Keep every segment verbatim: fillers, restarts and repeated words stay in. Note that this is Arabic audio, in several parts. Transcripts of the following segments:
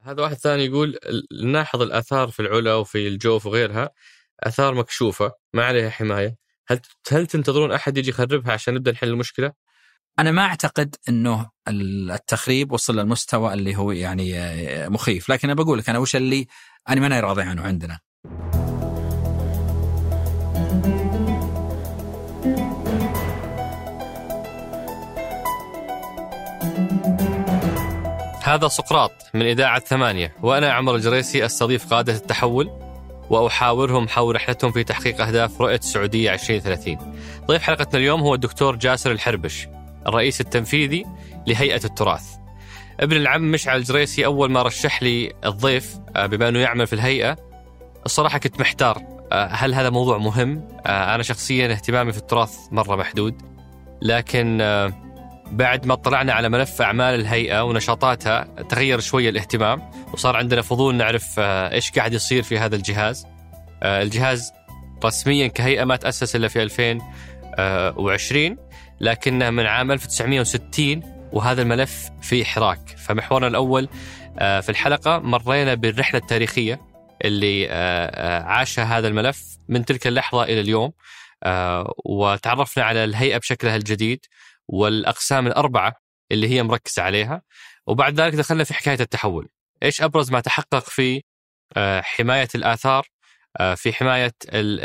هذا واحد ثاني يقول نلاحظ الآثار في العلا وفي الجوف وغيرها آثار مكشوفة ما عليها حماية، هل هل تنتظرون أحد يجي يخربها عشان نبدأ نحل المشكلة؟ أنا ما أعتقد أنه التخريب وصل للمستوى اللي هو يعني مخيف، لكن أنا بقول لك أنا وش اللي أنا ما راضي عنه عندنا. هذا سقراط من إذاعة ثمانية، وأنا عمر الجريسي أستضيف قادة التحول وأحاورهم حول رحلتهم في تحقيق أهداف رؤية السعودية عشرين ثلاثين. ضيف حلقتنا اليوم هو الدكتور جاسر الحربش، الرئيس التنفيذي لهيئة التراث. ابن العم مشعل الجريسي أول ما رشح لي الضيف بما أنه يعمل في الهيئة الصراحة كنت محتار، هل هذا موضوع مهم؟ أنا شخصيا اهتمامي في التراث مرة محدود، لكن بعد ما اطلعنا على ملف أعمال الهيئة ونشاطاتها تغير شوية الاهتمام، وصار عندنا فضول نعرف إيش قاعد يصير في هذا الجهاز. الجهاز رسميا كهيئة ما تأسس إلا في ألفين وعشرين، لكنه من عام ألف وتسعمائة وستين وهذا الملف في حراك. فمحورنا الأول في الحلقة مرينا بالرحلة التاريخية اللي عاشها هذا الملف من تلك اللحظة إلى اليوم، وتعرفنا على الهيئة بشكلها الجديد والأقسام الأربعة اللي هي مركزة عليها، وبعد ذلك دخلنا في حكاية التحول. إيش أبرز ما تحقق في حماية الآثار، في حماية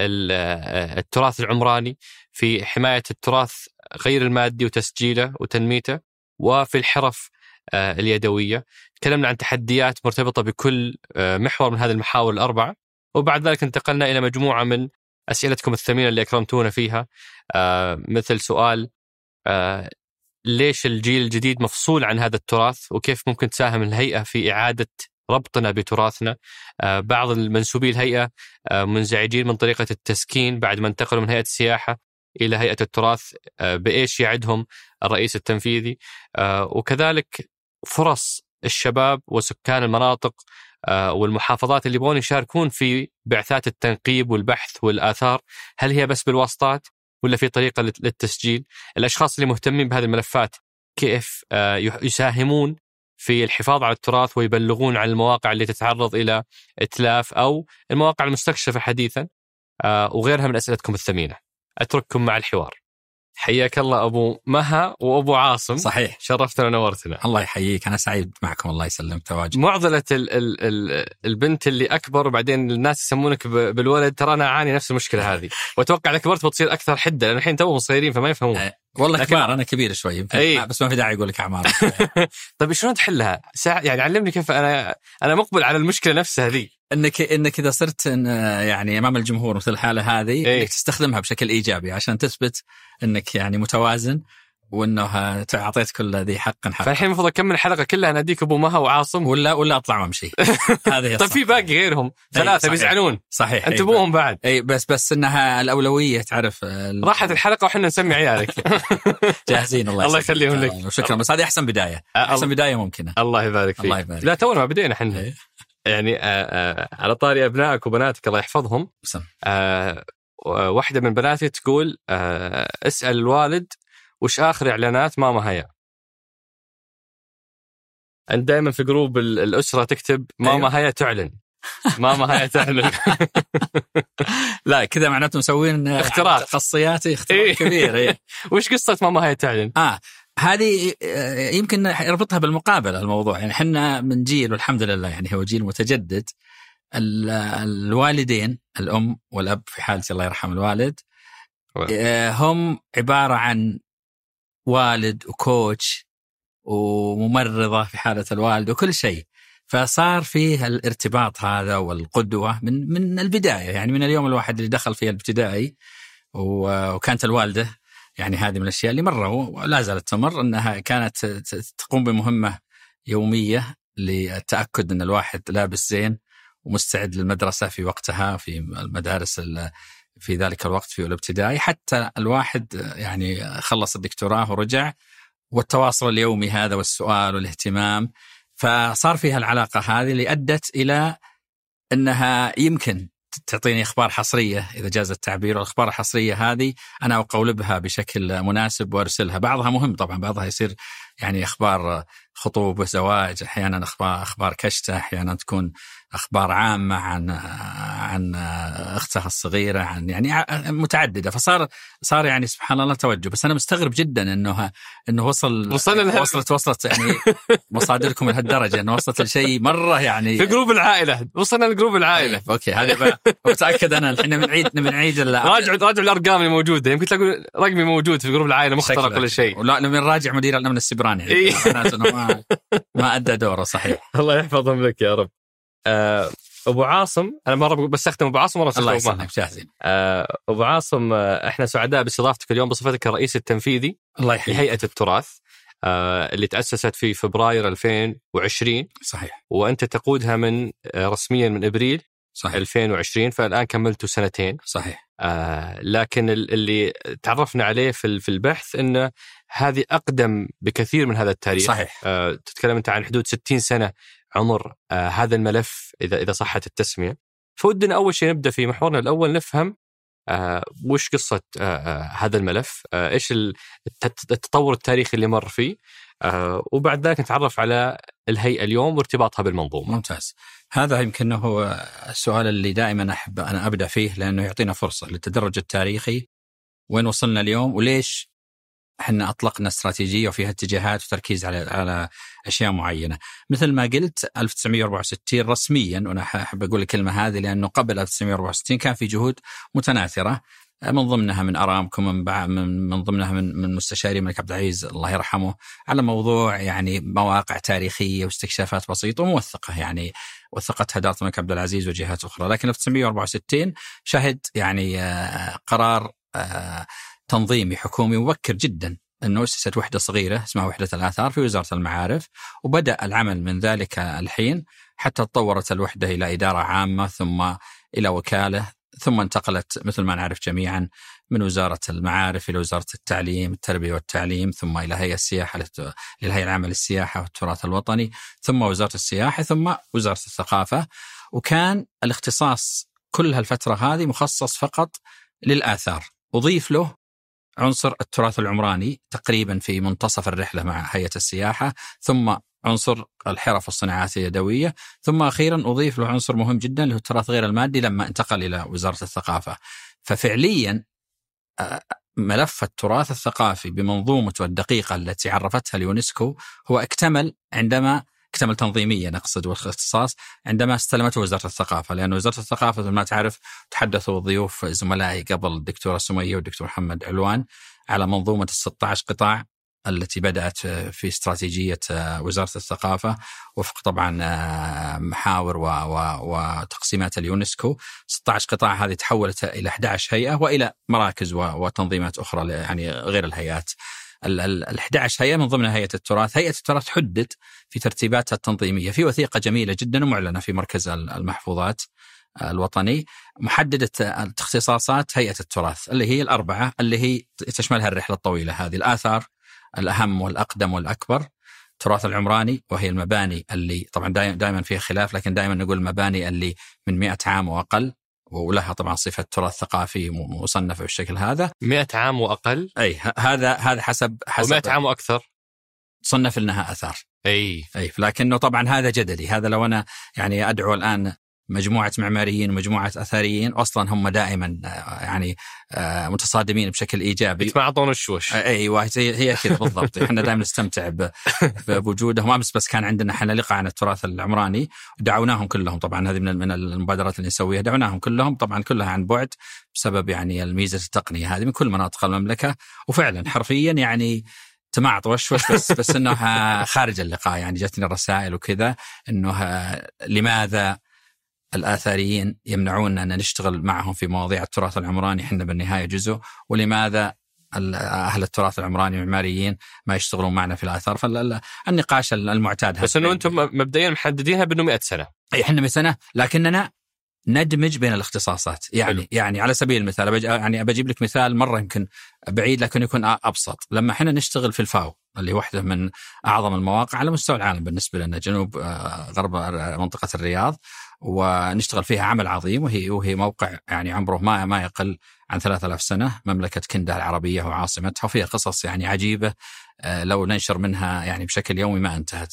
التراث العمراني، في حماية التراث غير المادي وتسجيله وتنميته، وفي الحرف اليدوية. تكلمنا عن تحديات مرتبطة بكل محور من هذه المحاور الأربعة، وبعد ذلك انتقلنا إلى مجموعة من أسئلتكم الثمينة اللي أكرمتونا فيها، مثل سؤال آه، ليش الجيل الجديد مفصول عن هذا التراث، وكيف ممكن تساهم الهيئة في إعادة ربطنا بتراثنا. آه، بعض المنسوبي الهيئة آه، منزعجين من طريقة التسكين بعد ما انتقلوا من هيئة السياحة إلى هيئة التراث، آه، بإيش يعدهم الرئيس التنفيذي، آه، وكذلك فرص الشباب وسكان المناطق آه، والمحافظات اللي يبغون يشاركون في بعثات التنقيب والبحث والآثار، هل هي بس بالواسطات ولا في طريقة للتسجيل؟ الأشخاص اللي مهتمين بهذه الملفات كيف يساهمون في الحفاظ على التراث ويبلغون عن المواقع اللي تتعرض إلى إتلاف أو المواقع المستكشفة حديثا، وغيرها من أسئلتكم الثمينة. أترككم مع الحوار. حياك الله أبو مها وأبو عاصم. صحيح، شرفتنا ونورتنا. الله يحييك، أنا سعيد معكم، الله يسلم تواجد. معضلة ال ال ال البنت اللي أكبر وبعدين الناس يسمونك بالولد، ترى أنا أعاني نفس المشكلة هذه، وأتوقع إذا كبرت بتصير أكثر حدة، لأن الحين توهم صغيرين فما يفهمون. أه والله لكن... كبار، أنا كبير شوي أي... بس ما في داعي أقول لك أعمار. طيب شلون تحلها؟ ساعة يعني علمني كيف أنا أنا مقبل على المشكلة نفسها هذه. إنك إنك إذا صرت إن يعني أمام الجمهور مثل الحالة هذه أي. إنك تستخدمها بشكل إيجابي عشان تثبت إنك يعني متوازن، وإنه تعطيت كل ذي حق حق. فالحين المفروض أكمل الحلقة كلها ناديك أبو مها وعاصم ولا ولا أطلع وأمشي. هذه طيب في باقي غيرهم ثلاثة بيزعلون. صحيح، انتبهوهم بعد. أي بس بس إنها الأولوية تعرف. راحت الحلقة وحنا نسمي عيالك. جاهزين. الله الله يخليهم لك وشكرا. بس هذه أحسن بداية، أحسن بداية ممكنة. الله يبارك فيك. الله يبارك. لا تونا ما بدينا حنا. يعني آآ آآ على طاري أبنائك وبناتك الله يحفظهم، واحدة من بناتي تقول اسأل الوالد وش آخر إعلانات ماما هيا. أنت دائما في جروب الأسرة تكتب ماما أيوه. هيا تعلن. ماما هيا تعلن. لا كذا معناته مسوين اختراق خاصياتي، اختراق إيه؟ كبير. إيه؟ وش قصة ماما هيا تعلن؟ آه هذه يمكن يربطها بالمقابلة الموضوع. يعني حنا من جيل والحمد لله يعني هو جيل متجدد. الوالدين الأم والأب في حالتي الله يرحم الوالد هم عبارة عن والد وكوتش وممرضة في حالة الوالد وكل شيء. فصار فيه الارتباط هذا والقدوة من من البداية. يعني من اليوم الواحد اللي دخل فيه الابتدائي وكانت الوالدة يعني هذه من الأشياء اللي مرة ولا زالت تمر، أنها كانت تقوم بمهمة يومية للتأكد أن الواحد لابس زين ومستعد للمدرسة في وقتها في المدارس في ذلك الوقت في الابتدائي، حتى الواحد يعني خلص الدكتوراه ورجع، والتواصل اليومي هذا والسؤال والاهتمام. فصار فيها العلاقة هذه اللي أدت إلى أنها يمكن تعطيني أخبار حصرية إذا جاز التعبير، والأخبار الحصرية هذه أنا أقولبها بشكل مناسب وأرسلها. بعضها مهم طبعا، بعضها يصير يعني أخبار خطوبة زواج، أحيانا أخبار أخبار كشتة، أحيانا تكون أخبار عامة عن عن أختها الصغيرة، عن يعني متعددة. فصار صار يعني سبحان الله توجه. بس أنا مستغرب جدا إنه إنه وصل وصلت وصلت يعني مصادركم لهالدرجة، إنه وصلت لشيء مرة يعني في جروب العائلة. وصلنا لجروب العائلة. أوكي هذا متأكد أنا الحين بنعيد بنعيد راجع راجع الأرقام الموجودة، يمكن تلاقوا رقمي موجود في جروب العائلة مخترق كل شيء. لا نبي نراجع مدير الأمن السبراني يعني ما ما أدى دوره صحيح. الله يحفظهم لك يا رب. أبو عاصم، أنا مرة بستخدم أبو عاصم مرة الله يسلمك جاهزين. أبو عاصم، إحنا سعداء باستضافتك اليوم بصفتك الرئيس التنفيذي لهيئة التراث اللي تأسست في فبراير ألفين وعشرين. صحيح. وأنت تقودها من رسميا من أبريل صحيح. ألفين وعشرين، فالآن كملتوا سنتين. صحيح. آه لكن اللي تعرفنا عليه في في البحث إنه هذه أقدم بكثير من هذا التاريخ. صحيح. آه تتكلم أنت عن حدود ستين سنة عمر آه هذا الملف إذا إذا صحت التسمية. فودنا أول شيء نبدأ في محورنا الأول نفهم آه وش قصة آه هذا الملف، آه إيش التطور التاريخي اللي مر فيه، آه وبعد ذلك نتعرف على الهيئة اليوم وارتباطها بالمنظومة. ممتاز. هذا يمكن هو السؤال اللي دائما أحب أنا أبدأ فيه، لأنه يعطينا فرصة للتدرج التاريخي وين وصلنا اليوم، وليش احنا أطلقنا استراتيجية وفيها اتجاهات وتركيز على على أشياء معينة. مثل ما قلت ألف وتسعمائة وأربعة وستين رسميا، وأنا أحب أقول الكلمة هذه لأنه قبل ألف وتسعمائة وأربعة وستين كان في جهود متناثرة، من ضمنها من أرامكو، من من من ضمنها من من مستشاري الملك عبد العزيز الله يرحمه، على موضوع يعني مواقع تاريخية واستكشافات بسيطة وموثقة، يعني وثقتها دارة الملك عبد العزيز وجهات أخرى. لكن ألف وتسعمائة وأربعة وستين شهد يعني قرار تنظيمي حكومي مبكر جدا، أنه أسست وحدة صغيرة اسمها وحدة الآثار في وزارة المعارف، وبدأ العمل من ذلك الحين حتى تطورت الوحدة إلى إدارة عامة ثم إلى وكالة، ثم انتقلت مثل ما نعرف جميعا من وزارة المعارف إلى وزارة التعليم التربية والتعليم، ثم إلى هيئة السياحة للهيئة العامة للسياحة والتراث الوطني، ثم وزارة السياحة، ثم وزارة الثقافة. وكان الاختصاص كل هالفترة هذه مخصص فقط للآثار، أضيف له عنصر التراث العمراني تقريبا في منتصف الرحلة مع هيئة السياحة، ثم عنصر الحرف والصناعات اليدوية، ثم أخيرا أضيف له عنصر مهم جدا اللي هو التراث غير المادي لما انتقل إلى وزارة الثقافة. ففعليا ملف التراث الثقافي بمنظومته الدقيقة التي عرفتها اليونسكو هو اكتمل عندما اكتمل تنظيميا نقصد والاختصاص عندما استلمته وزارة الثقافة، لأن وزارة الثقافة مثل ما تعرف تحدثوا ضيوف زملائي قبل الدكتورة سمية والدكتور محمد علوان على منظومة الستة عشر قطاع التي بدأت في استراتيجية وزارة الثقافة وفق طبعا محاور وتقسيمات اليونسكو. ستة عشر قطاع هذه تحولت إلى أحد عشر هيئة وإلى مراكز وتنظيمات أخرى يعني غير الهيئات. ال أحد عشر هيئة من ضمن هيئة التراث. هيئة التراث تحدد في ترتيباتها التنظيمية في وثيقة جميلة جدا ومعلنة في مركز المحفوظات الوطني، محددة الاختصاصات هيئة التراث اللي هي الأربعة اللي هي تشملها الرحلة الطويلة هذه: الآثار الأهم والأقدم والأكبر، التراث العمراني وهي المباني اللي طبعا دائما فيها خلاف لكن دائما نقول المباني اللي من مئة عام وأقل، ولها طبعا صفة تراث ثقافي مصنفة بالشكل هذا. مئة عام وأقل، أي هذا هذا حسب حسب ومئة عام وأكثر صنف لها أثار. أي أي لكنه طبعا هذا جدلي. هذا لو أنا يعني أدعو الآن مجموعة معماريين ومجموعة أثريين أصلا هم دائما يعني متصادمين بشكل إيجابي، ما أعطونا الشوش. أيوة هي كذا بالضبط. إحنا دائما نستمتع بوجودهم. أمس بس كان عندنا حنا لقاء عن التراث العمراني ودعوناهم كلهم، طبعا هذه من المبادرات اللي نسويها، دعوناهم كلهم طبعا كلها عن بعد بسبب يعني الميزة التقنية هذه من كل مناطق المملكة، وفعلا حرفيا يعني تمعط وشوش بس بس إنه خارج اللقاء يعني جاتني الرسائل وكذا إنه لماذا الآثاريين يمنعون أن نشتغل معهم في مواضيع التراث العمراني، حنا بالنهاية جزء، ولماذا أهل التراث العمراني والمعماريين ما يشتغلون معنا في الآثار. فالنقاش المعتاد. بس أنه أنتم مبدئيا محددينها بأنه مئة سنة. أي حنا مئة سنة لكننا ندمج بين الاختصاصات يعني حلو. يعني على سبيل المثال يعني بجيب لك مثال مرة يمكن بعيد لكن يكون أبسط. لما حنا نشتغل في الفاو اللي واحدة من أعظم المواقع على مستوى العالم بالنسبة لنا، جنوب غرب منطقة الرياض، ونشتغل فيها عمل عظيم. وهي وهي موقع يعني عمره ما ما يقل عن ثلاثة آلاف سنة، مملكة كندا العربية وعاصمتها، وفيها قصص يعني عجيبة لو ننشر منها يعني بشكل يومي ما انتهت.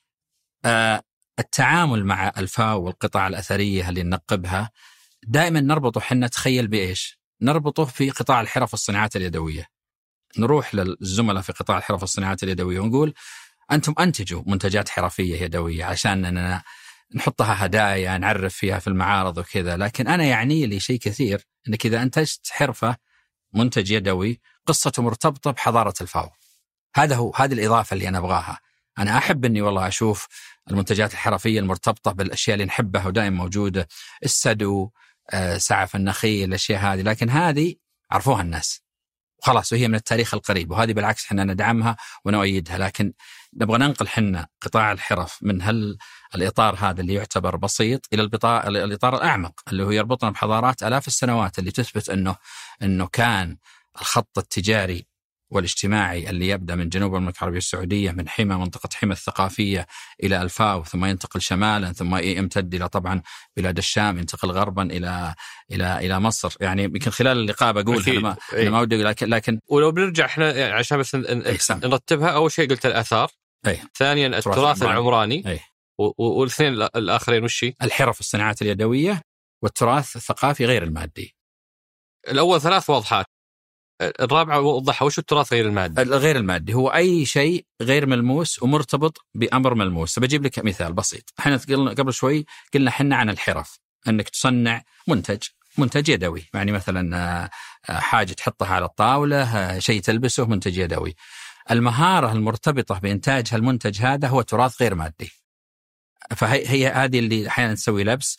التعامل مع الفاو والقطع الأثرية اللي ننقبها دائما نربطه، حنا تخيل بإيش؟ نربطه في قطاع الحرف والصناعات اليدوية. نروح للزملاء في قطاع الحرف والصناعات اليدوية ونقول أنتم أنتجوا منتجات حرفية يدوية عشان نحطها هدايا نعرف فيها في المعارض وكذا، لكن أنا يعني لي شيء كثير، أنك إذا أنتجت حرفة منتج يدوي قصته مرتبطة بحضارة الفاو. هذا هو هذه الإضافة اللي أنا أبغاها. أنا أحب أني والله أشوف المنتجات الحرفية المرتبطة بالأشياء اللي نحبها ودائما موجودة، السدو، سعف النخيل، الأشياء هذه، لكن هذه عرفوها الناس وخلاص، وهي من التاريخ القريب، وهذه بالعكس حنا ندعمها ونؤيدها. لكن نبغى ننقل حنا قطاع الحرف من هل الإطار هذا اللي يعتبر بسيط إلى الإطار الأعمق اللي هو يربطنا بحضارات آلاف السنوات، اللي تثبت أنه أنه كان الخط التجاري والاجتماعي اللي يبدأ من جنوب المملكة العربية السعودية، من حمى منطقة حمى الثقافية إلى الفاو، ثم ينتقل شمالا، ثم يمتد إلى طبعا بلاد الشام، ينتقل غربا إلى إلى إلى مصر. يعني يمكن خلال اللقاء بقول أنا ما أنا ما ودي، لكن لكن ولو بنرجع إحنا يعني عشان بس نرتبها، أول شيء قلت الآثار، أي. ثانيا التراث العمراني، أي. والاثنين الآخرين وشي؟ الحرف والصناعات اليدوية والتراث الثقافي غير المادي. الأول ثلاث واضحات، الرابعة وضحها وش التراث غير المادي؟ الغير المادي هو أي شيء غير ملموس ومرتبط بأمر ملموس. بجيب لك مثال بسيط. احنا قبل شوي قلنا حنا عن الحرف، أنك تصنع منتج منتج يدوي، يعني مثلا حاجة تحطها على الطاولة، شيء تلبسه، منتج يدوي. المهارة المرتبطة بإنتاج هالمنتج هذا هو تراث غير مادي. فهي هي هذه اللي أحيانا نسوي لبس.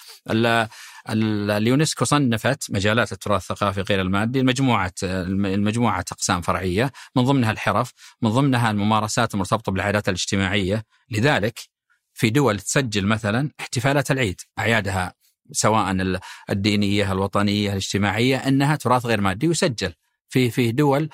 اليونسكو صنفت مجالات التراث الثقافي غير المادي المجموعة المجموعة أقسام فرعية، من ضمنها الحرف، من ضمنها الممارسات المرتبطة بالعادات الاجتماعية. لذلك في دول تسجل مثلا احتفالات العيد، أعيادها سواء الدينية الوطنية الاجتماعية أنها تراث غير مادي، يسجل في في دول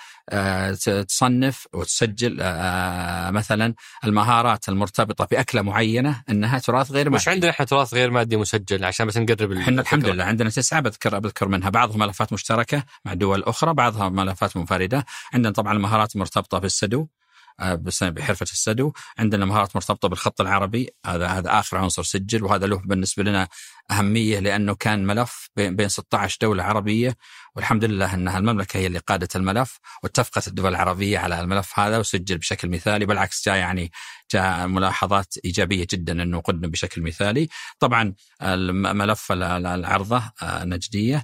تصنف وتسجل مثلا المهارات المرتبطة بأكلة معينة أنها تراث غير مادي. مش عندنا احنا تراث غير مادي مسجل عشان بس نقرب. احنا الحمد لله عندنا تسعة، بذكر بذكر منها بعضها ملفات مشتركة مع دول أخرى، بعضها ملفات منفردة. عندنا طبعا المهارات المرتبطة بالسدو، بحرفة السدو. عندنا مهارات مرتبطة بالخط العربي، هذا هذا آخر عنصر سجل، وهذا له بالنسبة لنا أهمية لأنه كان ملف بين ستة عشر دولة عربية، والحمد لله أنها المملكة هي اللي قادت الملف، واتفقت الدول العربية على الملف هذا وسجل بشكل مثالي. بالعكس جاء يعني جاء ملاحظات إيجابية جدا أنه قدم بشكل مثالي. طبعا الملف العرضة النجدية،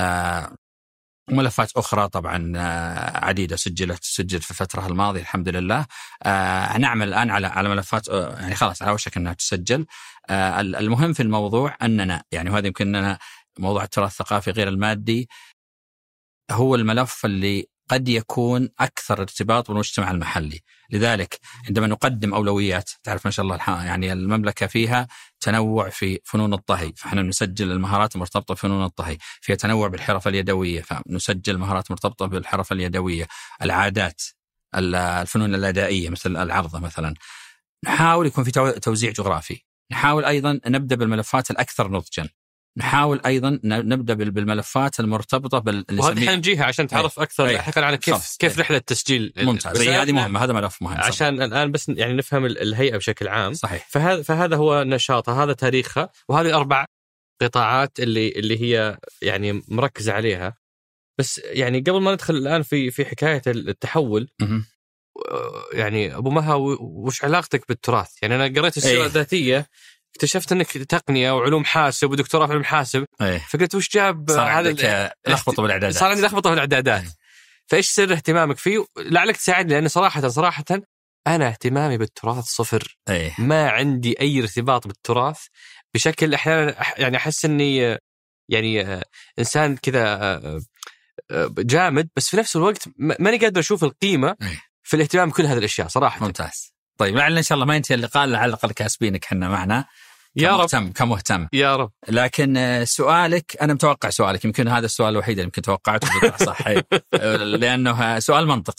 ملفات أخرى طبعا عديدة سجلت سجلت في الفترة الماضية الحمد لله. آه نعمل الآن على على ملفات يعني خلاص على وشك أنها تسجل. آه المهم في الموضوع أننا يعني وهذا يمكن أننا موضوع التراث الثقافي غير المادي هو الملف اللي قد يكون أكثر ارتباط بالمجتمع المحلي. لذلك عندما نقدم أولويات، تعرف ما شاء الله يعني المملكة فيها تنوع في فنون الطهي، فإحنا نسجل المهارات المرتبطة بفنون الطهي. فيها تنوع بالحرف اليدوية، فنسجل مهارات مرتبطة بالحرف اليدوية. العادات، الفنون الأدائية مثل العرضة مثلا. نحاول يكون في توزيع جغرافي. نحاول أيضا نبدأ بالملفات الأكثر نضجا. نحاول أيضا نبدأ بالملفات المرتبطة بال. وهذه حنجيها عشان تعرف أي. أكثر حكى على كيف صح. كيف رحلة التسجيل. ممتاز. هذه مهمة، هذا ملف مهم. عشان صح. الآن بس يعني نفهم الهيئة بشكل عام. صحيح. فهذا فهذا هو نشاطها، هذا تاريخها، وهذه أربع قطاعات اللي اللي هي يعني مركزة عليها. بس يعني قبل ما ندخل الآن في في حكاية التحول، م- يعني أبو مها وش علاقتك بالتراث؟ يعني أنا قرأت السيرة الذاتية، اكتشفت انك تقنيه وعلوم حاسب ودكتوراه في علم حاسب، فقلت وش جاب هذا لخبطه بالاعدادات؟ صار عندي لخبطه بالاعدادات. فايش سر اهتمامك فيه؟ لعلك تساعدني، لان صراحه صراحه انا اهتمامي بالتراث صفر. أيه. ما عندي اي ارتباط بالتراث بشكل احيانا يعني احس اني يعني انسان كذا جامد، بس في نفس الوقت ماني قادر اشوف القيمه أيه. في الاهتمام بكل هذه الاشياء صراحه. ممتاز. طيب لعل إن شاء الله ما ينتهي اللقاء، لعل الأقل كاسبينك حنا معنا يا رب كمهتم. يا رب. لكن سؤالك أنا متوقع سؤالك، يمكن هذا السؤال الوحيد اللي يمكن توقعته صح، لأنه سؤال منطقي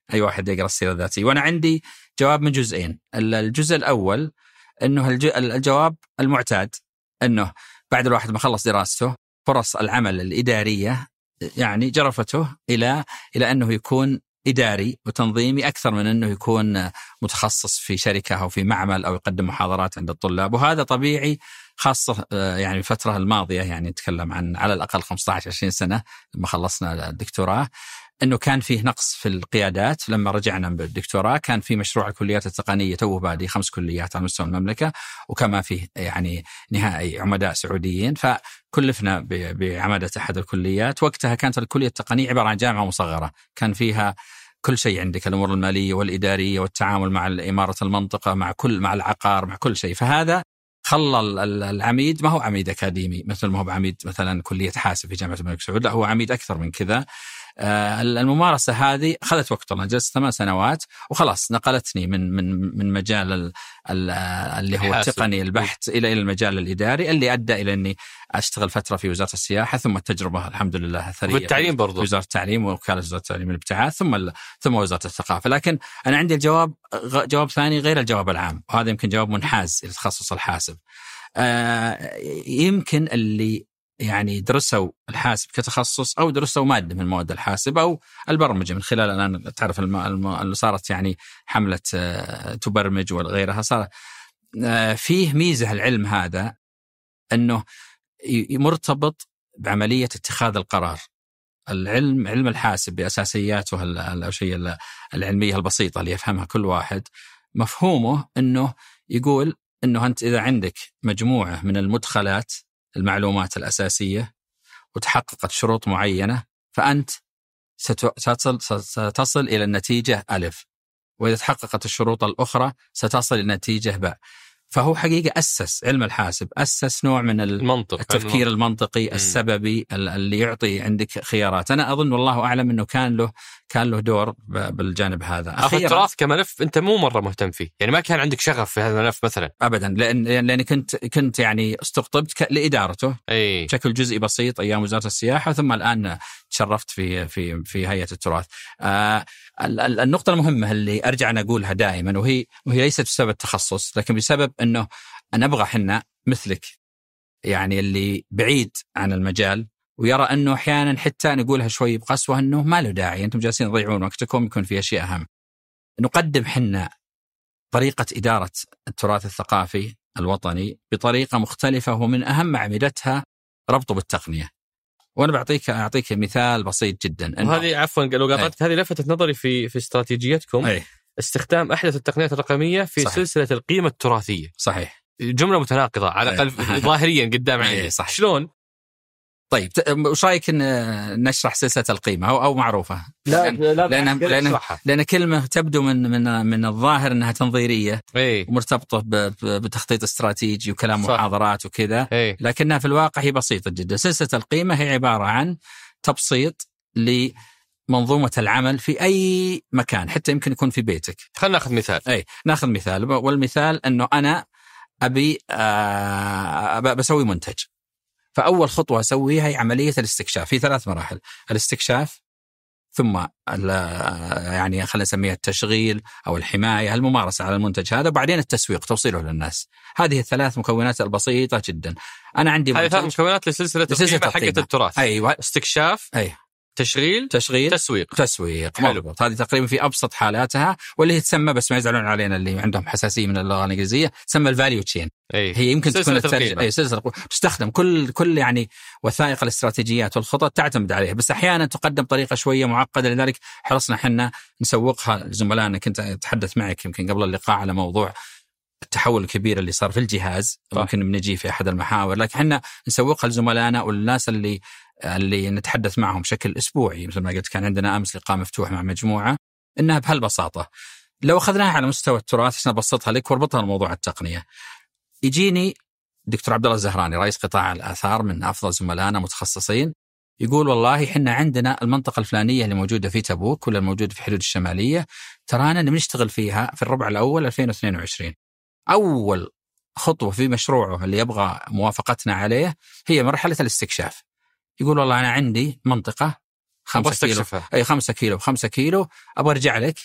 أي واحد يقرأ السيرة الذاتية. وأنا عندي جواب من جزئين. الجزء الأول أنه الجواب المعتاد، أنه بعد الواحد ما خلص دراسته فرص العمل الإدارية يعني جرفته إلى إلى أنه يكون إداري وتنظيمي أكثر من أنه يكون متخصص في شركة أو في معمل أو يقدم محاضرات عند الطلاب. وهذا طبيعي خاصة يعني الفترة الماضية، يعني نتكلم عن على الأقل خمسة عشر عشرين سنة لما خلصنا الدكتوراه، أنه كان فيه نقص في القيادات. لما رجعنا بالدكتوراه كان في مشروع الكليات التقنية توه بادي، خمس كليات على مستوى المملكة، وكما فيه يعني نهائي عمداء سعوديين، فكلفنا بعمادة أحد الكليات. وقتها كانت الكلية التقنية عبارة عن جامعة مصغرة، كان فيها كل شيء، عندك الأمور المالية والإدارية والتعامل مع إمارة المنطقة، مع كل مع العقار، مع كل شيء. فهذا خلى العميد ما هو عميد أكاديمي مثل ما هو عميد مثلا كلية حاسب في جامعة الملك سعود، لا هو عميد أكثر من كذا. الممارسة هذه أخذت وقت، أنا جلست ثمان سنوات وخلاص نقلتني من من من مجال اللي هو التقني البحث إلى إلى المجال الإداري، اللي أدى إلى أني أشتغل فترة في وزارة السياحة، ثم التجربة الحمد لله ثرية في التعليم برضو، وزارة التعليم ووكالة وزارة التعليم والابتعاث، ثم ثم وزارة الثقافة. لكن أنا عندي الجواب جواب ثاني غير الجواب العام، وهذا يمكن جواب منحاز إلى تخصص الحاسب. آه يمكن اللي يعني درسوا الحاسب كتخصص أو درسوا مادة من مواد الحاسب أو البرمجة من خلال الآن تعرف اللي صارت يعني حملة تبرمج وغيرها، صار فيه ميزة العلم هذا أنه مرتبط بعملية اتخاذ القرار. العلم علم الحاسب بأساسياته الشيء العلمية البسيطة اللي يفهمها كل واحد، مفهومه أنه يقول أنه أنت إذا عندك مجموعة من المدخلات المعلومات الأساسية وتحققت شروط معينة فأنت ستصل, ستصل إلى النتيجة ألف، وإذا تحققت الشروط الأخرى ستصل إلى النتيجة باء. فهو حقيقة أسس علم الحاسب، أسس نوع من المنطق، التفكير المنطقي السببي اللي يعطي عندك خيارات. أنا أظن والله أعلم أنه كان له كان له دور بالجانب هذا. التراث كملف أنت مو مرة مهتم فيه، يعني ما كان عندك شغف في هذا الملف مثلا؟ أبدا، لأن لأن كنت كنت يعني استقطبت لإدارته أي. بشكل جزئي بسيط أيام وزارة السياحة، ثم الآن تشرفت في في في هيئة التراث. آه النقطة المهمة اللي أرجع نقولها دائما، وهي وهي ليست بسبب التخصص، لكن بسبب أنه أنا أبغى حنا مثلك يعني اللي بعيد عن المجال ويرى أنه أحيانا حتى نقولها شوي بقسوة أنه ما له داعي، أنتم جالسين تضيعون وقتكم، يكون في أشياء أهم. نقدم حنا طريقة إدارة التراث الثقافي الوطني بطريقة مختلفة، ومن أهم أعمدتها ربطه بالتقنية. وأنا بعطيك أعطيك مثال بسيط جدا. وهذه عفوا لو قاطعتك، هذه لفتت نظري في في استراتيجيتكم، أي. استخدام أحدث التقنيات الرقمية في صحيح. سلسلة القيمة التراثية. صحيح. جملة متناقضة على الأقل ظاهريا قدام عيني. شلون؟ طيب وش رايك ان نشرح سلسله القيمه او او معروفه؟ لا لأن لا لأن, لأن, لأن كلمه تبدو من من من الظاهر انها تنظيريه ايه؟ ومرتبطه بتخطيط استراتيجي وكلام صح. محاضرات وكذا، ايه؟ لكنها في الواقع هي بسيطه جدا. سلسله القيمه هي عباره عن تبسيط لمنظومه العمل في اي مكان، حتى يمكن يكون في بيتك. خلينا ناخذ مثال. اي ناخذ مثال، والمثال انه انا ابي آه بسوي منتج، فأول خطوة أسويها هي عملية الاستكشاف في ثلاث مراحل: الاستكشاف، ثم يعني خلينا نسميها التشغيل أو الحماية، الممارسة على المنتج هذا، وبعدين التسويق، توصيله للناس. هذه الثلاث مكونات البسيطة جدا. أنا عندي هذه ثلاث مكونات لسلسلة القيمة حقة التراث. أيوة. استكشاف، أيوة. تشغيل تشغيل تسويق تسويق مضبوط. هذه تقريبا في أبسط حالاتها، واللي هي تسمى، بس ما يزعلون علينا اللي عندهم حساسية من اللغة الإنجليزية، تسمى الفاليو تشين. هي يمكن تكون الترجمة أي سلسلة، تستخدم كل كل يعني وثائق الاستراتيجيات والخطط تعتمد عليها، بس أحيانا تقدم طريقة شوية معقدة، لذلك حرصنا حنا نسوقها لزملائنا. كنت أتحدث معك يمكن قبل اللقاء على موضوع التحول الكبير اللي صار في الجهاز، ممكن بنجي في أحد المحاور، لكن حنا نسوقها لزملائنا والناس اللي اللي نتحدث معهم بشكل أسبوعي. مثل ما قلت كان عندنا أمس لقاء مفتوح مع مجموعة، إنها بهالبساطة. لو أخذناها على مستوى التراث عشان أبسطها لك واربطها بموضوع التقنية، يجيني دكتور عبد الله الزهراني رئيس قطاع الآثار من أفضل زملائنا متخصصين، يقول والله حنا عندنا المنطقة الفلانية اللي موجودة في تبوك ولا الموجودة في حدود الشمالية، ترانا نشتغل فيها في الربع الأول ألفين واثنين وعشرين. أول خطوة في مشروعه اللي يبغى موافقتنا عليه هي مرحلة الاستكشاف. يقول والله أنا عندي منطقة خمسة كيلو أي خمسة كيلو خمسة كيلو أبغى أرجع لك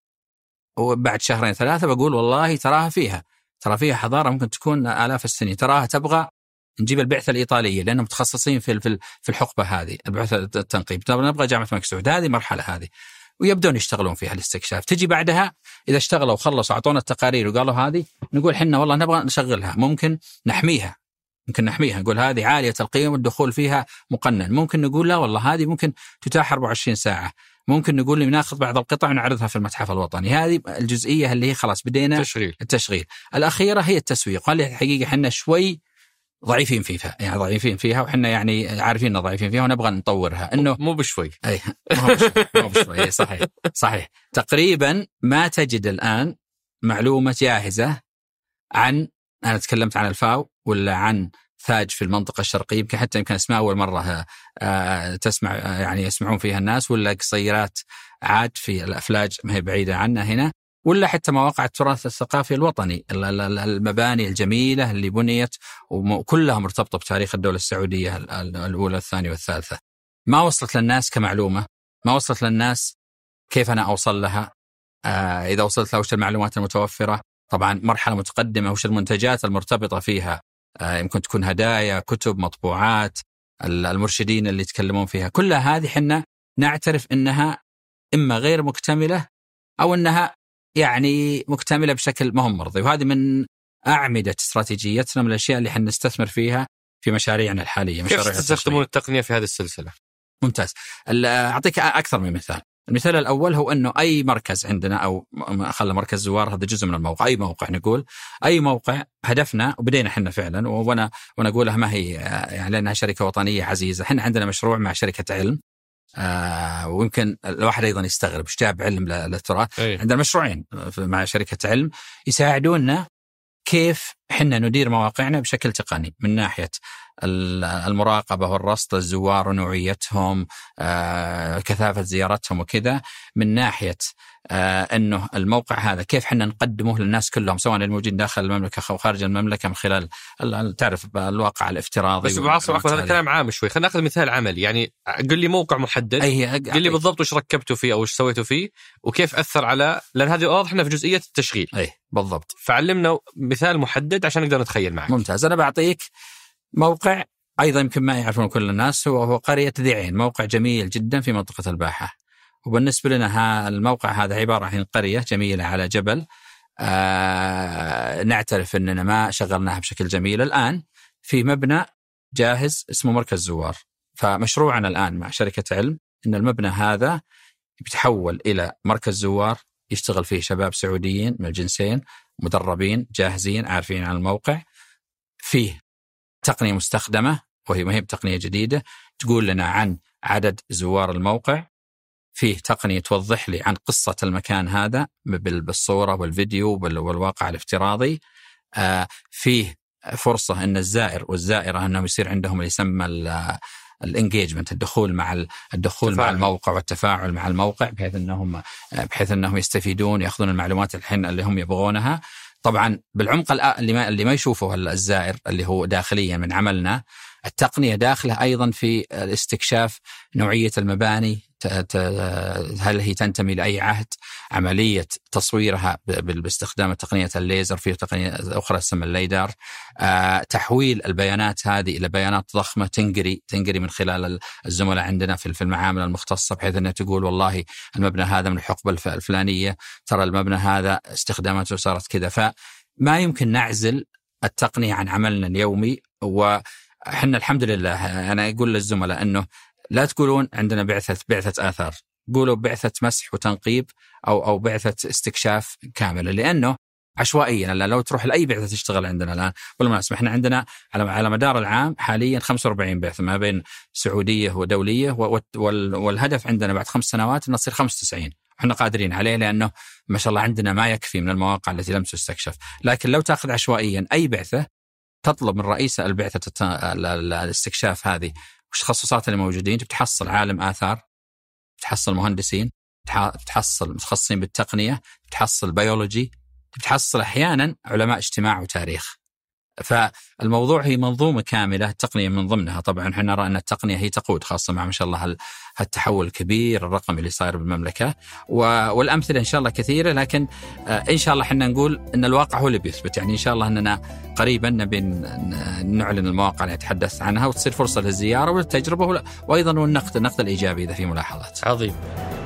وبعد شهرين ثلاثة بقول والله تراها فيها ترى فيها حضارة ممكن تكون آلاف السنين، تراها تبغى نجيب البعثة الإيطالية لأنهم متخصصين في في الحقبة هذه، البعثة التنقيب، نبغى جامعة الملك سعود، هذه مرحلة هذه، ويبدون يشتغلون فيها الاستكشاف. تجي بعدها إذا اشتغلوا وخلصوا أعطونا التقارير وقالوا هذه، نقول حنا والله نبغى نشغلها، ممكن نحميها ممكن نحميها نقول هذه عالية القيم والدخول فيها مقنن، ممكن نقول لا والله هذه ممكن تتاح أربعة وعشرين ساعة، ممكن نقول لي ناخذ بعض القطع ونعرضها في المتحف الوطني. هذه الجزئية اللي هي خلاص بدينا تشغيل. التشغيل. الأخيرة هي التسويق، قال لي الحقيقة حنا شوي ضعيفين فيها، يعني ضعيفين فيها وحنا يعني عارفين إننا ضعيفين فيها ونبغى نطورها. إنه مو بشوي أي مو بشوي مو بشوي صحيح صحيح. تقريبا ما تجد الآن معلومة جاهزة عن، أنا تكلمت عن الفاو ولا عن ثاج في المنطقة الشرقية، يمكن حتى يمكن اسمها أول مرة تسمع يعني يسمعون فيها الناس، ولا قصيرات عاد في الأفلاج ما هي بعيدة عنا هنا، ولا حتى مواقع التراث الثقافي الوطني، المباني الجميلة اللي بنيت وكلها مرتبطة بتاريخ الدولة السعودية الأولى الثانية والثالثة. ما وصلت للناس كمعلومة، ما وصلت للناس كيف أنا أوصل لها، إذا وصلت لها وش المعلومات المتوفرة، طبعا مرحلة متقدمة وش المنتجات المرتبطة فيها، يمكن تكون هدايا، كتب، مطبوعات، المرشدين اللي يتكلمون فيها، كلها هذه حنا نعترف إنها إما غير مكتملة أو إنها يعني مكتملة بشكل ما هو مرضي. وهذه من أعمدة استراتيجيتنا، من الأشياء اللي حنا نستثمر فيها في مشاريعنا الحالية. كيف تستخدمون التقنية في هذه السلسلة؟ ممتاز. أعطيك أكثر من مثال. المثال الأول هو أنه أي مركز عندنا، أو خلى مركز زوار هذا جزء من الموقع، أي موقع نقول أي موقع هدفنا وبدينا حنا فعلا، وأنا وأنا أقولها ما هي يعني لأنها شركة وطنية عزيزة، حنا عندنا مشروع مع شركة علم، آه ويمكن الواحد أيضا يستغرب إيش جاب علم للتراث. عندنا مشروعين مع شركة علم يساعدونا كيف حنا ندير مواقعنا بشكل تقني، من ناحية المراقبة والرصد للزوار ونوعيتهم، آه، كثافة زيارتهم وكذا، من ناحية آه، أنه الموقع هذا كيف حنا نقدمه للناس كلهم، سواء الموجودين داخل المملكة أو خارج المملكة، من خلال تعرف الواقع الافتراضي. بس بعصر أخذ هذا كلام عام شوي، خلينا نأخذ مثال عملي. يعني قل لي موقع محدد، قل لي بالضبط وش ركبته فيه أو وش سويته فيه وكيف أثر على، لأن هذه واضحنا في جزئية التشغيل. أي بالضبط. فعلمنا مثال محدد عشان نقدر نتخيل معك. ممتاز. أنا بعطيك موقع أيضا يمكن ما يعرفون كل الناس، هو هو قرية ذي عين، موقع جميل جدا في منطقة الباحة. وبالنسبة لنا الموقع هذا عبارة عن قرية جميلة على جبل، آه نعترف أننا ما شغلناها بشكل جميل. الآن في مبنى جاهز اسمه مركز زوار، فمشروعنا الآن مع شركة علم أن المبنى هذا بيتحول إلى مركز زوار يشتغل فيه شباب سعوديين من الجنسين، مدربين جاهزين عارفين عن الموقع، فيه تقنية مستخدمة وهي ما هي بتقنية جديدة تقول لنا عن عدد زوار الموقع، فيه تقنية توضح لي عن قصة المكان هذا بالصورة والفيديو والواقع الافتراضي، آه فيه فرصة أن الزائر والزائرة أنهم يصير عندهم اللي يسمى الانجيجمنت، الدخول مع الدخول تفاعل. مع الموقع والتفاعل مع الموقع، بحيث أنهم بحيث أنهم يستفيدون يأخذون المعلومات الحين اللي هم يبغونها. طبعا بالعمق اللي ما اللي ما يشوفه الزائر اللي هو داخليا من عملنا، التقنية داخله أيضا في الاستكشاف نوعية المباني، هل هي تنتمي لأي عهد، عملية تصويرها باستخدام تقنية الليزر، في تقنية أخرى تسمى الليدار، تحويل البيانات هذه إلى بيانات ضخمة تنقري تنقري من خلال الزملاء عندنا في المعامل المختصة، بحيث أنها تقول والله المبنى هذا من الحقبة الفلانية، ترى المبنى هذا استخداماته صارت كذا. فما يمكن نعزل التقنية عن عملنا اليومي. وحنا الحمد لله أنا أقول للزملاء أنه لا تقولون عندنا بعثة بعثة آثار، قولوا بعثة مسح وتنقيب أو أو بعثة استكشاف كاملة، لأنه عشوائيا لو تروح لأي بعثة تشتغل عندنا الآن. بالمناسبة احنا عندنا على على مدار العام حاليا خمسة وأربعين بعثة ما بين سعودية ودولية، والهدف عندنا بعد خمس سنوات أن نصير خمسة وتسعين. احنا قادرين عليه لأنه ما شاء الله عندنا ما يكفي من المواقع التي لم تستكشف. لكن لو تأخذ عشوائيا أي بعثة تطلب من رئيس البعثة الاستكشاف هذه وش التخصصات اللي موجودين، بتحصل عالم آثار، بتحصل مهندسين، بتحصل متخصصين بالتقنية، بتحصل بيولوجي، بتحصل أحيانا علماء اجتماع وتاريخ. فالموضوع هي منظومة كاملة، التقنية من ضمنها. طبعا احنا نرى أن التقنية هي تقود، خاصة مع ما شاء الله هالتحول الكبير الرقمي اللي صاير بالمملكة، والأمثلة إن شاء الله كثيرة. لكن إن شاء الله احنا نقول أن الواقع هو اللي بيثبت. يعني إن شاء الله أننا قريبا نبي نعلن المواقع اللي نتحدث عنها وتصير فرصة للزيارة والتجربة، وأيضا والنقد النقد الإيجابي إذا في ملاحظات. عظيم.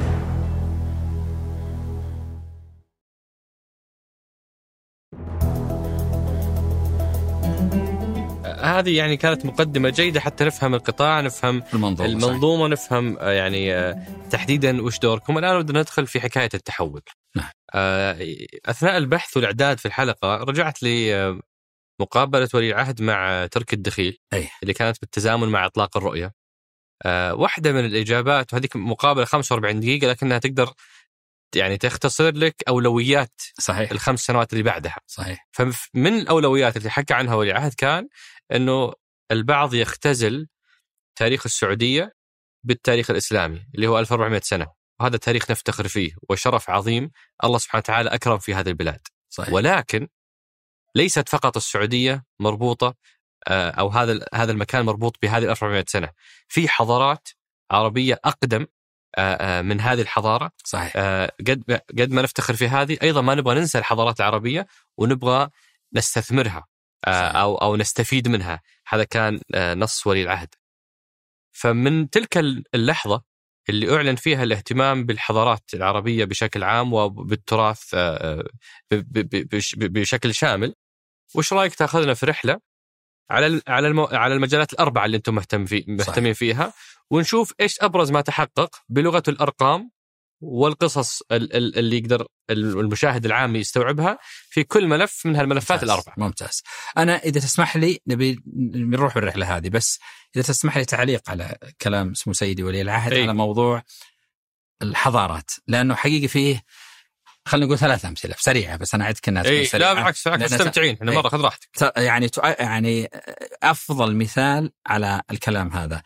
هذه يعني كانت مقدمة جيدة حتى نفهم القطاع، نفهم المنظومة, المنظومة نفهم يعني تحديدا وش دوركم. الآن بدنا ندخل في حكاية التحول. نعم. أثناء البحث والإعداد في الحلقة رجعت لي مقابلة ولي العهد مع تركي الدخيل أي. اللي كانت بالتزامن مع إطلاق الرؤية. واحدة من الإجابات، وهذه مقابلة خمسة وأربعين دقيقة لكنها تقدر يعني تختصر لك أولويات صحيح. الخمس سنوات اللي بعدها. صحيح. فمن الأولويات اللي حكى عنها ولي العهد كان أنه البعض يختزل تاريخ السعودية بالتاريخ الإسلامي اللي هو ألف وأربعمائة سنة، وهذا تاريخ نفتخر فيه وشرف عظيم الله سبحانه وتعالى أكرم في هذه البلاد. صحيح. ولكن ليست فقط السعودية مربوطة أو هذا هذا المكان مربوط بهذه ألف وأربعمائة سنة، في حضارات عربية أقدم من هذه الحضارة. صحيح. قد قد ما نفتخر في هذه، أيضا ما نبغى ننسى الحضارات العربية ونبغى نستثمرها أو أو نستفيد منها. هذا كان نص ولي العهد. فمن تلك اللحظة اللي أعلن فيها الاهتمام بالحضارات العربية بشكل عام وبالتراث بشكل شامل، وش رأيك تأخذنا في رحلة على على على المجالات الأربعة اللي أنتم مهتم في مهتمين فيها، ونشوف إيش أبرز ما تحقق بلغة الأرقام والقصص اللي يقدر المشاهد العام يستوعبها في كل ملف من هالملفات ممتاز. الأربعة. ممتاز. أنا إذا تسمح لي نبي نروح بالرحلة هذه، بس إذا تسمح لي تعليق على كلام سمو سيدي ولي العهد أي. على موضوع الحضارات، لأنه حقيقي فيه خلينا نقول ثلاث أمثلة سريعة، بس أنا أعدك أنها تكون سريعة. لا بالعكس، مستمتعين احنا مرة، خذ راحتك. يعني يعني أفضل مثال على الكلام هذا،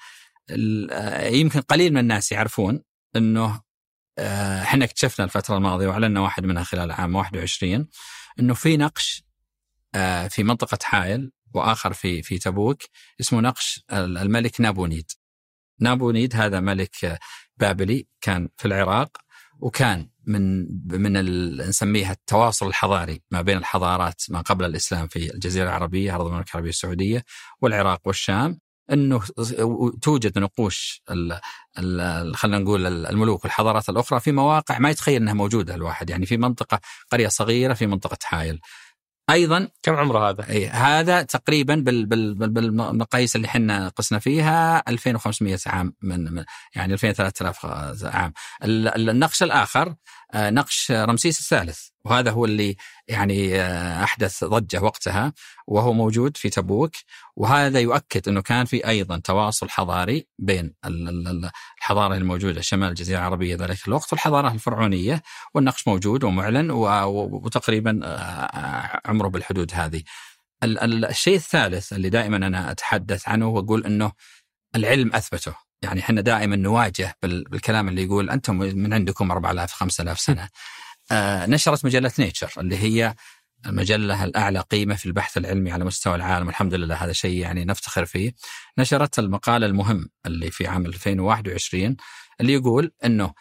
يمكن قليل من الناس يعرفون أنه احنا اكتشفنا الفترة الماضية وأعلنا واحد منها خلال عام واحد وعشرين أنه في نقش في منطقة حائل وآخر في في تبوك اسمه نقش الملك نابونيد. نابونيد هذا ملك بابلي كان في العراق، وكان من من نسميها التواصل الحضاري ما بين الحضارات ما قبل الإسلام في الجزيرة العربية، أرض المملكة العربية السعودية والعراق والشام، أنه توجد نقوش ال ال خلينا نقول الملوك والحضارات الأخرى في مواقع ما يتخيل أنها موجودة الواحد، يعني في منطقة قرية صغيرة في منطقة حائل. أيضا كم عمره هذا؟ أي هذا تقريبا بال بال بالمقاييس اللي حنا قسنا فيها ألفين وخمسمائة عام، من يعني ألفين وثلاثة آلاف عام. النقش الآخر نقش رمسيس الثالث، وهذا هو اللي يعني أحدث ضجة وقتها، وهو موجود في تبوك، وهذا يؤكد أنه كان في أيضا تواصل حضاري بين الحضارة الموجودة شمال الجزيرة العربية ذلك الوقت والحضارة الفرعونية، والنقش موجود ومعلن وتقريبا عمره بالحدود هذه. الشيء الثالث اللي دائما أنا أتحدث عنه وأقول أنه العلم أثبته، يعني احنا دائما نواجه بالكلام اللي يقول أنتم من عندكم أربعة آلاف خمسة آلاف سنة. آه نشرت مجلة نيتشر اللي هي المجلة الأعلى قيمة في البحث العلمي على مستوى العالم، الحمد لله هذا شيء يعني نفتخر فيه. نشرت المقال المهم اللي في عام ألفين وواحد وعشرين اللي يقول أنه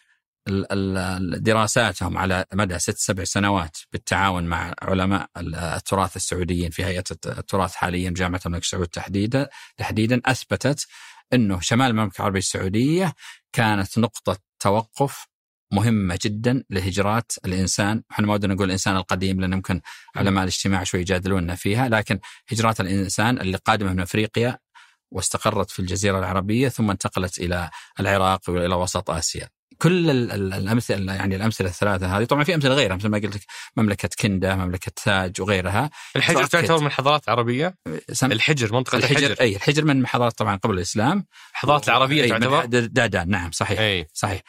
دراساتهم على مدى ست سبع سنوات بالتعاون مع علماء التراث السعوديين في هيئة التراث حاليا جامعة الملك سعود تحديدا تحديدا أثبتت أنه شمال المملكة العربية السعودية كانت نقطة توقف مهمة جدا لهجرات الإنسان. احنا ما ودنا نقول الإنسان القديم لأن ممكن علماء الاجتماع شوي يجادلوننا فيها، لكن هجرات الإنسان اللي قادمة من أفريقيا واستقرت في الجزيرة العربية ثم انتقلت إلى العراق وإلى وسط آسيا. كل الأمثلة يعني الأمثلة الثلاثة هذه، طبعا في أمثلة غيرها مثل ما قلت لك مملكة كندا، مملكة ثاج وغيرها. الحجر تعتبر من حضارات عربية؟ الحجر منطقة الحجر, الحجر. أي الحجر من حضارات طبعا قبل الإسلام. حضارات العربية تعتبر؟ دادان. نعم صحيح. أي. صحيح.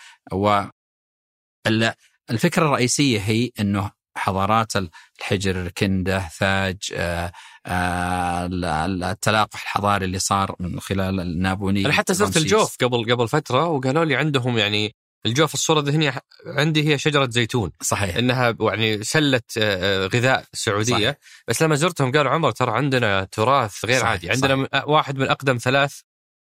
والفكرة الرئيسية هي أنه حضارات الحجر، كندا، ثاج، التلاقح الحضاري اللي صار من خلال النابوني. أنا حتى زرت الجوف قبل قبل فترة وقالوا لي عندهم يعني الجوف الصورة الذهنية عندي هي شجرة زيتون. صحيح. إنها يعني سلة غذاء سعودية. صحيح. بس لما زرتهم قالوا عمر ترى عندنا تراث غير صحيح. عادي. عندنا صحيح. واحد من أقدم ثلاث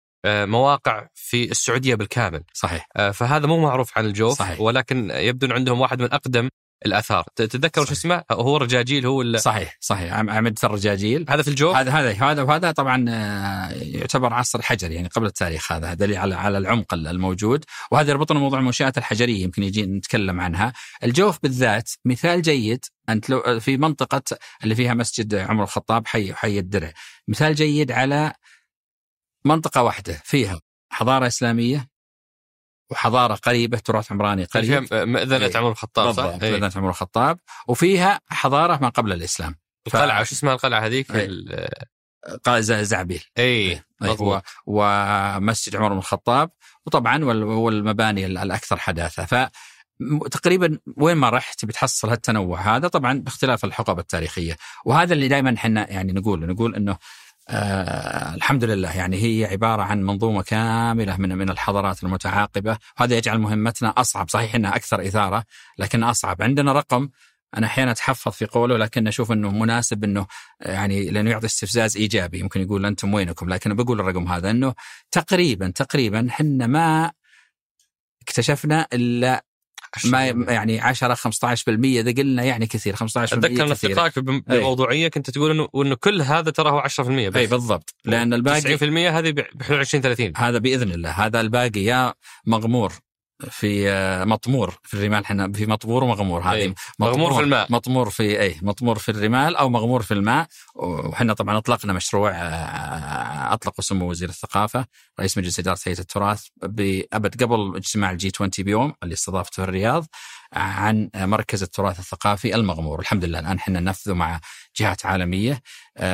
مواقع في السعودية بالكامل. صحيح. فهذا مو معروف عن الجوف. صحيح. ولكن يبدو أن عندهم واحد من أقدم الآثار. تتذكر شو اسمه؟ هو الرجاجيل. هو ال... صحيح صحيح عمد الرجاجيل. هذا في الجوف. هذا هذا هذا وهذا طبعا يعتبر عصر حجري يعني قبل التاريخ. هذا دليل على على العمق الموجود. وهذا يربطنا موضوع المنشآت الحجرية يمكن يجي نتكلم عنها. الجوف بالذات مثال جيد. أنت لو في منطقة اللي فيها مسجد عمر الخطاب حي حي الدرع مثال جيد على منطقة واحدة فيها حضارة إسلامية وحضارة قريبة تراث عمراني قريب. فيها مأذنة عمر الخطاب. صح. مأذنة عمر الخطاب وفيها حضارة ما قبل الإسلام. القلعة ف... شو اسمها القلعة هذيك؟ قلعة زعبيل. أي. و... ومسجد عمر الخطاب وطبعا والمباني الأكثر حداثة. فتقريبا وين ما رحت بتحصل هالتنوع هذا طبعا باختلاف الحقب التاريخية. وهذا اللي دائما احنا يعني نقول نقول إنه آه الحمد لله يعني هي عبارة عن منظومة كاملة من من الحضارات المتعاقبة. وهذا يجعل مهمتنا أصعب. صحيح إنها أكثر إثارة لكن أصعب. عندنا رقم أنا أحيانا أتحفظ في قوله لكن أشوف إنه مناسب إنه يعني لأنه يعطي استفزاز إيجابي. يمكن يقول أنتم وينكم لكن بقول الرقم هذا إنه تقريبا تقريبا حنا ما اكتشفنا إلا ما يعني عشرة خمسة عشر بالمئة إذا قلنا يعني كثير خمسة عشر بالمئة. أتذكر نثقاك بموضوعية كنت تقول إنه إنه كل هذا ترى هو عشرة بالمئة بس. أي بالضبط. لأن الباقي تسعين بالمئة هذه بحلول عشرين ثلاثين. هذا بإذن الله. هذا الباقي يا مغمور في مطمور في الرمال. حنا في مطمور ومغمور. هذه أي. مغمور في الماء. مطمور في أي مطمور في الرمال أو مغمور في الماء. وحنا طبعا أطلقنا مشروع أطلق سمو وزير الثقافة رئيس مجلس إدارة هيئة التراث بأبد قبل اجتماع الجي عشرين بيوم اللي استضافته في الرياض عن مركز التراث الثقافي المغمور. الحمد لله الآن حنا ننفذه مع جهات عالمية.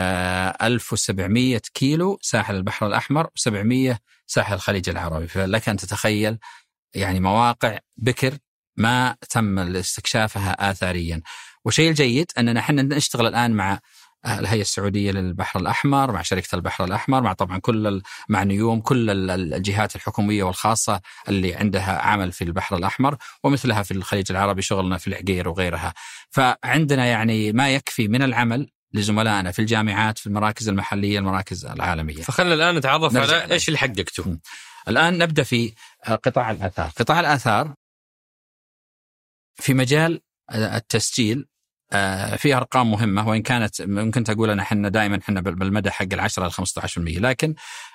ألف وسبعمئة كيلو ساحل البحر الأحمر وسبعمئة ساحل الخليج العربي. فلك أن تتخيل يعني مواقع بكر ما تم استكشافها آثاريا. وشيء الجيد أننا حنا نشتغل الآن مع الهيئة السعودية للبحر الأحمر مع شركة البحر الأحمر مع طبعا كل مع نيوم كل الجهات الحكومية والخاصة اللي عندها عمل في البحر الأحمر ومثلها في الخليج العربي شغلنا في العقير وغيرها. فعندنا يعني ما يكفي من العمل لزملائنا في الجامعات في المراكز المحلية المراكز العالمية. فخلنا الآن نتعرف على إيش اللي حققته. الآن نبدأ في قطاع الآثار. قطاع الآثار في مجال التسجيل فيها أرقام مهمة وإن كانت ممكن تقول أنا حنا دائما حنا بالمدى حق العشرة لخمسة عشر بالمئة لكن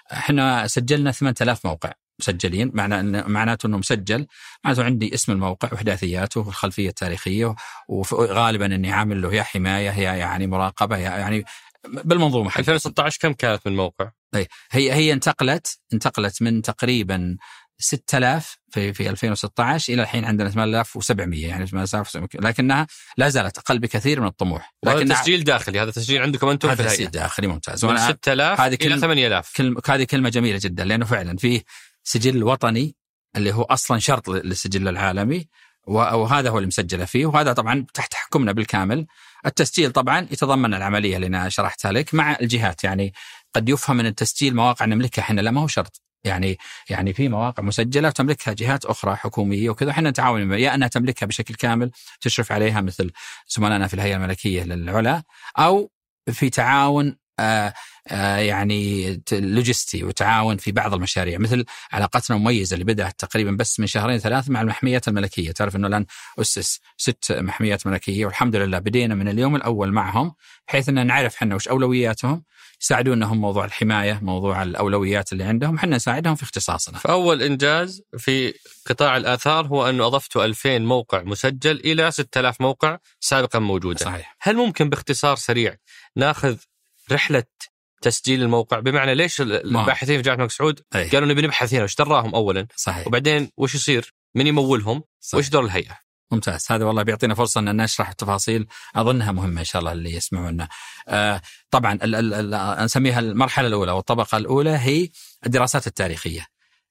حنا سجلنا ثمانية آلاف موقع مسجلين. معنى معناته أنه مسجل معناته عندي اسم الموقع وإحداثياته والخلفية التاريخية وغالبا أني عامل له يا حماية هي يعني مراقبة يعني بالمنظومة. ألفين وستة عشر كم كانت من موقع؟ هي هي انتقلت انتقلت من تقريبا ستة آلاف في في ألفين وستة عشر إلى الحين عندنا ثمانية آلاف وسبعمئة يعني ثمانية آلاف وسبعمئة لكنها لا زالت أقل بكثير من الطموح. لكن هذا تسجيل داخلي. هذا تسجيل عندكم أنتم في الهيئة. هذا تسجيل داخلي ممتاز. من ستة آلاف إلى ثمانية آلاف. هذه كلمة جميلة جدا لأنه فعلا فيه سجل وطني اللي هو أصلا شرط للسجل العالمي وهذا هو اللي مسجل فيه وهذا طبعا تحت حكمنا بالكامل. التسجيل طبعا يتضمن العملية اللي أنا شرحتها لك مع الجهات. يعني قد يفهم من التسجيل مواقع نملكها احنا لا ما هو شرط. يعني يعني في مواقع مسجلة تملكها جهات أخرى حكومية وكذا احنا نتعاون يا أنها تملكها بشكل كامل تشرف عليها مثل زملائنا في الهيئة الملكية للعلا أو في تعاون آآ آآ يعني لوجستي وتعاون في بعض المشاريع مثل علاقتنا المميزة اللي بدأت تقريبا بس من شهرين ثلاث مع المحميات الملكية. تعرف أنه الآن أسس ست محميات ملكية والحمد لله بدينا من اليوم الأول معهم بحيث أن نعرف حنا وش أولوياتهم يساعدونهم موضوع الحماية موضوع الأولويات اللي عندهم حنا نساعدهم في اختصاصنا. فأول إنجاز في قطاع الآثار هو أنه أضفتوا ألفين موقع مسجل إلى ستة آلاف موقع سابقا موجودة. صحيح. هل ممكن باختصار سريع ناخذ رحلة تسجيل الموقع بمعنى ليش الباحثين في جامعة الملك سعود أي. قالوا نبي نبحث هنا وش دراهم أولا صحيح. وبعدين وش يصير من يمولهم صحيح. وش دور الهيئة. ممتاز. هذا والله بيعطينا فرصة أن نشرح التفاصيل أظنها مهمة إن شاء الله اللي يسمعونا. آه طبعا ال ال ال نسميها المرحلة الأولى والطبقة الأولى هي الدراسات التاريخية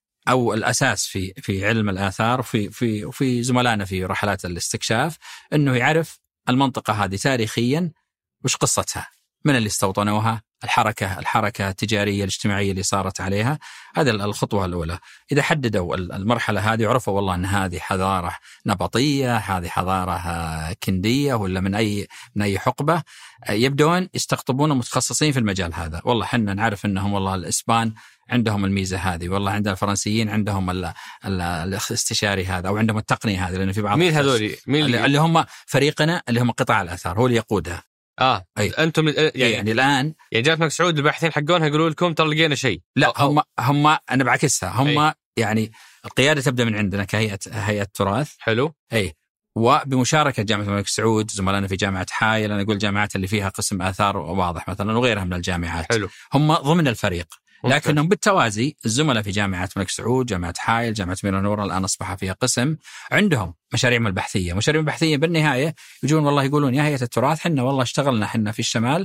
أو الأساس في في علم الآثار وفي في وفي زملائنا في رحلات الاستكشاف إنه يعرف المنطقة هذه تاريخيا وش قصتها من اللي استوطنوها، الحركة الحركة التجارية الاجتماعية اللي صارت عليها. هذه الخطوة الأولى. إذا حددوا المرحلة هذه وعرفوا والله أن هذه حضارة نبطية، هذه حضارة كندية ولا من أي من أي حقبة، يبدون يستقطبون متخصصين في المجال هذا. والله حنا نعرف أنهم والله الإسبان عندهم الميزة هذه، والله عندنا الفرنسيين عندهم ال ال الاستشاري هذا، أو عندهم التقنية هذه، لأن في بعض مين هذول مين اللي, اللي هم فريقنا اللي هم قطاع الآثار هو اللي يقودها. اه أي. انتم يعني, يعني الان يعني جاءت الملك سعود الباحثين حقونها يقولوا لكم ترى لقينا شيء؟ لا أو هم هم انا بعكسها، هم أي. يعني القياده تبدا من عندنا كهيئه هيئه تراث. حلو. اي وبمشاركه جامعه الملك سعود، زملائنا في جامعه حائل، انا اقول جامعات اللي فيها قسم اثار واضح مثلا وغيرها من الجامعات. حلو. هم ضمن الفريق، لكنهم بالتوازي الزملاء في جامعة الملك سعود، جامعة حائل، جامعة مير نور الآن أصبح فيها قسم، عندهم مشاريعهم البحثية. مشاريع البحثية بالنهاية يجون والله يقولون يا هيئة التراث حنا والله اشتغلنا حنا في الشمال،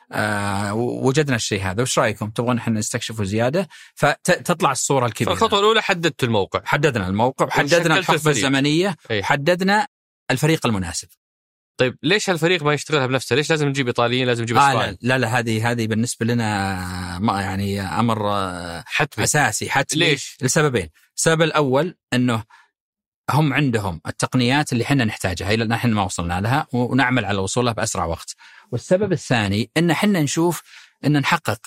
آه وجدنا الشيء هذا، وش رأيكم تبغون حنا نستكشفه زيادة؟ فتطلع الصورة الكبيرة. الخطوة الأولى حددت الموقع، حددنا الموقع، حددنا الحقبة الزمنية، حددنا الفريق المناسب. طيب ليش هالفريق ما يشتغلها بنفسه؟ ليش لازم نجيب إيطاليين، لازم نجيب إسبان؟ آه لا لا هذه هذه بالنسبة لنا ما يعني أمر حتمي. أساسي حتمي. ليش؟ لسببين. السبب الأول أنه هم عندهم التقنيات اللي حنا نحتاجها إلى أن حنا ما وصلنا لها، ونعمل على وصولها بأسرع وقت. والسبب الثاني أن حنا نشوف أن نحقق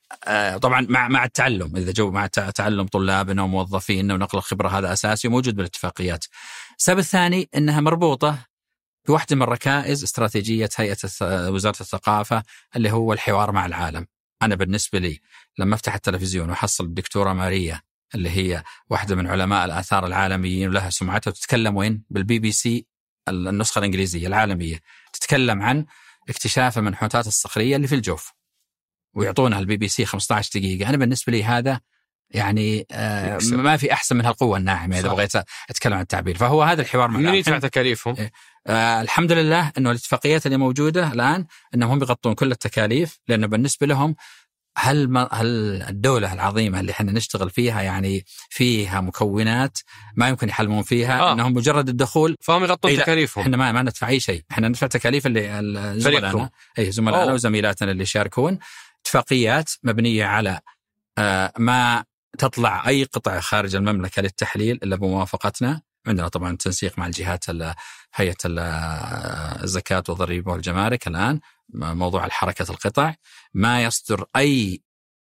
آه طبعا مع مع التعلم، إذا جو مع تعلم طلابنا وموظفينا ونقل الخبرة، هذا أساسي وموجود بالاتفاقيات. السبب الثاني أنها مربوطة بواحدة من ركائز استراتيجية هيئة وزارة الثقافة اللي هو الحوار مع العالم. أنا بالنسبة لي لما أفتح التلفزيون وحصل الدكتورة ماريا اللي هي واحدة من علماء الآثار العالميين ولها سمعتها، وتتكلم وين؟ بالبي بي سي النسخة الإنجليزية العالمية، تتكلم عن اكتشاف المنحوتات الصخرية اللي في الجوف، ويعطونها البي بي سي خمسة عشر دقيقة. أنا بالنسبة لي هذا يعني آه ما في أحسن من هالقوة الناعمة إذا بغيت أتكلم عن التعبير. فهو هذا الحوار مع من يدفع تكاليفهم؟ آه الحمد لله أنه الاتفاقيات اللي موجودة الآن أنهم هم يغطون كل التكاليف، لأنه بالنسبة لهم هل ما هل الدولة العظيمة اللي احنا نشتغل فيها يعني فيها مكونات ما يمكن يحلمون فيها. آه. أنهم مجرد الدخول فهم يغطون تكاليفهم. احنا ما ما ندفع أي شيء، احنا ندفع تكاليف اللي زملائنا أي زملائنا وزميلاتنا اللي يشاركون. اتفاقيات مبنية على آه ما تطلع أي قطعة خارج المملكة للتحليل إلا بموافقتنا. عندنا طبعا تنسيق مع الجهات هيئة الزكاة والضريبة والجمارك. الآن موضوع الحركة القطع ما يصدر أي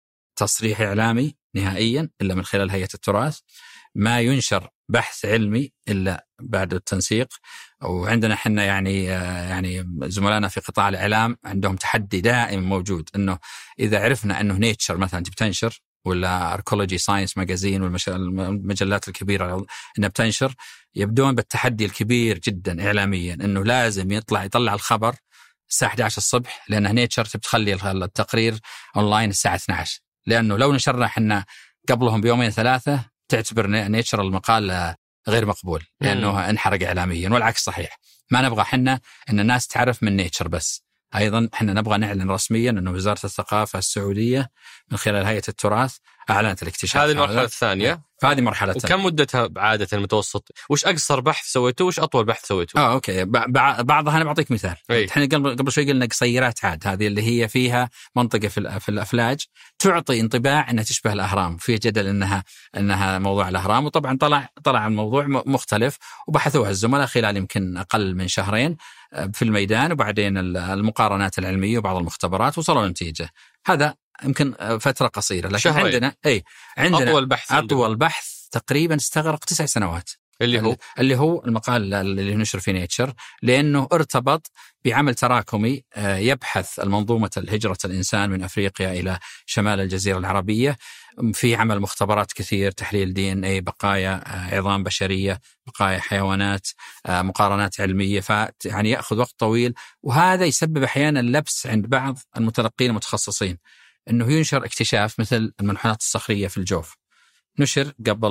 تصريح إعلامي نهائيا إلا من خلال هيئة التراث، ما ينشر بحث علمي إلا بعد التنسيق. وعندنا حنا يعني يعني زملائنا في قطاع الإعلام عندهم تحدي دائم موجود، إنه إذا عرفنا إنه نيتشر مثلا بتنشر ولا أركولوجي ساينس ماجازين والمجلات الكبيرة إنها بتنشر، يبدون بالتحدي الكبير جدا إعلاميا، إنه لازم يطلع يطلع الخبر الساعة إحدى عشر الصبح، لأن نيتشر تخلي التقرير أونلاين الساعة اثنتي عشرة، لأنه لو نشرنا إحنا قبلهم بيومين ثلاثة تعتبر نيتشر المقال غير مقبول لأنه انحرق إعلاميا، والعكس صحيح. ما نبغى حنا إن الناس تعرف من نيتشر بس، أيضا إحنا نبغى نعلن رسميا أنه وزارة الثقافة السعودية من خلال هيئة التراث أعلنت الاكتشاف. هذه المرحلة الثانية. فهذه مرحلة. وكم مدتها عادة المتوسط؟ وش أقصر بحث سويته وش أطول بحث سويته؟ آه أوكي. بعضها أنا بعطيك مثال. إحنا قبل قبل شوي قلنا قصيرات عاد، هذه اللي هي فيها منطقة في في الأفلاج تعطي انطباع أنها تشبه الأهرام، في جدل أنها أنها موضوع الأهرام، وطبعا طلع طلع الموضوع مختلف، وبحثوها الزملاء خلال يمكن أقل من شهرين في الميدان، وبعدين المقارنات العلمية وبعض المختبرات وصلوا لنتيجة. هذا يمكن فترة قصيرة، لكن شهرين. عندنا أي عندنا أطول بحث أطول بحث تقريبا استغرق تسع سنوات اللي هو اللي هو المقال اللي نشر في نيتشر، لأنه ارتبط بعمل تراكمي يبحث المنظومة الهجرة الإنسان من أفريقيا إلى شمال الجزيرة العربية، في عمل مختبرات كثير، تحليل دي إن إيه، بقايا عظام بشرية، بقايا حيوانات، مقارنات علمية، فيعني يأخذ وقت طويل، وهذا يسبب أحيانا لبس عند بعض المتلقين المتخصصين أنه ينشر اكتشاف مثل المنحوتات الصخرية في الجوف. نشر قبل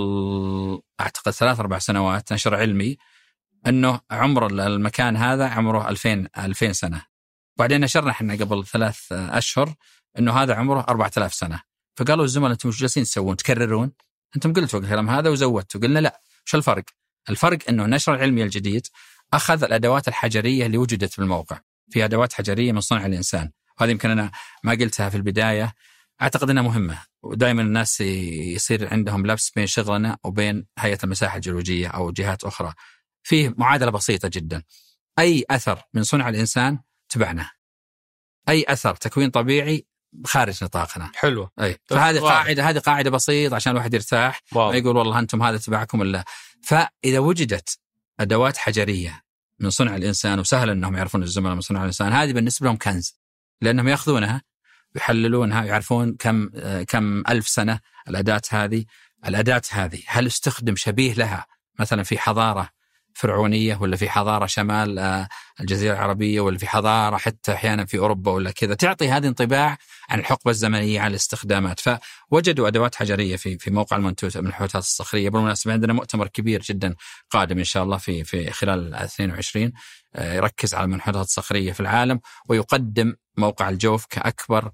أعتقد ثلاث أربع سنوات نشر علمي أنه عمر المكان هذا عمره ألفين ألفين سنة، وبعدين نشرنا إحنا قبل ثلاث أشهر أنه هذا عمره أربعة آلاف سنة. فقالوا الزملاء أنتم مش جالسين تسوون تكررون؟ أنتم قلتوا الكلام هذا وزودتوا. قلنا لا، شو الفرق؟ الفرق أنه النشر العلمي الجديد أخذ الأدوات الحجرية اللي وجدت في الموقع، في أدوات حجرية من صنع الإنسان، وهذه يمكن أنا ما قلتها في البداية، أعتقد أنها مهمة، ودائما الناس يصير عندهم لبس بين شغلنا وبين هيئة المساحة الجيولوجية أو جهات أخرى. فيه معادلة بسيطة جدا، أي أثر من صنع الإنسان تبعناه، أي أثر تكوين طبيعي خارج نطاقنا. حلو. أي. فهذه قاعدة، هذه قاعدة بسيطة عشان الواحد يرتاح ما يقول والله أنتم هذا تبعكم إلا. فإذا وجدت أدوات حجرية من صنع الإنسان وسهل أنهم يعرفون الزملاء من صنع الإنسان، هذه بالنسبة لهم كنز، لأنهم يأخذونها يحللونها يعرفون كم كم ألف سنة الأداة هذه الأداة هذه هل استخدم شبيه لها مثلا في حضارة فرعونية ولا في حضارة شمال الجزيرة العربية ولا في حضارة حتى أحيانا في أوروبا ولا كذا، تعطي هذه انطباع عن الحقبة الزمنية على الاستخدامات. فوجدوا أدوات حجرية في في موقع المنحوتات الصخرية. بالمناسبة عندنا مؤتمر كبير جدا قادم إن شاء الله في في خلال اثنين وعشرين يركز على المنحوتات الصخرية في العالم، ويقدم موقع الجوف كأكبر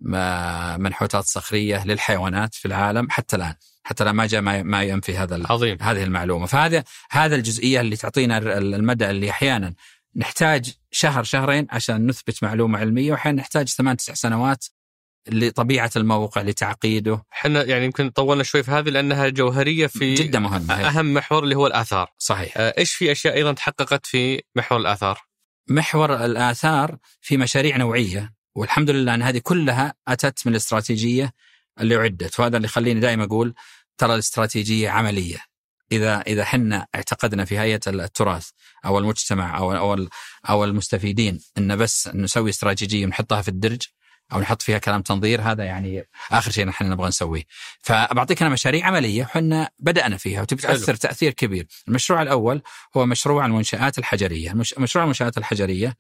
منحوتات صخرية للحيوانات في العالم حتى الآن. حتى ما جاء ما ينفي هذا عظيم. هذه المعلومة. فهذا هذا الجزئية اللي تعطينا المدى اللي أحيانا نحتاج شهر شهرين عشان نثبت معلومة علمية، وأحيانا نحتاج ثمان تسع سنوات لطبيعة الموقع لتعقيده. احنا يعني يمكن طولنا شوي في هذه لأنها جوهرية في جدا مهمة. أهم محور اللي هو الآثار. صحيح. إيش في أشياء أيضا تحققت في محور الآثار؟ محور الآثار في مشاريع نوعية، والحمد لله أن هذه كلها أتت من الاستراتيجية اللي عدت، وهذا اللي يخليني دائما أقول ترى الاستراتيجية عملية. إذا إذا حنا اعتقدنا في هيئة التراث أو المجتمع أو أو أو المستفيدين إن بس نسوي استراتيجية ونحطها في الدرج أو نحط فيها كلام تنظير، هذا يعني آخر شيء نحن نبغى نسويه. فبعطيك أنا مشاريع عملية حنا بدأنا فيها وتبي تأثر تأثير كبير. المشروع الأول هو مشروع المنشآت الحجرية. مشروع المنشآت الحجرية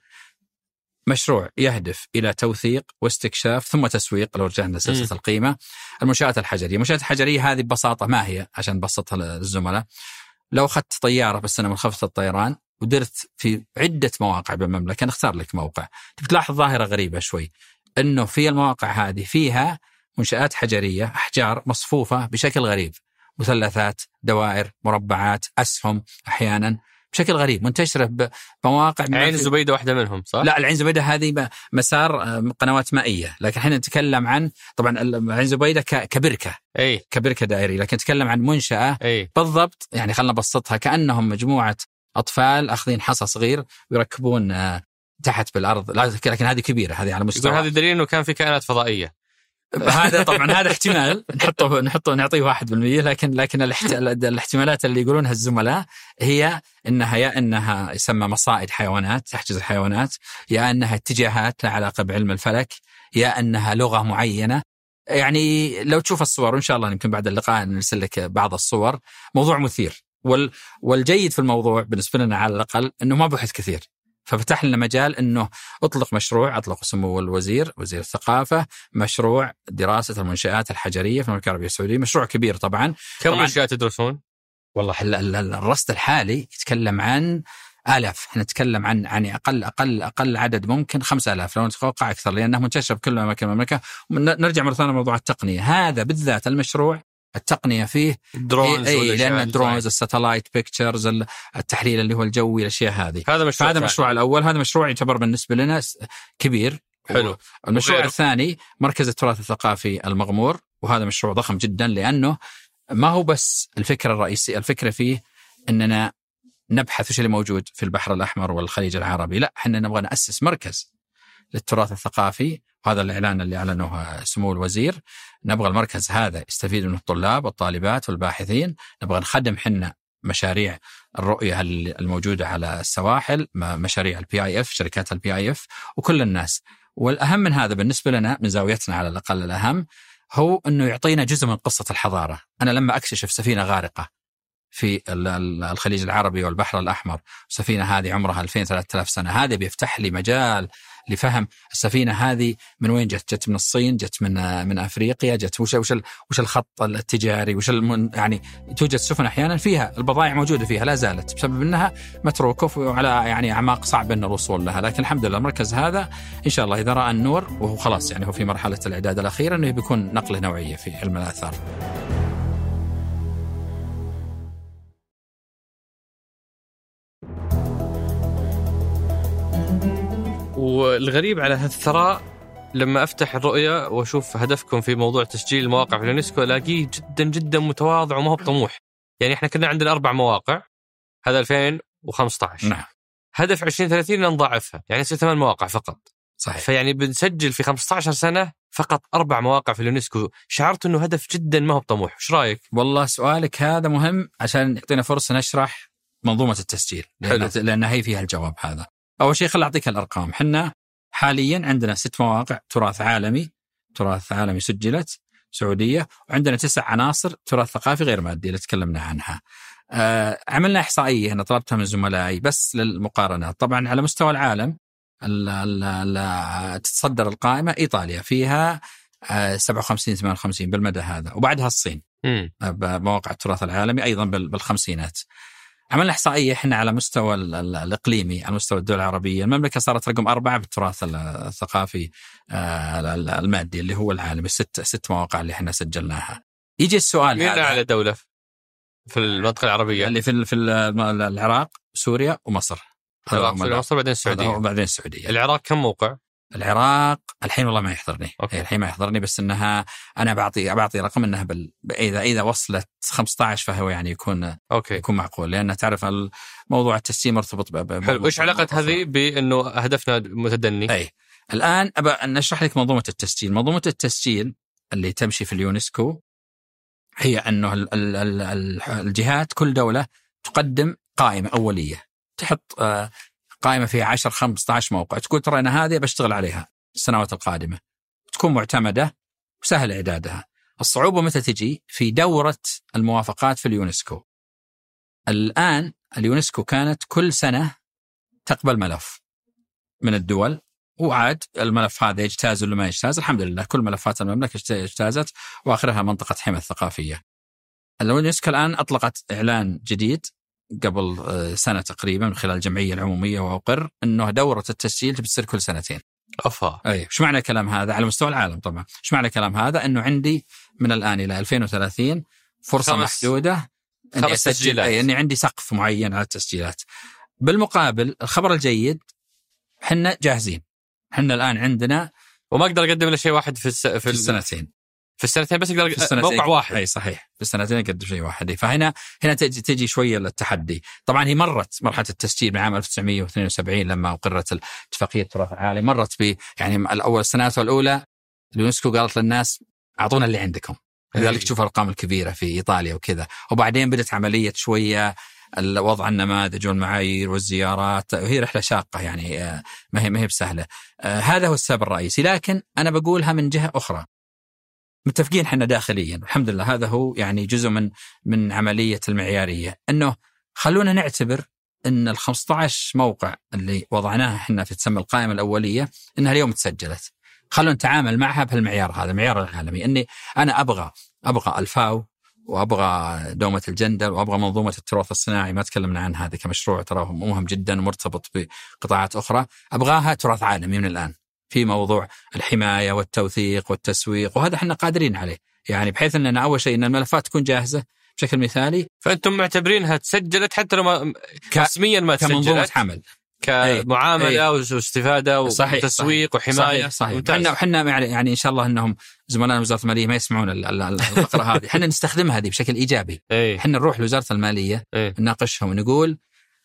مشروع يهدف إلى توثيق واستكشاف ثم تسويق. لو رجعنا لسلسلة القيمة، المنشآت الحجرية، المنشآت الحجرية هذه ببساطة ما هي عشان نبسطها للزملاء؟ لو أخذت طيارة بس أنا منخفضة الطيران ودرت في عدة مواقع بالمملكة، نختار لك موقع، بتلاحظ ظاهرة غريبة شوي، إنه في المواقع هذه فيها منشآت حجرية، أحجار مصفوفة بشكل غريب، مثلثات، دوائر، مربعات، أسهم، أحيانا بشكل غريب منتشرة بمواقع. عين زبيدة واحدة منهم صح؟ لا، العين زبيدة هذه مسار قنوات مائية، لكن احنا نتكلم عن طبعا العين زبيدة كبركة، أي كبركة دائرية، لكن نتكلم عن منشأة أي. بالضبط. يعني خلنا نبسطها كأنهم مجموعة أطفال أخذين حصى صغير ويركبون تحت بالأرض، لكن هذه كبيرة، هذه على مستوى. هذا دليل إنه كان في كائنات فضائية. هذا طبعا هذا احتمال نحطه نحطه نعطيه واحد بالمية، لكن لكن الاحتمالات اللي يقولونها الزملاء هي انها يا انها يسمى مصائد حيوانات تحجز الحيوانات، يا انها اتجاهات لا علاقه بعلم الفلك، يا انها لغه معينه. يعني لو تشوف الصور وان شاء الله يمكن بعد اللقاء نرسل لك بعض الصور، موضوع مثير. وال والجيد في الموضوع بالنسبه لنا على الاقل انه ما بحث كثير، ففتح لنا مجال أنه أطلق مشروع أطلق سمو الوزير وزير الثقافة مشروع دراسة المنشآت الحجرية في المملكة العربية السعودية. مشروع كبير طبعا. كم منشآت تدرسون؟ والله الرصد الحالي يتكلم عن آلاف، احنا نتكلم عن يعني أقل أقل أقل عدد ممكن خمسة آلاف، لو نتوقع أكثر لأنه منتشر بكل أماكن المملكة. نرجع مرة ثانية لموضوع التقنية، هذا بالذات المشروع التقنية فيه درونز، أي لأن الدرونز، الساتلايت بيكتشرز، التحليل اللي هو الجوي، الأشياء هذه. هذا مشروع هذا المشروع الأول، هذا مشروع يعتبر بالنسبة لنا كبير. حلو. المشروع وغيره. الثاني مركز التراث الثقافي المغمور، وهذا مشروع ضخم جدا، لأنه ما هو بس الفكرة الرئيسية، الفكرة فيه أننا نبحث وش اللي موجود في البحر الأحمر والخليج العربي، لا احنا نبغى نأسس مركز للتراث الثقافي، وهذا الإعلان اللي أعلنوه سمو الوزير. نبغى المركز هذا يستفيد منه الطلاب والطالبات والباحثين، نبغى نخدم حنا مشاريع الرؤية الموجودة على السواحل، مشاريع البي اي اف، شركات البي اي اف، وكل الناس. والأهم من هذا بالنسبة لنا من زاويتنا على الأقل، الأهم هو أنه يعطينا جزء من قصة الحضارة. أنا لما أكتشف سفينة غارقة في الخليج العربي والبحر الأحمر، السفينة هذه عمرها ألفين ثلاثة آلاف سنة، هذا بيفتح لي مجال لفهم السفينة هذه من وين جت. جت من الصين، جت من من أفريقيا، جت وش وش وش الخط التجاري، وش يعني توجد سفن أحيانا فيها البضائع موجودة فيها لا زالت بسبب أنها متروكة وعلى يعني أعماق صعب أن الوصول لها. لكن الحمد لله المركز هذا إن شاء الله إذا رأى النور، وهو خلاص يعني هو في مرحلة الإعداد الأخيرة، أنه بيكون نقلة نوعية في علم الآثار. والغريب على هالثراء لما أفتح الرؤية وأشوف هدفكم في موضوع تسجيل المواقع في اليونسكو ألاقيه جدا جدا متواضع وما هو بطموح. يعني إحنا كنا عندنا أربع مواقع، هذا ألفين وخمسة عشر. نعم. هدف عشرين ثلاثين نضاعفها، يعني يصير ثمان مواقع فقط. صحيح. فيعني بنسجل في خمسة عشر سنة فقط أربع مواقع في اليونسكو. شعرت إنه هدف جدا ما هو بطموح. إيش رأيك؟ والله سؤالك هذا مهم عشان يعطينا فرصة نشرح منظومة التسجيل، لأن, لأن هي فيها الجواب هذا. أول شيء خلي أعطيك الأرقام. حنا حاليا عندنا ست مواقع تراث عالمي، تراث عالمي سجلت سعودية، وعندنا تسع عناصر تراث ثقافي غير مادي اللي تكلمنا عنها. آه عملنا إحصائية أنا طلبتها من زملائي بس للمقارنة. طبعا على مستوى العالم ال تتصدر القائمة إيطاليا فيها سبعة وخمسين ثمانية وخمسين بالمدى هذا، وبعدها الصين بمواقع التراث العالمي أيضا بالخمسينات. عملنا إحصائية إحنا على مستوى الإقليمي، على مستوى الدول العربية، المملكة صارت رقم أربعة بالتراث الثقافي المادي اللي هو العالمي، ست ست مواقع اللي إحنا سجلناها. يجي السؤال مين أعلى دولة في المنطقة العربية؟ اللي في في العراق، سوريا ومصر. العراق مصر بعدين السعودية. وبعدين السعودية. العراق كم موقع؟ العراق الحين والله ما يحضرني. أوكي. الحين ما يحضرني، بس انها انا بعطي بعطي رقم انها بال... اذا اذا وصلت خمسة عشر فهو يعني يكون أوكي. يكون معقول، لان تعرف الموضوع التسجيل مرتبط ب... حلو. ايش علاقة هذه بانه هدفنا متدني؟ اي الان ابى نشرح لك منظومة التسجيل. منظومة التسجيل اللي تمشي في اليونسكو هي انه ال... ال... ال... الجهات كل دولة تقدم قائمة أولية، تحط آه قائمة فيها عشرة خمسة عشر موقع، تقول ترى أنا هذه بشتغل عليها السنوات القادمة، تكون معتمدة وسهل إعدادها. الصعوبة متى تجي؟ في دورة الموافقات في اليونسكو. الآن اليونسكو كانت كل سنة تقبل ملف من الدول، وعاد الملف هذا يجتاز ولا ما يجتاز. الحمد لله كل ملفات المملكة اجتازت، وآخرها منطقة حمى الثقافية. اليونسكو الآن أطلقت إعلان جديد قبل سنة تقريبا من خلال الجمعية العمومية وأقر أنه دورة التسجيل بتصير كل سنتين. أفا. أي شو معنى الكلام هذا على مستوى العالم؟ طبعا شو معنى الكلام هذا؟ أنه عندي من الآن إلى ألفين وثلاثين فرصة محدودة أني أسجل، أي أني عندي سقف معين على التسجيلات. بالمقابل الخبر الجيد حنا جاهزين، حنا الآن عندنا وما أقدر أقدم له شيء واحد في, الس... في, في السنتين في السنتين بس أقدر موقع واحد. أي صحيح، في السنتين أقدم شيء واحد. فهنا هنا تجي تجي شوية للتحدي. طبعا هي مرت مرحلة التسجيل من عام ألف وتسعمائة واثنين وسبعين لما أقرت اتفاقية التراث العالمي، مرت ب يعني الأول السنوات الأولى اليونسكو قالت للناس أعطونا اللي عندكم، لذلك تشوف الأرقام الكبيرة في إيطاليا وكذا. وبعدين بدت عملية شوية وضع النماذج والمعايير والزيارات، وهي رحلة شاقة يعني ما هي ما هي بسهلة. هذا هو السبب الرئيسي. لكن أنا بقولها من جهة أخرى، متفقين حنا داخليا الحمد لله، هذا هو يعني جزء من من عملية المعيارية، أنه خلونا نعتبر أن ال خمسة عشر موقع اللي وضعناها حنا في تسمى القائمة الأولية أنها اليوم تسجلت. خلونا نتعامل معها بهالمعيار هذا، المعيار العالمي، أني أنا أبغى أبغى الفاو، وأبغى دومة الجندل، وأبغى منظومة التراث الصناعي ما تكلمنا عن هذا كمشروع تراه مهم جدا ومرتبط بقطاعات أخرى، أبغاها تراث عالمي من الآن في موضوع الحماية والتوثيق والتسويق، وهذا احنا قادرين عليه، يعني بحيث أننا أول شيء أن الملفات تكون جاهزة بشكل مثالي. فأنتم معتبرينها تسجلت حتى لو ما رسميا ما تسجلت كمنظومة حمل، كمعاملة أي. واستفادة وتسويق وحماية. صحيح. احنا احنا يعني إن شاء الله أنهم زملائنا وزارة المالية ما يسمعون الفقرة هذه، احنا نستخدمها هذه بشكل إيجابي. احنا نروح لوزارة المالية نناقشهم ونقول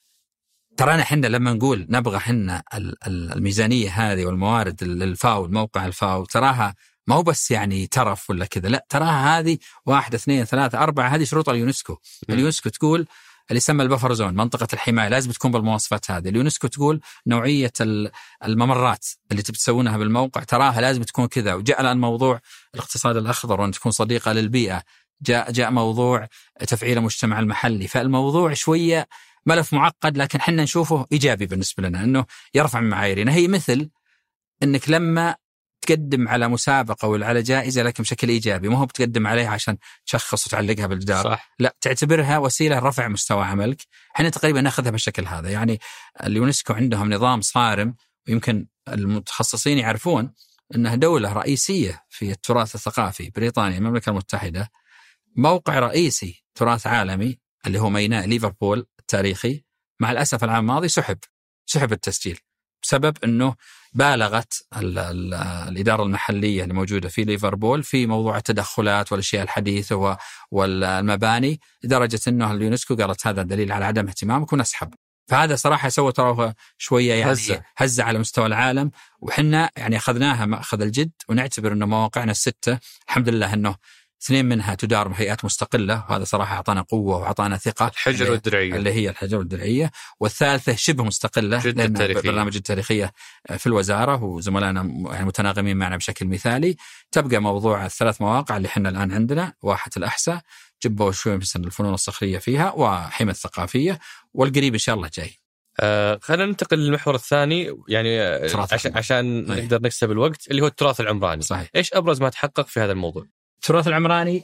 ترانا حنا لما نقول نبغى حنا الميزانية هذه والموارد الفاو، الموقع الفاو، تراها ما هو بس يعني ترف ولا كذا، لا تراها هذه واحد اثنين ثلاثة أربعة، هذه شروط اليونسكو. اليونسكو تقول اللي يسمى البفر زون، منطقة الحماية، لازم تكون بالمواصفات هذه. اليونسكو تقول نوعية الممرات اللي تبتسوونها بالموقع تراها لازم تكون كذا. وجاء الآن موضوع الاقتصاد الأخضر وأن تكون صديقة للبيئة، جاء جاء موضوع تفعيل المجتمع المحلي. فالموضوع شوية ملف معقد، لكن حنا نشوفه إيجابي بالنسبة لنا، أنه يرفع من معاييرنا. هي مثل أنك لما تقدم على مسابقة ولا على جائزة لكن بشكل إيجابي، ما هو بتقدم عليها عشان تشخص وتعلقها بالجدار، صح. لا، تعتبرها وسيلة رفع مستوى عملك. حنا تقريبا ناخذها بالشكل هذا. يعني اليونسكو عندهم نظام صارم، ويمكن المتخصصين يعرفون أنها دولة رئيسية في التراث الثقافي. بريطانيا المملكة المتحدة موقع رئيسي تراث عالمي اللي هو ميناء ليفربول التاريخي، مع الأسف العام الماضي سحب سحب التسجيل بسبب أنه بالغت ال ال الإدارة المحلية اللي موجودة في ليفربول في موضوع التدخلات والأشياء الحديثة والمباني، لدرجة أنه اليونسكو قالت هذا دليل على عدم اهتمامك ونسحب. فهذا صراحة سوى ترى شوية يعني هزة. هزة على مستوى العالم، وحنا يعني أخذناها مأخذ الجد، ونعتبر أنه مواقعنا الستة الحمد لله أنه اثنين منها تدار بهيئات مستقلة، وهذا صراحة أعطانا قوة وأعطانا ثقة. الحجر والدرعية اللي هي الحجر والدرعية، والثالثة شبه مستقلة لأن برنامج التاريخية في الوزارة وزملائنا يعني متناغمين معنا بشكل مثالي. تبقى موضوع الثلاث مواقع اللي حنا الآن عندنا، واحة الأحساء، جبة وشوي في الفنون الصخرية فيها، وحمى الثقافية، والقريب إن شاء الله جاي. آه خلينا ننتقل للمحور الثاني يعني عشان, عشان نقدر نكسب الوقت، اللي هو التراث العمراني. صحيح. إيش أبرز ما تحقق في هذا الموضوع؟ التراث العمراني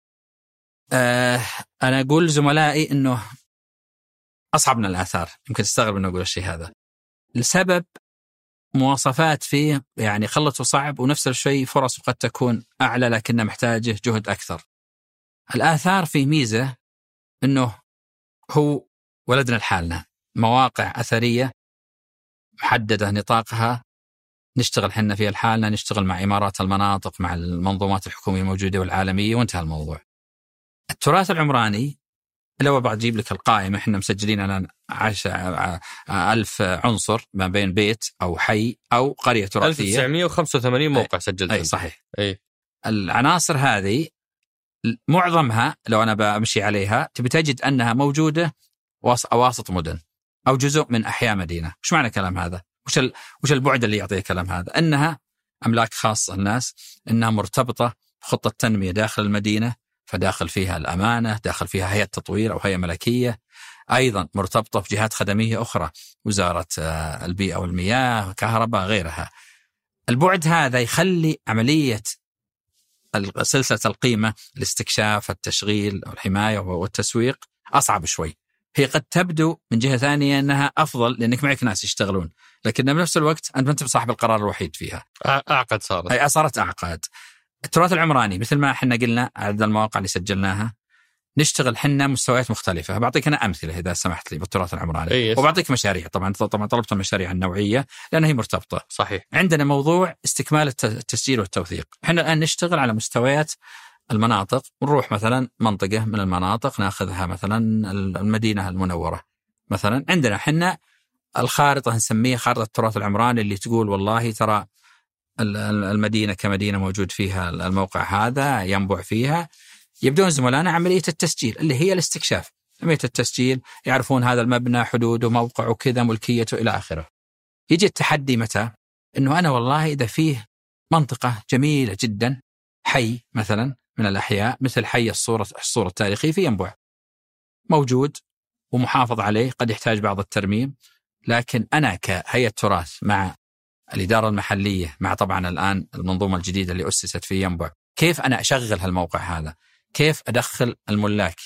آه أنا أقول زملائي إنه أصعب من الآثار، يمكن تستغرب إنه أقول الشيء هذا، لسبب مواصفات فيه يعني خلط وصعب، ونفس الشيء فرص قد تكون أعلى لكنها محتاجة جهد أكثر. الآثار فيه ميزة إنه هو ولدنا لحالنا، مواقع أثرية محددة نطاقها، نشتغل حنا فيها لحالنا، نشتغل مع إمارات المناطق، مع المنظومات الحكومية الموجودة والعالمية، وانتهى الموضوع. التراث العمراني لو بعد جيب لك القائمة، احنا مسجلين الآن عشرة ألف عنصر ما بين بيت أو حي أو قرية تراثية، ألف وتسعمائة وخمسة وثمانين موقع سجلت. أي صحيح. أي. العناصر هذه معظمها لو أنا بمشي عليها تبي تجد أنها موجودة وسط مدن أو جزء من أحياء مدينة. وش معنى كلام هذا؟ وش وش البعد اللي يعطيه كلام هذا؟ أنها أملاك خاصة الناس، أنها مرتبطة بخطة تنمية داخل المدينة، فداخل فيها الأمانة، داخل فيها هيئة تطوير أو هيئة ملكية، أيضا مرتبطة بجهات خدمية أخرى، وزارة البيئة والمياه، كهرباء، غيرها. البعد هذا يخلي عملية سلسلة القيمة، الاستكشاف، التشغيل أو الحماية والتسويق أصعب شوي. هي قد تبدو من جهة ثانية أنها أفضل لأنك معك ناس يشتغلون، لكن بنفس الوقت أنت ما أنت صاحب القرار الوحيد فيها. أعقد صارت. أي صارت أعقد. التراث العمراني مثل ما احنا قلنا عدد المواقع اللي سجلناها، نشتغل حنا مستويات مختلفة. بعطيك أنا أمثلة إذا سمحت لي بالتراث العمراني. أيه. وبعطيك مشاريع، طبعا طبعا طلبت المشاريع النوعية لأنها هي مرتبطة. صحيح. عندنا موضوع استكمال التسجيل والتوثيق. احنا الآن نشتغل على مستويات المناطق، ونروح مثلا منطقة من المناطق ناخذها مثلا المدينة المنورة مثلا. عندنا حنا الخارطة نسميها خارطة التراث العمراني، اللي تقول والله ترى المدينة كمدينة موجود فيها الموقع هذا، ينبع فيها. يبدون زملائنا عملية التسجيل اللي هي الاستكشاف، عملية التسجيل، يعرفون هذا المبنى حدوده موقعه كذا ملكيته إلى آخره. يجي التحدي متى؟ إنه أنا والله إذا فيه منطقة جميلة جدا، حي مثلا من الأحياء مثل حي الصورة الصورة التاريخي في ينبع، موجود ومحافظ عليه، قد يحتاج بعض الترميم، لكن أنا كهيئة تراث مع الإدارة المحلية، مع طبعا الآن المنظومة الجديدة اللي أسست في ينبع، كيف أنا أشغل هالموقع هذا؟ كيف أدخل الملاك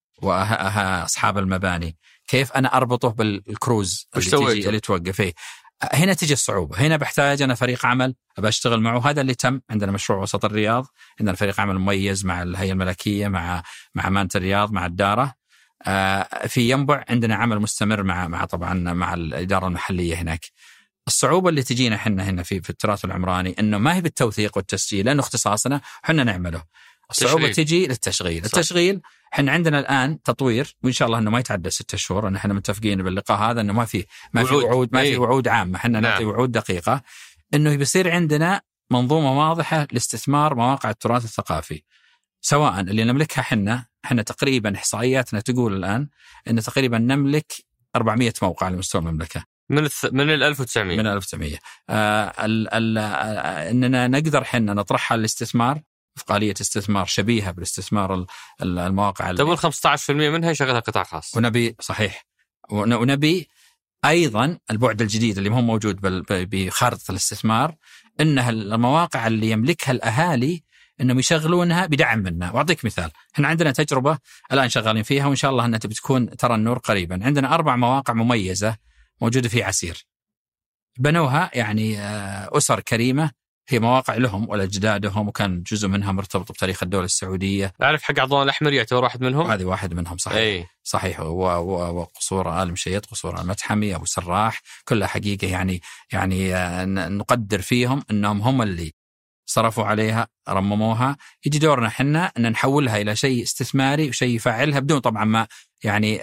وأصحاب المباني؟ كيف أنا أربطه بالكروز اللي, تيجي اللي توقف فيه؟ هنا تجي الصعوبة. هنا بحتاج أنا فريق عمل أبى أشتغل معه. هذا اللي تم عندنا مشروع وسط الرياض، عندنا فريق عمل مميز مع الهيئة الملكية، مع مع أمانة الرياض، مع الدارة. في ينبع عندنا عمل مستمر مع مع طبعا مع الإدارة المحلية هناك. الصعوبة اللي تجينا حنا هنا في في التراث العمراني إنه ما هي بالتوثيق والتسجيل لأنه اختصاصنا حنا نعمله. الصعوبة تشغيل. تجي للتشغيل. صح. التشغيل حنا عندنا الآن تطوير، وإن شاء الله إنه ما يتعدى ستة شهور. إن احنا متفقين باللقاء هذا إنه ما في ما في وعود، ما في وعود عامة، حنا نعطي وعود دقيقة. إنه بيصير عندنا منظومة واضحة لاستثمار مواقع التراث الثقافي، سواء اللي نملكها حنا. حنا تقريبا إحصائياتنا تقول الآن إن تقريبا نملك أربعمائة موقع على مستوى المملكة من الث... من ال ألف وتسعمائة من ألف وتسعمائة. آه ال... ال... آه إننا نقدر حنا نطرحها للاستثمار، إفقالية استثمار شبيهة بالاستثمار المواقع. تقول خمسة عشر بالمئة منها يشغلها قطاع خاص. ونبي صحيح، ونبي أيضا البعد الجديد اللي هو موجود بخارطة الاستثمار، إنها المواقع اللي يملكها الأهالي إنهم يشغلونها بدعم منا. وأعطيك مثال، إحنا عندنا تجربة الآن شغالين فيها، وإن شاء الله أنها بتكون ترى النور قريبا. عندنا أربع مواقع مميزة موجودة في عسير، بنوها يعني أسر كريمة هي مواقع لهم ولأجدادهم، وكان جزء منها مرتبط بتاريخ الدولة السعودية. أعرف حق عضوان الأحمر يعتبر واحد منهم. هذه واحد منهم صحيح. أي. صحيح. وقصور آل مشيط، قصور المتحمي، أبو سراح، كلها حقيقة يعني يعني نقدر فيهم أنهم هم اللي صرفوا عليها، رمموها. يجي دورنا حنا أن نحولها إلى شيء استثماري وشيء يفعلها بدون طبعا ما يعني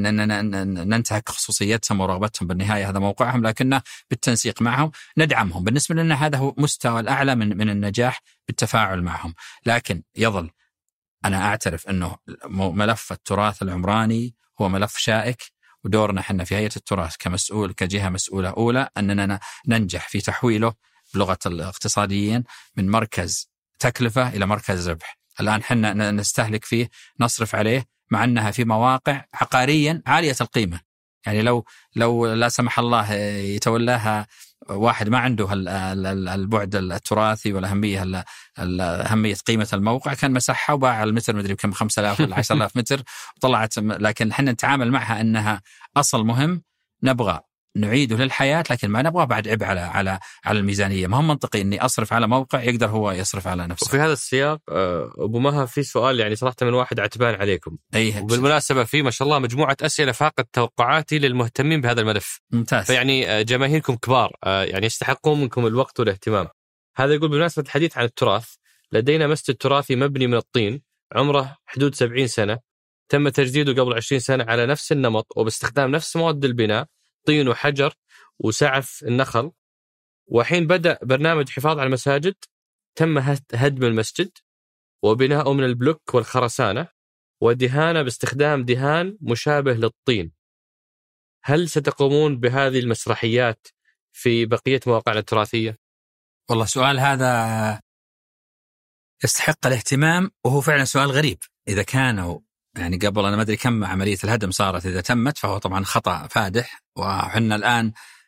ننتهك خصوصيتهم ورغبتهم، بالنهاية هذا موقعهم، لكنه بالتنسيق معهم ندعمهم. بالنسبة لنا هذا هو مستوى الأعلى من من النجاح بالتفاعل معهم. لكن يظل أنا أعترف أنه ملف التراث العمراني هو ملف شائك، ودورنا حنا في هيئة التراث كمسؤول كجهة مسؤولة أولى أننا ننجح في تحويله بلغة الاقتصاديين من مركز تكلفة إلى مركز ربح. الآن حنا نستهلك فيه، نصرف عليه، مع أنها في مواقع عقاريا عالية القيمة. يعني لو لو لا سمح الله يتولاها واحد ما عنده البعد التراثي والأهمية أهمية قيمة الموقع، كان مسحها وباع المتر مدري بكم خمسة آلاف ولا عشرة آلاف متر وطلعت. لكن حنا نتعامل معها أنها أصل مهم نبغى نعيده للحياة، لكن ما نبغى بعد عبء على على على الميزانية. ما هو منطقي إني أصرف على موقع يقدر هو يصرف على نفسه. وفي هذا السياق أبو مها في سؤال يعني صراحة من واحد عتبان عليكم. أيه. وبالمناسبة في ما شاء الله مجموعة أسئلة فاقت توقعاتي للمهتمين بهذا الملف. ممتاز. فيعني جماهيركم كبار يعني يستحقون منكم الوقت والاهتمام. هذا يقول بمناسبة الحديث عن التراث، لدينا مسجد تراثي مبني من الطين عمره حدود سبعين سنة، تم تجديده قبل عشرين سنة على نفس النمط وباستخدام نفس مواد البناء، طين وحجر وسعف النخل. وحين بدأ برنامج حفاظ على المساجد تم هدم المسجد وبناؤه من البلوك والخرسانة ودهانه باستخدام دهان مشابه للطين. هل ستقومون بهذه المسرحيات في بقية مواقعنا التراثية؟ والله سؤال هذا يستحق الاهتمام، وهو فعلا سؤال غريب. إذا كانوا يعني قبل أنا ما أدري كم عملية الهدم صارت، إذا تمت فهو طبعا خطأ فادح. وحنا الآن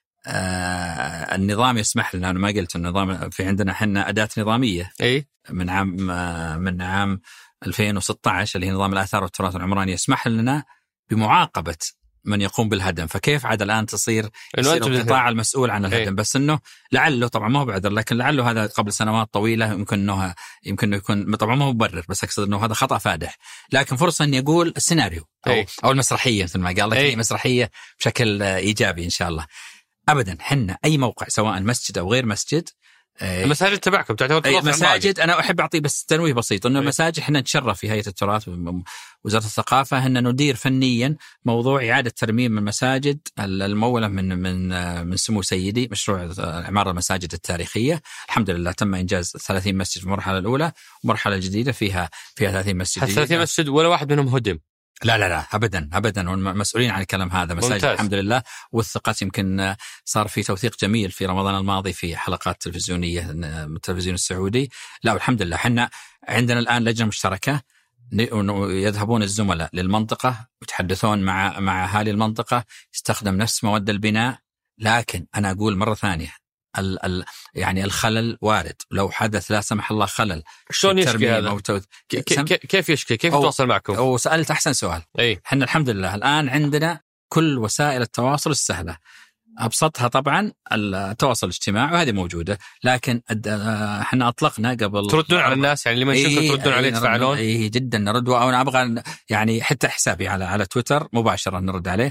آه النظام يسمح لنا، أنا ما قلت النظام، في عندنا حنا أداة نظامية أي؟ من عام آه من عام ألفين وستة عشر اللي هي نظام الآثار والتراث العمراني، يسمح لنا بمعاقبة من يقوم بالهدم. فكيف عاد الآن تصير القطاع المسؤول عن الهدم؟ أي. بس إنه لعله طبعا ما هو بعذر، لكن لعله هذا قبل سنوات طويلة يمكن إنه يمكن إنه يكون طبعا ما هو مبرر، بس أقصد إنه هذا خطأ فادح. لكن فرصة إني أقول السيناريو أو, أي. أو المسرحية مثل ما قال لك، هي مسرحية بشكل إيجابي إن شاء الله. أبدا حنا أي موقع سواء مسجد أو غير مسجد، المساجد تبعكم تعتبر تراث مساجد. أنا أحب أعطي بس تنويه بسيط إنه المساجد إحنا نتشرف في هيئة التراث ووزارة الثقافة إن ندير فنيا موضوع إعادة ترميم المساجد الممولة من من من سمو سيدي، مشروع إعمار المساجد التاريخية. الحمد لله تم إنجاز ثلاثين مسجد في المرحلة الأولى، ومرحلة جديدة فيها فيها ثلاثين مسجد. ثلاثين مسجد ولا واحد منهم هدم؟ لا لا لا أبدا أبدا، والمسؤولين عن الكلام هذا مساجد ممتاز. الحمد لله. والثقات يمكن صار في توثيق جميل في رمضان الماضي في حلقات تلفزيونية من التلفزيون السعودي. لا والحمد لله حنا عندنا الآن لجنة مشتركة، يذهبون الزملاء للمنطقة ويتحدثون مع مع أهالي المنطقة، يستخدم نفس مواد البناء. لكن أنا أقول مرة ثانية ال ال يعني الخلل وارد، لو حدث لا سمح الله خلل شلون يشكي هذا؟ كيف يشكي؟ كيف يتواصل معكم؟ أو سألت أحسن سؤال. أي. إحنا الحمد لله الآن عندنا كل وسائل التواصل السهلة، أبسطها طبعا التواصل الاجتماعي وهذه موجودة، لكن احنا أطلقنا قبل تردون على الناس يعني اللي ما يشوفوا إيه تردون عليه تفعلون. إيه جدا نرد، وأنا أبغى يعني حتى حسابي على على تويتر مباشرة نرد عليه.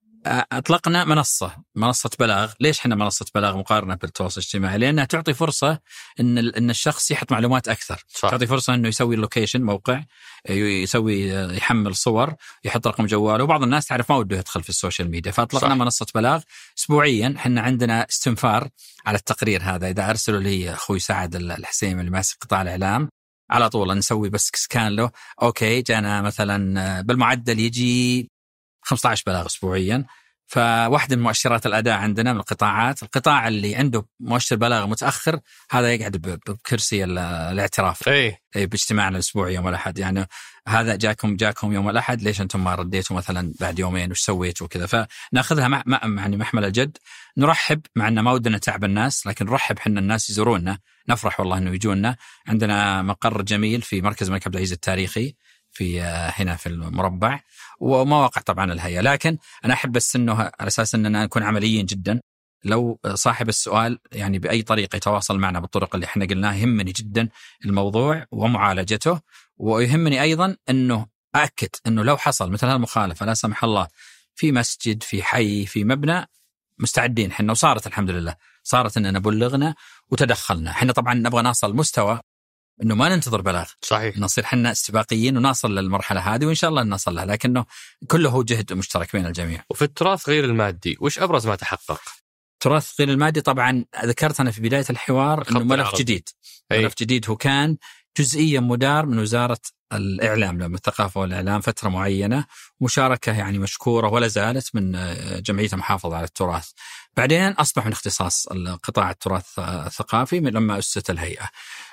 أطلقنا منصة منصة بلاغ. ليش إحنا منصة بلاغ مقارنة بالتواصل الاجتماعي؟ لأنها تعطي فرصة إن إن الشخص يحط معلومات أكثر. صح. تعطي فرصة إنه يسوي اللوكيشن موقع، يسوي يحمل صور، يحط رقم جواله. وبعض الناس تعرف ما وده يدخل في السوشيال ميديا، فأطلقنا صح. منصة بلاغ أسبوعيا. إحنا عندنا استنفار على التقرير هذا، إذا أرسلوا لي أخوي سعد الحسيم اللي ماسك قطاع الإعلام على طول نسوي بس سكان له. أوكي جانا مثلا بالمعدل يجي خمسة عشر بلاغ أسبوعيا. فواحدة من مؤشرات الأداء عندنا من القطاعات، القطاع اللي عنده مؤشر بلاغ متأخر هذا يقعد بكرسي الاعتراف. أي. أي باجتماعنا الأسبوعي يوم الأحد، يعني هذا جاكم جاكم يوم الأحد، ليش أنتم ما رديتوا مثلا بعد يومين وش سويتوا وكذا. فنأخذها مع يعني محمل الجد. نرحب مع أن ما ودنا تعب الناس، لكن نرحب حنا الناس يزوروننا، نفرح والله إنه يجونا. عندنا مقر جميل في مركز الملك عبد العزيز التاريخي في هنا في المربع، ومواقع طبعا الهيئة. لكن أنا أحب بس إنه على أساس إننا نكون عمليين جدا، لو صاحب السؤال يعني بأي طريقة يتواصل معنا بالطرق اللي احنا قلناها، يهمني جدا الموضوع ومعالجته. ويهمني أيضا أنه أأكد أنه لو حصل مثل هالمخالفة لا سمح الله في مسجد، في حي، في مبنى، مستعدين احنا، وصارت الحمد لله صارت أننا بلغنا وتدخلنا. احنا طبعا نبغى نصل مستوى أنه ما ننتظر بلاغ، صحيح، نصير حنا استباقيين ونصل للمرحلة هذه، وإن شاء الله نصل لها، لكنه كله جهد مشترك بين الجميع. وفي التراث غير المادي وش أبرز ما تحقق؟ التراث غير المادي طبعا ذكرت أنا في بداية الحوار أنه ملف العربي. جديد أي. ملف جديد هو كان جزئيا مدار من وزارة الإعلام لما الثقافة والإعلام فترة معينة، مشاركة يعني مشكورة ولا زالت من جمعية المحافظة على التراث. بعدين أصبح من اختصاص قطاع التراث الثقافي من لما أسست الهيئة.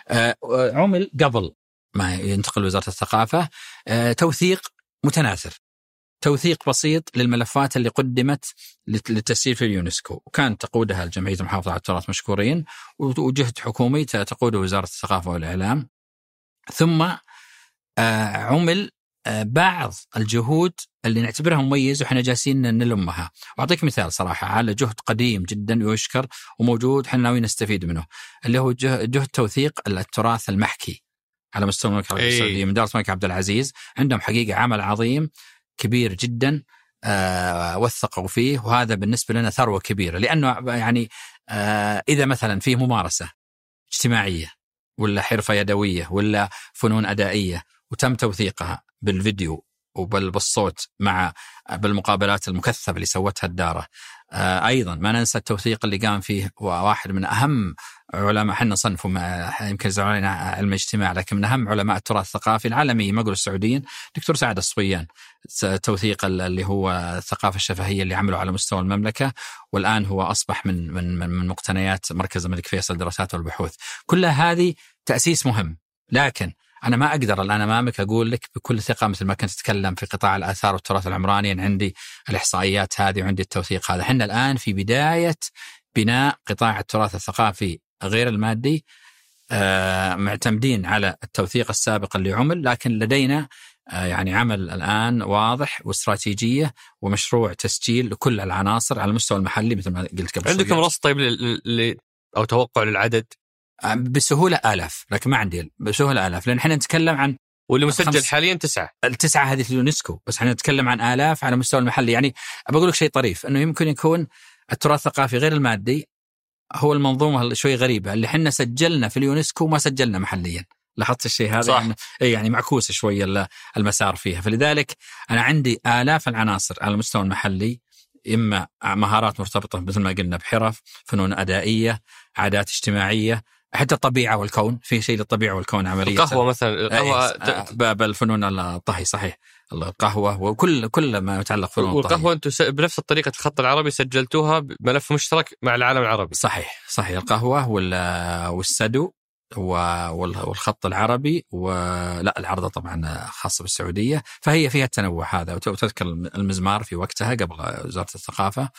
عمل قبل ما ينتقل وزارة الثقافة توثيق متناثر، توثيق بسيط للملفات اللي قدمت للتسجيل في اليونسكو، وكان تقودها الجمعية المحافظة على التراث مشكورين، وجهد حكومي تقوده وزارة الثقافة والإعلام. ثم عمل بعض الجهود اللي نعتبرها مميزة وحنا جالسين نلمها. وأعطيك مثال صراحة على جهد قديم جدا ويشكر وموجود حنا ناويين نستفيد منه، اللي هو جهد توثيق التراث المحكي على مستوى المملكة العربية السعودية من دارة الملك عبد العزيز. عندهم حقيقة عمل عظيم كبير جدا آه وثقوا فيه، وهذا بالنسبة لنا ثروة كبيرة، لأنه يعني آه إذا مثلا فيه ممارسة اجتماعية ولا حرفة يدوية ولا فنون أدائية وتم توثيقها بالفيديو وبالصوت مع بالمقابلات المكثفة اللي سوتها الدارة. آه أيضا ما ننسى التوثيق اللي قام فيه واحد من أهم علماء، حنا صنفه يمكن زعلنا علم الاجتماع، لكن من أهم علماء التراث الثقافي العالمي ما أقول السعوديين، دكتور سعد الصويان، توثيق اللي هو الثقافة الشفهية اللي عمله على مستوى المملكة، والآن هو أصبح من من من مقتنيات مركز الملك فيصل للدراسات والبحوث. كل هذه تأسيس مهم، لكن أنا ما أقدر الآن أمامك أقول لك بكل ثقة مثل ما كنت تتكلم في قطاع الآثار والتراث العمراني أن عندي الإحصائيات هذه وعندي التوثيق هذا. حنا الآن في بداية بناء قطاع التراث الثقافي غير المادي، آه معتمدين على التوثيق السابق اللي عمل، لكن لدينا آه يعني عمل الآن واضح واستراتيجية ومشروع تسجيل لكل العناصر على المستوى المحلي مثل ما قلت قبل. عندكم رصد طيب ل... أو توقع للعدد؟ بسهولة آلاف، لكن ما عندي بسهولة آلاف، لأن احنا نتكلم عن واللي مسجل حاليا تسعة التسعة هذه في اليونسكو، بس احنا نتكلم عن آلاف على مستوى المحلي. يعني بقول لك شيء طريف، أنه يمكن يكون التراث الثقافي غير المادي هو المنظومة شوي غريبة اللي احنا سجلنا في اليونسكو ما سجلنا محليا. لاحظت الشيء هذا؟ صح. يعني, يعني معكوس شوي المسار فيها. فلذلك أنا عندي آلاف العناصر على المستوى المحلي، إما مهارات مرتبطة مثل ما قلنا بحرف، فنون أدائية، عادات اجتماعية، حتى الطبيعة والكون، في شيء للطبيعة والكون عملية. القهوة مثلا، القهوة بالفنون الطهي صحيح، القهوة وكل كل ما يتعلق فنون الطهي. والقهوة أنتم بنفس الطريقة الخط العربي سجلتوها بملف مشترك مع العالم العربي. صحيح صحيح، القهوة والسدو والخط العربي، ولا العرضة طبعا خاصة بالسعودية، فهي فيها التنوع هذا. وتذكر المزمار في وقتها قبل وزارة الثقافة.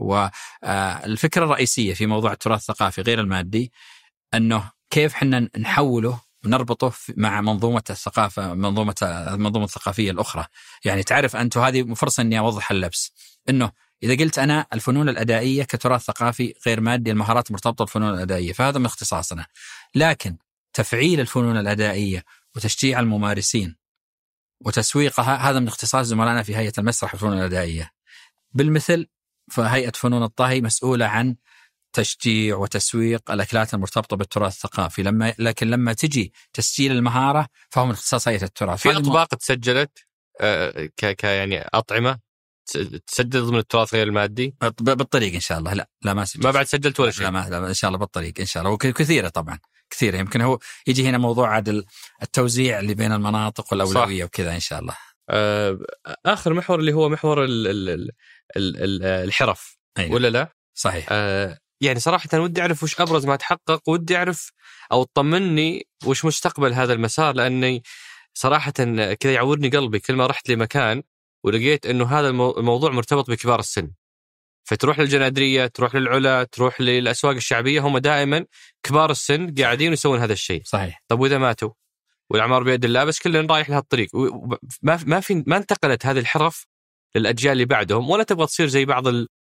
والفكرة الرئيسية في موضوع التراث الثقافي غير المادي أنه كيف حنا نحوله ونربطه مع منظومة الثقافة، منظومة المنظومة الثقافية الأخرى. يعني تعرف أنت، هذه فرصة أني أوضح اللبس، أنه إذا قلت أنا الفنون الأدائية كتراث ثقافي غير مادي، المهارات مرتبطة بالفنون الأدائية، فهذا من اختصاصنا. لكن تفعيل الفنون الأدائية وتشجيع الممارسين وتسويقها هذا من اختصاص زملائنا في هيئة المسرح والفنون الأدائية. بالمثل فهيئة فنون الطهي مسؤولة عن تشجيع وتسويق الأكلات المرتبطة بالتراث الثقافي، لما لكن لما تجي تسجيل المهارة فهو من اختصاص هيئة التراث. في أطباق الم... تسجلت آه ك... ك يعني أطعمة تسجل ضمن التراث غير المادي بالطريق إن شاء الله. لا لا ما سجلت، ما بعد سجلت ولا شيء. لا, ما لا إن شاء الله بالطريق إن شاء الله. وكثيرة طبعا كثيرة، يمكن هو يجي هنا موضوع عدل التوزيع اللي بين المناطق والأولوية وكذا إن شاء الله. آه آخر محور اللي هو محور ال... ال... ال... ال... الحرف. أيوة. ولا لا؟ صحيح. آه يعني صراحة ودي أعرف وش أبرز ما تحقق، ودي أعرف أو تطمني وش مستقبل هذا المسار، لأني صراحة كذا يعورني قلبي كل ما رحت لمكان ولقيت أنه هذا الموضوع مرتبط بكبار السن، فتروح للجنادرية، تروح للعلا، تروح للأسواق الشعبية، هم دائما كبار السن قاعدين يسوون هذا الشيء. صحيح. طب وإذا ماتوا والأعمار بيد الله، بس كلنا رايح لها الطريق، ما ما في ما انتقلت هذه الحرف للأجيال اللي بعدهم، ولا تبغى تصير زي بعض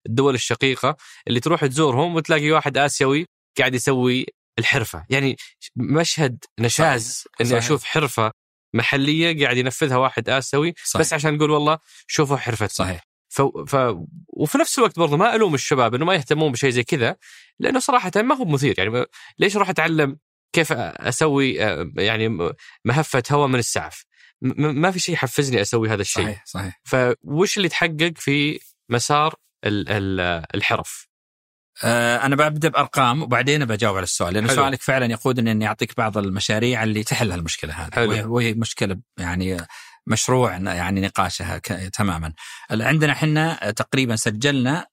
الدول الشقيقة اللي تروح تزورهم وتلاقي واحد آسيوي قاعد يسوي الحرفة. يعني مشهد نشاز إني أشوف حرفة محلية قاعد ينفذها واحد آسيوي صحيح. بس عشان نقول والله شوفوا حرفة صحيح. ف... ف... وفي نفس الوقت برضو ما ألوم الشباب إنه ما يهتمون بشيء زي كذا، لأنه صراحة ما هو مثير. يعني ليش أروح أتعلم كيف أسوي يعني مهفة هواء من السعف؟ م... ما في شيء يحفزني أسوي هذا الشيء. صحيح صحيح. فوش اللي تحقق في مسار ال... ال... الحرف؟ أنا ببدأ بأرقام وبعدين بجاوب على السؤال، لأن حلو. سؤالك فعلا يقودني أني أعطيك بعض المشاريع اللي تحل هالمشكلة هذه، وهي مشكلة يعني مشروع يعني نقاشها تماما. عندنا حنا تقريبا سجلنا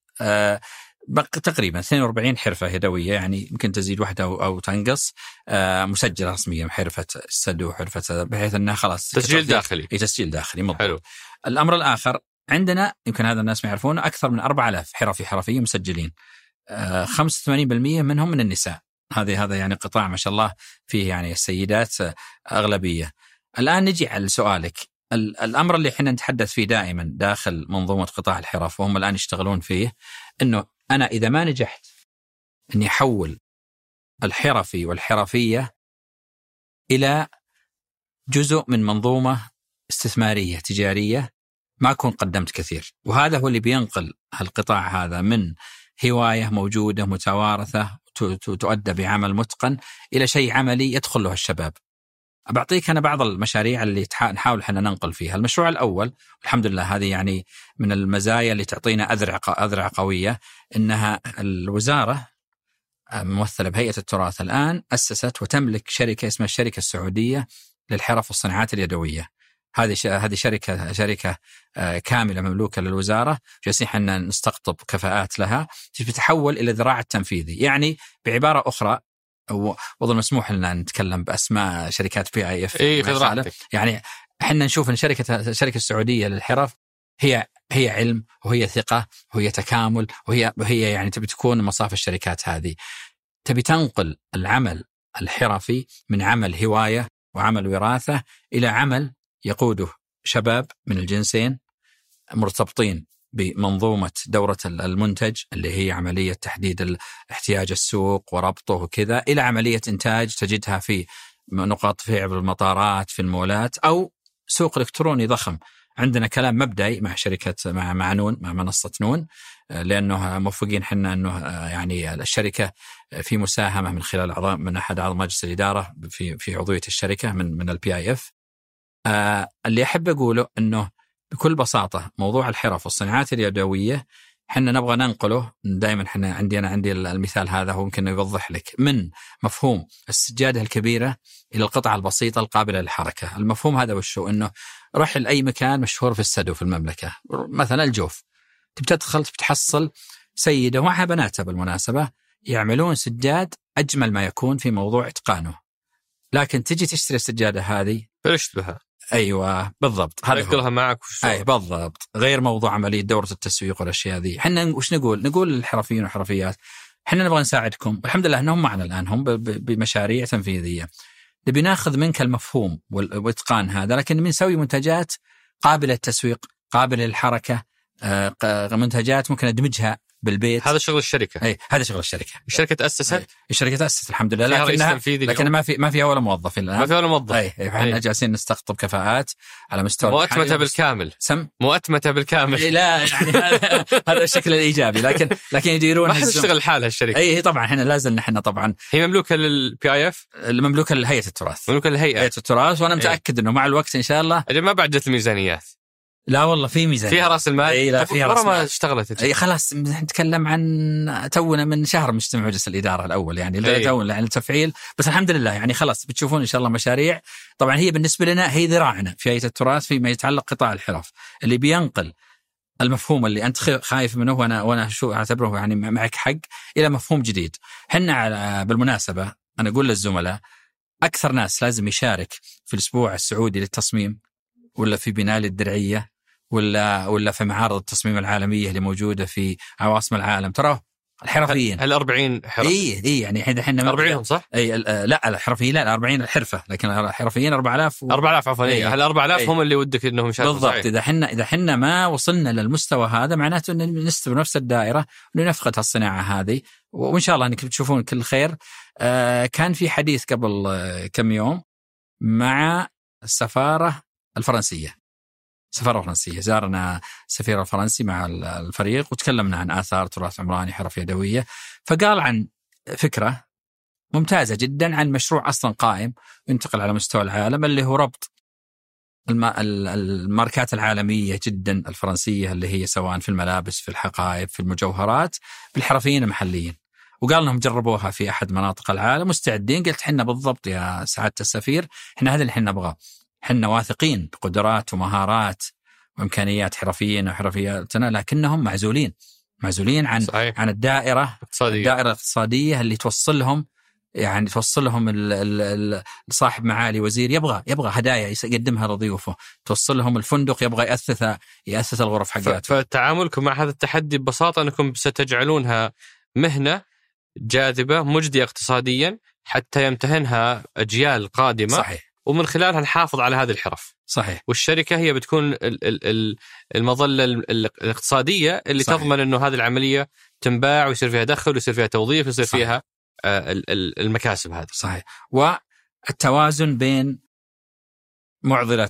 تقريبا اثنين وأربعين حرفة يدوية، يعني يمكن تزيد واحدة أو تنقص، مسجلة رسميا حرفة السدو وحرفة، بحيث أنها خلاص تسجيل داخلي. أي تسجيل داخلي مضبوط. حلو. الأمر الآخر عندنا يمكن هذا الناس ما يعرفونه، أكثر من أربعة آلاف حرفي حرفية مسجلين، خمسة وثمانين بالمئة منهم من النساء. هذه هذا يعني قطاع ما شاء الله فيه يعني السيدات أغلبية. الآن نجي على سؤالك، الأمر اللي احنا نتحدث فيه دائما داخل منظومة قطاع الحرف وهم الآن يشتغلون فيه، إنه أنا إذا ما نجحت إني أحول الحرفي والحرفية إلى جزء من منظومة استثمارية تجارية، ما أكون قدمت كثير. وهذا هو اللي بينقل القطاع هذا من هواية موجودة متوارثة تؤدى بعمل متقن إلى شيء عملي يدخل له الشباب. أبعطيك أنا بعض المشاريع اللي نحاول إحنا ننقل فيها. المشروع الأول الحمد لله هذه يعني من المزايا اللي تعطينا أذرع أذرع قوية، إنها الوزارة ممثلة بهيئة التراث الآن أسست وتملك شركة اسمها الشركة السعودية للحرف والصناعات اليدوية. هذه هذه شركة شركة كاملة مملوكة للوزارة، جالسين احنا نستقطب كفاءات لها تتحول إلى ذراع التنفيذي. يعني بعبارة أخرى، وظل مسموح لنا نتكلم بأسماء شركات بي آي إف. إيه يعني احنا نشوف أن شركة الشركة السعودية للحرف هي هي علم وهي ثقة وهي تكامل وهي وهي يعني تبي تكون مصاف الشركات هذه، تبي تنقل العمل الحرفي من عمل هواية وعمل وراثة إلى عمل يقوده شباب من الجنسين مرتبطين بمنظومة دورة المنتج اللي هي عملية تحديد احتياج السوق وربطه وكذا، إلى عملية إنتاج تجدها في نقاط فيع بالمطارات في المولات أو سوق إلكتروني ضخم. عندنا كلام مبدئي مع شركة مع مع نون مع منصة نون، لأنه موفقين حنا أنه يعني الشركة في مساهمة من خلال أعضاء من أحد أعضاء مجلس الإدارة في في عضوية الشركة من من البي آي إف. آه اللي أحب أقوله أنه بكل بساطة موضوع الحرف والصناعات اليدوية حنا نبغى ننقله دائما. حنا عندي أنا عندي المثال هذا هو يمكن يوضح لك، من مفهوم السجادة الكبيرة إلى القطعة البسيطة القابلة للحركة. المفهوم هذا وشو؟ أنه روح لأي مكان مشهور في السدو في المملكة، مثلا الجوف، تبتدخل بتحصل سيدة ومعها بناتها بالمناسبة يعملون سجاد أجمل ما يكون في موضوع إتقانه، لكن تجي تشتري السجادة هذه فلشت بها. أيوة بالضبط، هذا يقولها معك. أي بالضبط، غير موضوع عملية دورة التسويق والأشياء هذه. حنا وش نقول؟ نقول للحرفيين والحرفيات حنا نبغى نساعدكم، والحمد لله أنهم معنا الآن، هم بمشاريع تنفيذية. نبي ناخذ منك المفهوم والإتقان هذا، لكن بنسوي منتجات قابلة للتسويق، قابلة للحركة، منتجات ممكن أدمجها بالبيت. هذا شغل الشركة. أي هذا شغل الشركة. الشركة تأسست. الشركة تأسست الحمد لله، لكنها لكن ما في ما فيها ولا موظف الآن. ما في ولا موظف. أي إحنا جالسين نستقطب كفاءات على مستوى مؤتمتة بالكامل. سم مؤتمتة بالكامل. لا يعني هذا هذا الشكل الإيجابي، لكن لكن يديرون. ما تشتغل حالها الشركة. أي هي طبعا إحنا لازم نحن طبعا. هي مملوكة للبي آي إف. المملوكة لهيئة التراث. مملوكة لهيئة. هيئة التراث، وأنا متأكد إنه مع الوقت إن شاء الله. أجل ما بعدت الميزانيات. لا والله في ميزانية. فيها رأس المال. اي لا فيها رأس المال. ما اشتغلت. اي خلاص نتكلم عن تونا من شهر مجتمع مجلس الإدارة الأول، يعني تونا يعني التفعيل، بس الحمد لله يعني خلاص بتشوفون إن شاء الله مشاريع. طبعا هي بالنسبة لنا هي ذراعنا في هيئة التراث فيما يتعلق قطاع الحرف، اللي بينقل المفهوم اللي أنت خايف منه وأنا وأنا شو أعتبره يعني معك حق إلى مفهوم جديد. حنا بالمناسبة أنا أقول للزملاء أكثر ناس لازم يشارك في الأسبوع السعودي للتصميم ولا في بناء الدرعية ولا ولا في معارض التصميم العالمية اللي موجودة في عواصم العالم، ترى الحرفيين. هل أربعين حرف؟ اي اي يعني احنا احنا أربعين صح؟ اي لا الحرفيين لا أربعين الحرفه، لكن الحرفيين أربعة آلاف و... أربعة آلاف عفوا. اي هل أربعة آلاف هم اللي ودك انهم يشاركوا؟ بالضبط. اذا احنا اذا احنا ما وصلنا للمستوى هذا معناته ان نستوي نفس الدائره ونفقد الصناعه هذه، وان شاء الله انكم تشوفون كل خير. آه كان في حديث قبل آه كم يوم مع السفاره الفرنسيه، السفاره الفرنسيه زارنا السفير الفرنسي مع الفريق وتكلمنا عن آثار تراث عمراني حرف يدويه، فقال عن فكره ممتازه جدا عن مشروع اصلا قائم ينتقل على مستوى العالم، اللي هو ربط الماركات العالميه جدا الفرنسيه اللي هي سواء في الملابس في الحقائب في المجوهرات بالحرفيين المحليين، وقال لهم جربوها في احد مناطق العالم مستعدين. قلت حنا بالضبط يا سعاده السفير، احنا هذا اللي احنا نبغاه، حنا واثقين بقدرات ومهارات وامكانيات حرفيين وحرفياتنا، لكنهم معزولين معزولين عن صحيح. عن الدائره اقتصادية. الدائره الاقتصاديه اللي توصلهم، يعني توصلهم صاحب معالي وزير يبغى يبغى هدايا يقدمها لضيوفه، توصلهم الفندق يبغى يأثث يأثث الغرف حقاته. فتعاملكم مع هذا التحدي ببساطة أنكم ستجعلونها مهنة جاذبة مجدية اقتصاديا حتى يمتهنها أجيال قادمة. صحيح. ومن خلالها نحافظ على هذه الحرف. صحيح. والشركة هي بتكون المظلة الاقتصادية اللي صحيح. تضمن أنه هذه العملية تنباع ويصير فيها دخل ويصير فيها توظيف ويصير صحيح. فيها المكاسب هذه. صحيح. والتوازن بين معضلة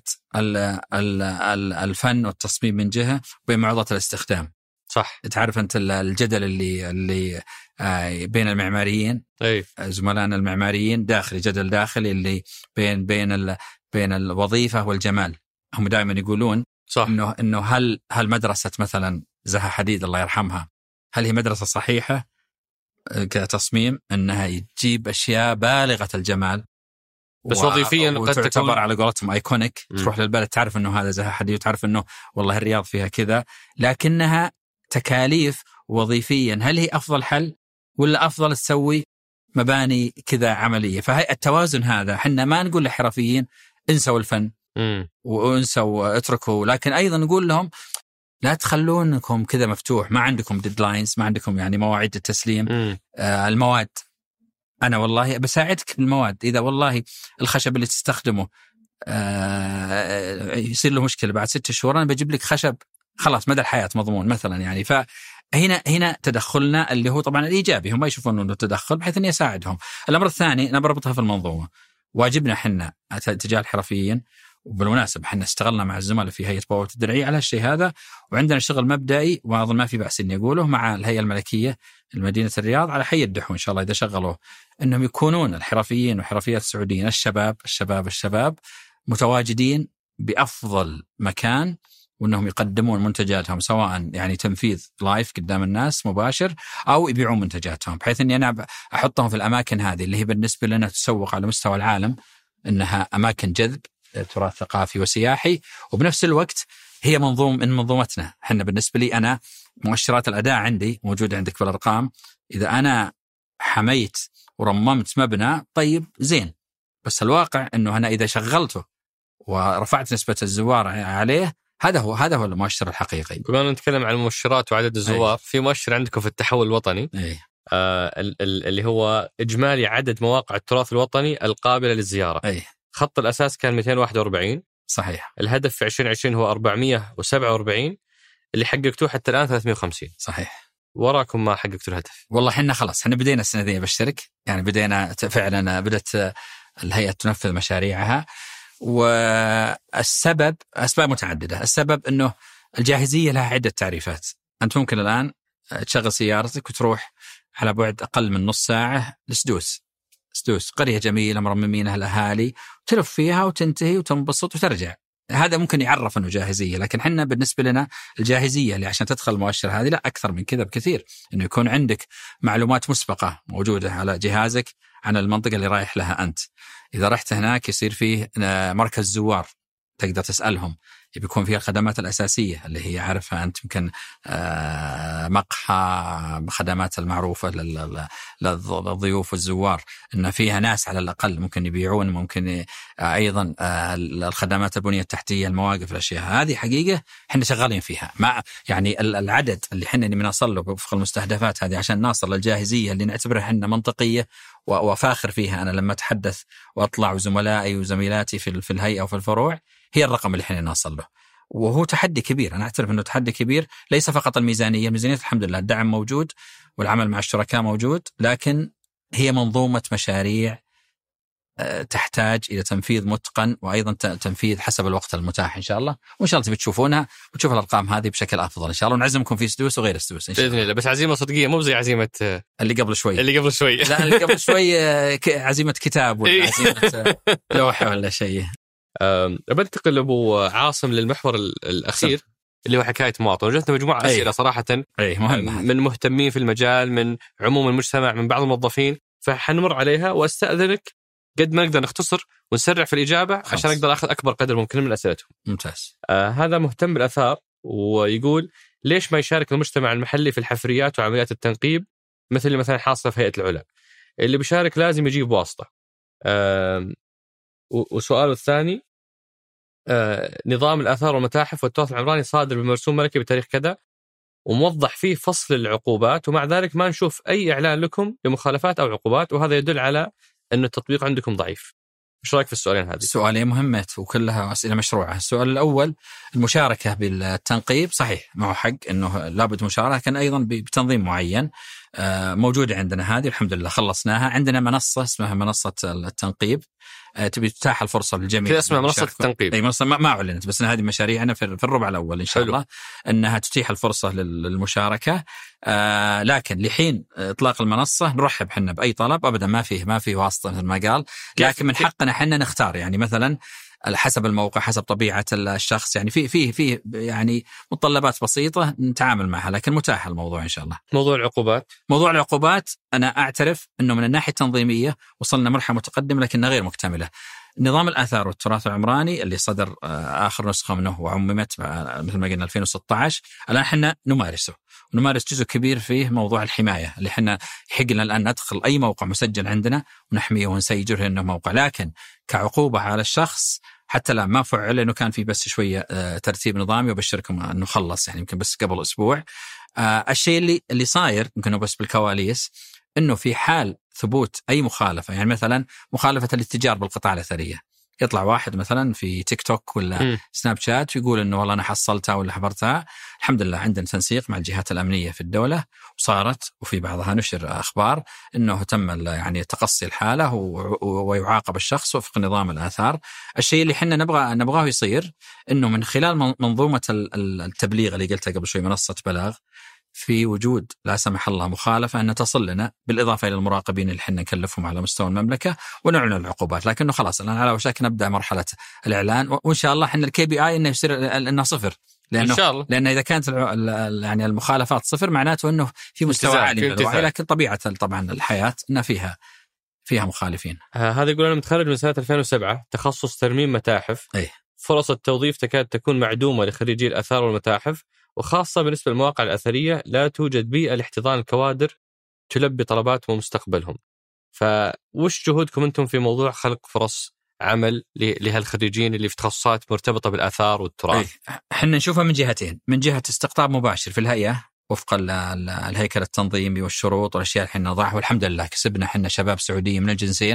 الفن والتصميم من جهة وبين معضلة الاستخدام. صح. تعرف أنت الجدل اللي اللي بين المعماريين، أي. زملائنا المعماريين داخلي جدل داخلي اللي بين بين بين الوظيفة والجمال. هم دائما يقولون صح. إنه إنه هل هل مدرسة مثلا زها حديد الله يرحمها هل هي مدرسة صحيحة كتصميم أنها تجيب أشياء بالغة الجمال بس و... وظيفيا قد تعتبر تكون على قولتهم ايكونيك، تروح للبلد تعرف انه هذا زها حديد وتعرف انه والله الرياض فيها كذا، لكنها تكاليف وظيفيا هل هي افضل حل ولا افضل تسوي مباني كذا عمليه؟ فهي التوازن هذا احنا ما نقول للحرفيين انسوا الفن م. وانسوا اتركوا، لكن ايضا نقول لهم لا تخلونكم كذا مفتوح، ما عندكم ديدلاينز، ما عندكم يعني مواعيد التسليم. آه المواد أنا والله بساعدك بالمواد، إذا والله الخشب اللي تستخدمه آه يصير له مشكلة بعد ستة شهور أنا بجيب لك خشب خلاص مدى الحياة مضمون مثلا يعني. فهنا هنا تدخلنا اللي هو طبعا الإيجابي، هم ما يشوفون أنه تدخل بحيث أن يساعدهم. الأمر الثاني أنا بربطها في المنظومة، واجبنا حنا تجاه الحرفيين، وبالمناسبة حنا اشتغلنا مع الزملاء في هيئة بوابة الدرعية على الشيء هذا، وعندنا شغل مبدئي وأظن ما في بأس إني أقوله مع الهيئة الملكية المدينة الرياض على حي الدحو إن شاء الله إذا شغلوا، إنهم يكونون الحرفيين وحرفيات السعوديين الشباب الشباب الشباب متواجدين بأفضل مكان، وأنهم يقدمون منتجاتهم سواء يعني تنفيذ لايف قدام الناس مباشر أو يبيعون منتجاتهم، بحيث أني أنا أحطهم في الأماكن هذه اللي هي بالنسبة لنا تسوق على مستوى العالم إنها أماكن جذب تراث ثقافي وسياحي، وبنفس الوقت هي منظوم من منظومتنا. احنا بالنسبة لي أنا مؤشرات الأداء عندي موجودة عندك في الأرقام، إذا أنا حميت ورممت مبنى طيب زين، بس الواقع أنه أنا إذا شغلته ورفعت نسبة الزوار عليه هذا هو هذا هو المؤشر الحقيقي. كمان نتكلم عن المؤشرات وعدد الزوار. أي. في مؤشر عندكم في التحول الوطني آه اللي هو إجمالي عدد مواقع التراث الوطني القابلة للزيارة. أي. خط الأساس كان مئتين وواحد وأربعين. صحيح. الهدف في عشرين عشرين هو أربعمئة وسبعة وأربعين، اللي حققتوه حتى الآن ثلاثمئة وخمسين. صحيح. وراكم ما حققتوا الهدف. والله حنا خلاص حنا بدينا السنة ذي بشترك، يعني بدينا فعلا بدأت الهيئة تنفذ مشاريعها، والسبب أسباب متعددة. السبب أنه الجاهزية لها عدة تعريفات. أنت ممكن الآن تشغل سيارتك وتروح على بعد أقل من نص ساعة لسدوس. سدوس قرية جميلة مرممينها الأهالي، تلف فيها وتنتهي وتنبسط وترجع. هذا ممكن يعرف أنه جاهزية، لكن حنا بالنسبة لنا الجاهزية اللي عشان تدخل المؤشر هذه لا أكثر من كذا بكثير، أنه يكون عندك معلومات مسبقة موجودة على جهازك عن المنطقة اللي رايح لها أنت. إذا رحت هناك يصير فيه مركز زوار تقدر تسألهم. بيكون فيها الخدمات الأساسية اللي هي عارفها أنت، يمكن مقهى خدمات المعروفة للضيوف والزوار، إن فيها ناس على الأقل ممكن يبيعون، ممكن أيضا الخدمات البنية التحتية، المواقف، الأشياء هذه حقيقة إحنا شغالين فيها. مع يعني العدد اللي إحنا بنصل له وفق المستهدفات هذه عشان نصل للجاهزية اللي نعتبرها إحنا منطقية وفاخر فيها. أنا لما أتحدث وأطلع وزملائي وزميلاتي في في الهيئة وفي الفروع، هي الرقم اللي إحنا نوصل له، وهو تحدي كبير. أنا أعترف أنه تحدي كبير، ليس فقط الميزانية. الميزانية الحمد لله الدعم موجود والعمل مع الشركاء موجود، لكن هي منظومة مشاريع تحتاج إلى تنفيذ متقن، وأيضا تنفيذ حسب الوقت المتاح إن شاء الله. وإن شاء الله تبي تشوفونها وتشوف الأرقام هذه بشكل أفضل إن شاء الله، ونعزمكم في سدوس وغير سدوس إن شاء الله. بإذن الله. بس عزيمة صدقية مو زي عزيمة اللي قبل شوي اللي قبل شوي لا اللي قبل شوي عزيمة كتاب ولا عزيمة لوحة ولا شيء. بنتقل أبو عاصم للمحور الأخير سم. اللي هو حكاية مواطن. وجدتنا مجموعة أسئلة أي. صراحة أي من مهتمين في المجال، من عموم المجتمع، من بعض الموظفين، فحنمر عليها واستأذنك قد ما نقدر نختصر ونسرع في الإجابة خلص. عشان أقدر أخذ أكبر قدر ممكن من أسئلتهم. ممتاز. آه هذا مهتم بالآثار ويقول ليش ما يشارك المجتمع المحلي في الحفريات وعمليات التنقيب مثل اللي مثلا حاصلة في هيئة العلا؟ اللي بيشارك لازم يجيب واسطة. آه وسؤاله الثاني، آه نظام الآثار والمتاحف والتراث العمراني صادر بمرسوم ملكي بتاريخ كذا وموضح فيه فصل العقوبات، ومع ذلك ما نشوف أي إعلان لكم لمخالفات أو عقوبات، وهذا يدل على أن التطبيق عندكم ضعيف. إيش رأيك في السؤالين هذه؟ سؤالين مهمة وكلها أسئلة مشروعة. السؤال الأول، المشاركة بالتنقيب، صحيح معه حق أنه لابد مشاركة، لكن أيضا بتنظيم معين موجودة عندنا. هذه الحمد لله خلصناها. عندنا منصة اسمها منصة التنقيب، تبي تتاح الفرصة للجميع. اسمها منصة التنقيب. أي منصة ما أعلنت، بس هذه مشاريعنا في الربع الأول إن شاء حلو. الله أنها تتيح الفرصة للمشاركة. آه لكن لحين إطلاق المنصة نرحب حنا بأي طلب، أبدا ما فيه ما فيه واسطة مثل ما قال، لكن من حقنا حنا نختار. يعني مثلا حسب الموقع، حسب طبيعة الشخص، يعني في في في يعني متطلبات بسيطة نتعامل معها، لكن متاح الموضوع إن شاء الله. موضوع العقوبات، موضوع العقوبات أنا أعترف أنه من الناحية التنظيمية وصلنا مرحلة متقدمة لكنها غير مكتملة. نظام الآثار والتراث العمراني اللي صدر آخر نسخة منه وعممت مثل ما قلنا ألفين وستة عشر، الآن حنا نمارسه ونمارس جزء كبير فيه موضوع الحماية، اللي حنا يحق لنا الآن ندخل أي موقع مسجل عندنا ونحميه ونسجله إنه موقع. لكن كعقوبة على الشخص حتى لا ما فعل، لأنه كان في بس شوية ترتيب نظامي، وبشركم أنه خلص يعني يمكن بس قبل أسبوع. الشيء اللي اللي صاير يمكن بس بالكواليس، إنه في حال ثبوت أي مخالفة، يعني مثلا مخالفة الاتجار بالقطاع الأثرية، يطلع واحد مثلا في تيك توك ولا م. سناب شات ويقول إنه والله أنا حصلتها ولا حبرتها. الحمد لله عندنا تنسيق مع الجهات الأمنية في الدولة، وصارت وفي بعضها نشر أخبار إنه تم يعني تقصي الحالة ويعاقب الشخص وفق نظام الآثار. الشيء اللي حنا نبغى نبغاه يصير إنه من خلال منظومة التبليغ اللي قلتها قبل شوي، منصة بلاغ، في وجود لا سمح الله مخالفة أن تصل لنا، بالإضافة إلى المراقبين اللي حنا نكلفهم على مستوى المملكة، ونعلن العقوبات. لكنه خلاص الآن على وشك نبدأ مرحلة الإعلان، وإن شاء الله حنا الكي بي آي إنه يصير إنه صفر، لأنه إن شاء الله. لأن إذا كانت يعني المخالفات صفر معناته إنه في مستوى عالي من الوعي، لكن طبيعة طبعا الحياة إن فيها فيها مخالفين. هذا يقول أنا متخرج من سنة ألفين وسبعة، تخصص ترميم متاحف. أيه. فرص التوظيف تكاد تكون معدومة لخريجي الآثار والمتاحف، وخاصة بالنسبة للمواقع الأثرية لا توجد بيئة لاحتضان الكوادر تلبي طلباتهم ومستقبلهم. فوش جهودكم أنتم في موضوع خلق فرص عمل لهالخريجين اللي في تخصصات مرتبطة بالآثار والتراث؟ احنا نشوفها من جهتين، من جهة استقطاب مباشر في الهيئة وفق الهيكل التنظيمي والشروط والأشياء اللي احنا نضعها، والحمد لله كسبنا احنا شباب سعودية من الجنسين،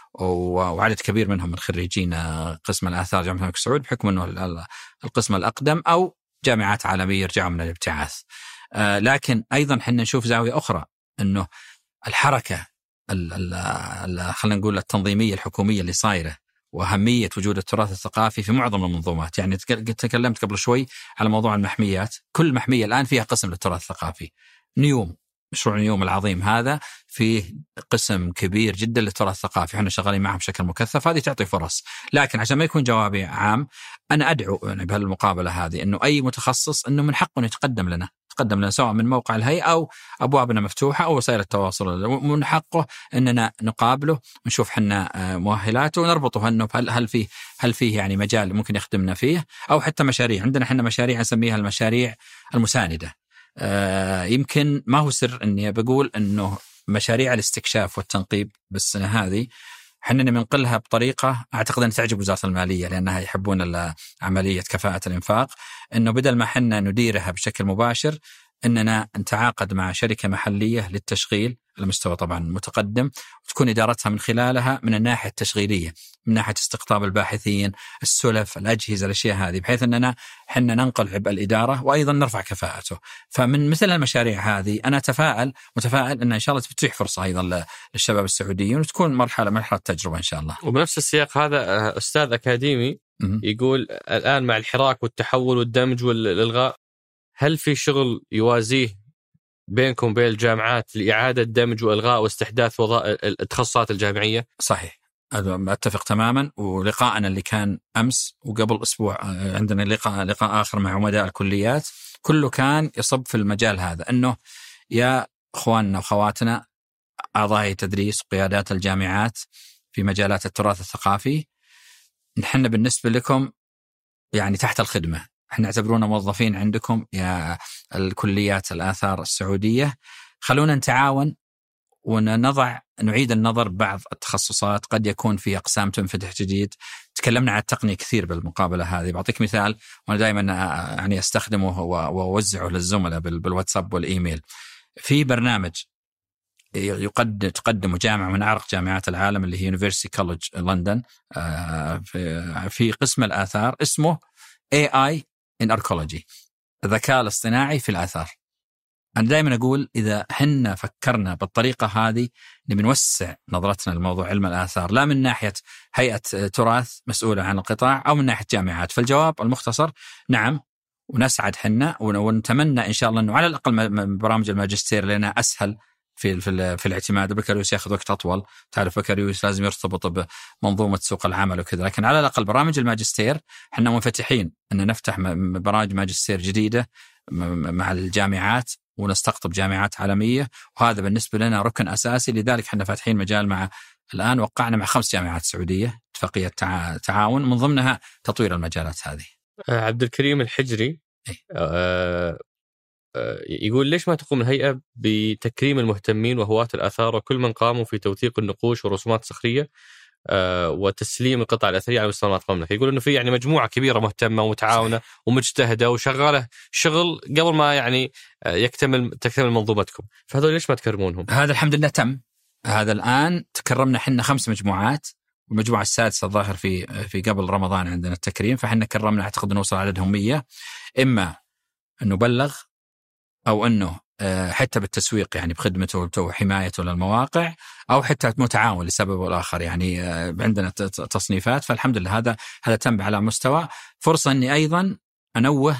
وعدد كبير منهم من خريجين قسم الآثار جامعة الملك سعود، بحكم أنه القسم الأقدم أو جامعات عالمية يرجعوا من الابتعاث. آه لكن أيضا حنا نشوف زاوية أخرى، أنه الحركة خلينا نقول التنظيمية الحكومية اللي صايرة، وأهمية وجود التراث الثقافي في معظم المنظومات. يعني تكلمت قبل شوي على موضوع المحميات، كل محمية الآن فيها قسم للتراث الثقافي. نيوم، مشروع نيوم العظيم هذا فيه قسم كبير جدا للتراث الثقافي، احنا شغالين معهم بشكل مكثف، هذه تعطي فرص. لكن عشان ما يكون جوابي عام، أنا أدعو يعني بهالمقابلة هذه أنه أي متخصص أنه من حقه يتقدم لنا تقدم لنا سواء من موقع الهيئة أو أبوابنا مفتوحة أو وسائل التواصل، ومن حقه أننا نقابله ونشوف حنا مؤهلاته ونربطه أنه هل هل فيه هل فيه يعني مجال ممكن يخدمنا فيه، أو حتى مشاريع. عندنا حنا مشاريع نسميها المشاريع المساندة. آه يمكن ما هو سر أني بقول أنه مشاريع الاستكشاف والتنقيب بالسنة هذه حنا ننقلها بطريقة أعتقد أن تعجب وزارة المالية، لأنها يحبون عملية كفاءة الإنفاق، أنه بدل ما حنا نديرها بشكل مباشر أننا نتعاقد مع شركة محلية للتشغيل على مستوى طبعا متقدم، وتكون إدارتها من خلالها من الناحية التشغيلية، من ناحية استقطاب الباحثين، السلف، الأجهزة، الأشياء هذه، بحيث أننا حنا ننقل عبء الإدارة وأيضا نرفع كفاءته. فمن مثل المشاريع هذه أنا أتفائل متفائل أن إن شاء الله تتيح فرصة أيضا للشباب السعوديين، وتكون مرحلة مرحلة تجربة إن شاء الله. وبنفس السياق هذا أستاذ أكاديمي يقول الآن مع الحراك والتحول والدمج والإلغاء، هل في شغل يوازيه بينكم وبين الجامعات لإعادة دمج وإلغاء واستحداث وظائف التخصصات الجامعية؟ صحيح، أتفق تماما. ولقاءنا اللي كان أمس وقبل أسبوع عندنا لقاء لقاء آخر مع عمداء الكليات كله كان يصب في المجال هذا، أنه يا أخواننا وخواتنا أعضاء تدريس وقيادات الجامعات في مجالات التراث الثقافي، نحن بالنسبة لكم يعني تحت الخدمة، احنا نعتبرونا موظفين عندكم يا الكليات الآثار السعودية. خلونا نتعاون ونضع نعيد النظر بعض التخصصات، قد يكون في أقسام تنفتح جديد. تكلمنا عن التقنية كثير بالمقابلة هذه. بعطيك مثال وأنا دائما يعني أستخدمه وأوزعه للزملاء بالواتساب والإيميل. في برنامج يقدم تقدم جامعة من أعرق جامعات العالم اللي هي University College لندن في قسم الآثار، اسمه إيه آي in Archaeology، الذكاء الاصطناعي في الآثار. أنا دائما أقول إذا حنا فكرنا بالطريقة هذه نبي نوسع نظرتنا لموضوع علم الآثار، لا من ناحية هيئة تراث مسؤولة عن القطاع أو من ناحية جامعات. فالجواب المختصر نعم، ونسعد حنا ونتمنى إن شاء الله أنه على الأقل برامج الماجستير لنا أسهل في في في الاعتماد. البكالوريوس ياخذ وقت أطول، تعرف البكالوريوس لازم يرتبط بمنظومة سوق العمل وكذا، لكن على الأقل برامج الماجستير احنا منفتحين أن نفتح برامج ماجستير جديدة مع الجامعات ونستقطب جامعات عالمية، وهذا بالنسبة لنا ركن أساسي. لذلك احنا فاتحين مجال مع الآن وقعنا مع خمس جامعات سعودية اتفاقية تعاون، من ضمنها تطوير المجالات هذه. عبد الكريم الحجري آه يقول ليش ما تقوم الهيئة بتكريم المهتمين وهواة الآثار وكل من قاموا في توثيق النقوش والرسومات الصخرية أه وتسليم القطع الأثرية على مستوى المملكة؟ يقول إنه في يعني مجموعة كبيرة مهتمة ومتعاونة ومجتهدة وشغالة شغل قبل ما يعني يكتمل تكتمل منظومتكم، فهذول ليش ما تكرمونهم؟ هذا الحمد لله تم. هذا الآن تكرمنا حنا خمس مجموعات، والمجموعة السادسة الظاهر في في قبل رمضان عندنا التكريم، فحنا كرمنا أعتقد نوصل عددهم مية. إما أنه بلغ أو أنه حتى بالتسويق يعني بخدمته وحمايته للمواقع، أو حتى متعاون لسبب والآخر، يعني عندنا تصنيفات. فالحمد لله هذا هذا تم على مستوى. فرصة أني أيضا أنوه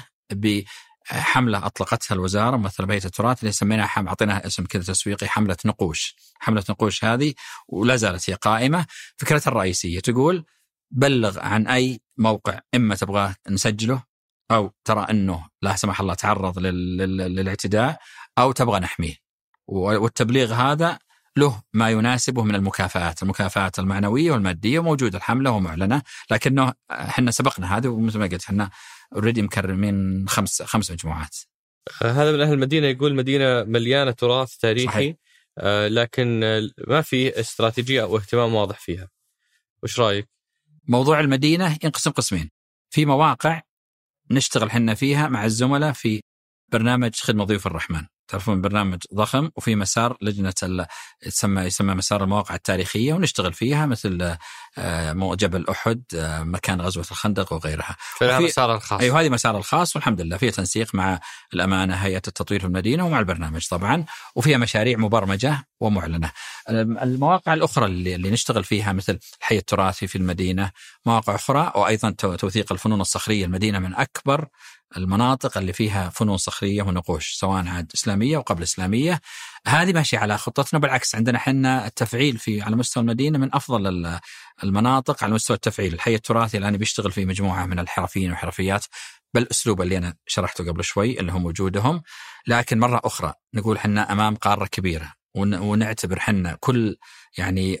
بحملة أطلقتها الوزارة مثل بيت التراث اللي سميناها حم أعطيناها اسم كذا تسويقي، حملة نقوش. حملة نقوش هذه ولا زالت هي قائمة. فكرتها الرئيسية تقول بلغ عن أي موقع إما تبغاه نسجله، أو ترى أنه لا سمح الله تعرض للاعتداء، أو تبغى نحميه. والتبليغ هذا له ما يناسبه من المكافآت، المكافآت المعنوية والمادية موجودة الحملة ومعلنة، لكنه حنا سبقنا هذا، ومثل ما قلت حنا أوريدي مكرمين خمس خمس مجموعات. هذا من أهل المدينة يقول مدينة مليانة تراث تاريخي. صحيح. آه لكن ما في استراتيجية أو اهتمام واضح فيها. وش رأيك؟ موضوع المدينة ينقسم قسمين. في مواقع نشتغل حنا فيها مع الزملاء في برنامج خدمة ضيوف الرحمن، تعرفون برنامج ضخم، وفي مسار لجنة يسمى يسمى مسار المواقع التاريخية، ونشتغل فيها مثل جبل أحد، مكان غزوة الخندق وغيرها. فلها مسار الخاص. أيوة هذه مسار الخاص، والحمد لله فيها تنسيق مع الأمانة هيئة التطوير في المدينة ومع البرنامج طبعا، وفيها مشاريع مبرمجة ومعلنة. المواقع الأخرى اللي, اللي نشتغل فيها مثل الحي التراثي في المدينة، مواقع أخرى، وأيضا توثيق الفنون الصخرية. المدينة من أكبر المناطق اللي فيها فنون صخرية ونقوش سواء عاد إسلامية وقبل إسلامية. هذه ماشية على خطتنا، بالعكس عندنا حنا التفعيل في على مستوى المدينة من أفضل المناطق على مستوى التفعيل. الحي التراثي الآن بيشتغل في مجموعة من الحرفيين وحرفيات بالأسلوب اللي أنا شرحته قبل شوي اللي هم وجودهم. لكن مرة أخرى نقول حنا أمام قارة كبيرة، ونعتبر حنا كل يعني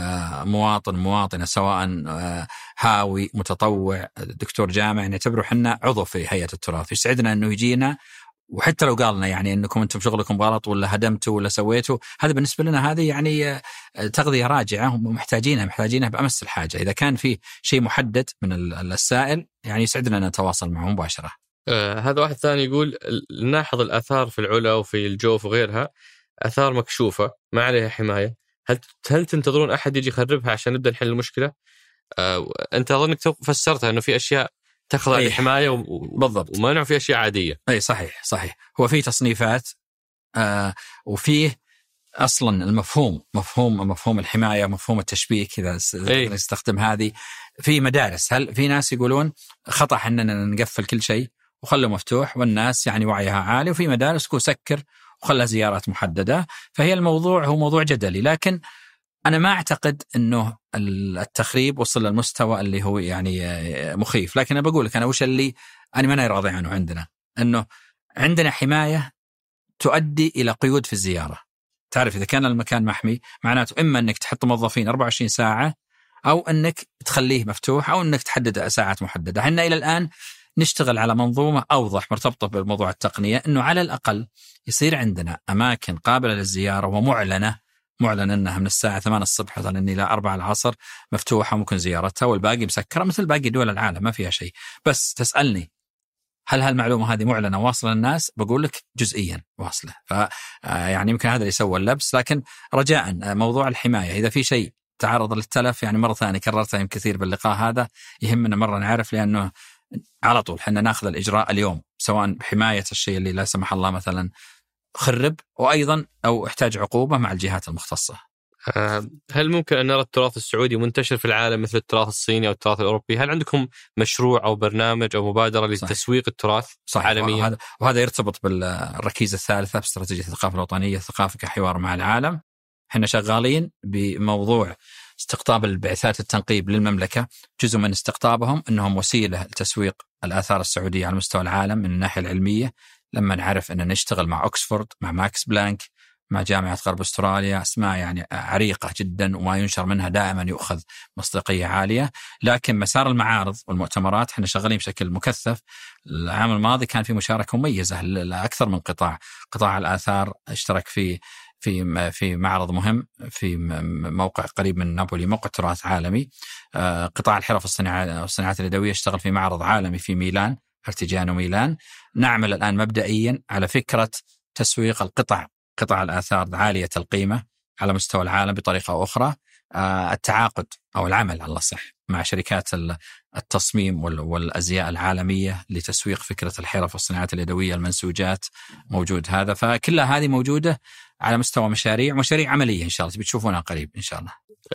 مواطن مواطنة سواء هاوي متطوع دكتور جامع نعتبره حنا عضو في هيئة التراث. يسعدنا أنه يجينا، وحتى لو قالنا يعني أنكم أنتم شغلكم غلط ولا هدمتوا ولا سويتوا، هذا بالنسبة لنا هذه يعني تغذية راجعة ومحتاجينها محتاجينها بأمس الحاجة. إذا كان في شيء محدد من السائل يعني يسعدنا أن نتواصل معه مباشرة. آه هذا واحد ثاني يقول نلاحظ الآثار في العلا وفي الجوف وغيرها آثار مكشوفة ما عليها حماية، هل هل تنتظرون أحد يجي يخربها عشان نبدأ نحل المشكلة؟ آه أنت أظنك فسرتها إنه في أشياء تخضع لحماية و... بالضبط، ومنع في أشياء عادية. أي صحيح صحيح. هو في تصنيفات آه وفيه أصلا المفهوم مفهوم مفهوم الحماية مفهوم التشبيك إذا نستخدم هذه في مدارس. هل في ناس يقولون خطأ أننا نقفل كل شيء وخلوا مفتوح والناس يعني وعيها عالي، وفي مدارس كو سكر وخلى زيارات محددة. فهي الموضوع هو موضوع جدلي، لكن أنا ما أعتقد أنه التخريب وصل للمستوى اللي هو يعني مخيف. لكن أنا بقول لك أنا وش اللي أنا ما راضي عنه عندنا، أنه عندنا حماية تؤدي إلى قيود في الزيارة. تعرف إذا كان المكان محمي معناته إما أنك تحط موظفين أربعة وعشرين ساعة أو أنك تخليه مفتوح أو أنك تحدد ساعات محددة. إحنا إلى الآن نشتغل على منظومة أوضح مرتبطة بموضوع التقنية، أنه على الأقل يصير عندنا أماكن قابلة للزيارة ومعلنة معلن أنها من الساعة ثمانية الصبح مثلا إلى أربعة العصر مفتوحة ممكن زيارتها، والباقي مسكرة مثل باقي دول العالم ما فيها شيء. بس تسألني هل هالمعلومة هذه معلنة واصلة للناس؟ بقول لك جزئيا واصلة. ف يعني يمكن هذا اللي يسوى اللبس. لكن رجاء موضوع الحماية إذا في شيء تعرض للتلف يعني مرة ثانية كررتها كثير باللقاء هذا يهمنا مرة نعرف، لأنه على طول حنا ناخذ الإجراء اليوم سواء بحماية الشيء اللي لا سمح الله مثلا خرب، وأيضا أو احتاج عقوبة مع الجهات المختصة. هل ممكن أن نرى التراث السعودي منتشر في العالم مثل التراث الصيني أو التراث الأوروبي؟ هل عندكم مشروع أو برنامج أو مبادرة لتسويق التراث عالميا؟ وهذا, وهذا يرتبط بالركيزة الثالثة باستراتيجية الثقافة الوطنية، الثقافة كحوار مع العالم. احنا شغالين بموضوع استقطاب البعثات التنقيب للمملكة. جزء من استقطابهم أنهم وسيلة لتسويق الآثار السعودية على مستوى العالم من الناحية العلمية، لما نعرف أن نشتغل مع أكسفورد مع ماكس بلانك مع جامعة غرب أستراليا، أسماء يعني عريقة جدا وما ينشر منها دائما يؤخذ مصداقية عالية. لكن مسار المعارض والمؤتمرات احنا شغالين بشكل مكثف. العام الماضي كان في مشاركة مميزة لأكثر من قطاع. قطاع الآثار اشترك في في في معرض مهم في موقع قريب من نابولي، موقع تراث عالمي. قطاع الحرف والصناعات اليدوية اشتغل في معرض عالمي في ميلان، ارتجانو ميلان. نعمل الآن مبدئيا على فكرة تسويق القطع قطع الآثار عالية القيمة على مستوى العالم بطريقة أو أخرى. التعاقد أو العمل على الصح مع شركات التصميم والأزياء العالمية لتسويق فكرة الحرف والصناعات اليدوية المنسوجات موجود هذا. فكلها هذه موجودة على مستوى مشاريع مشاريع عملية إن شاء الله بتشوفونها قريب إن شاء الله.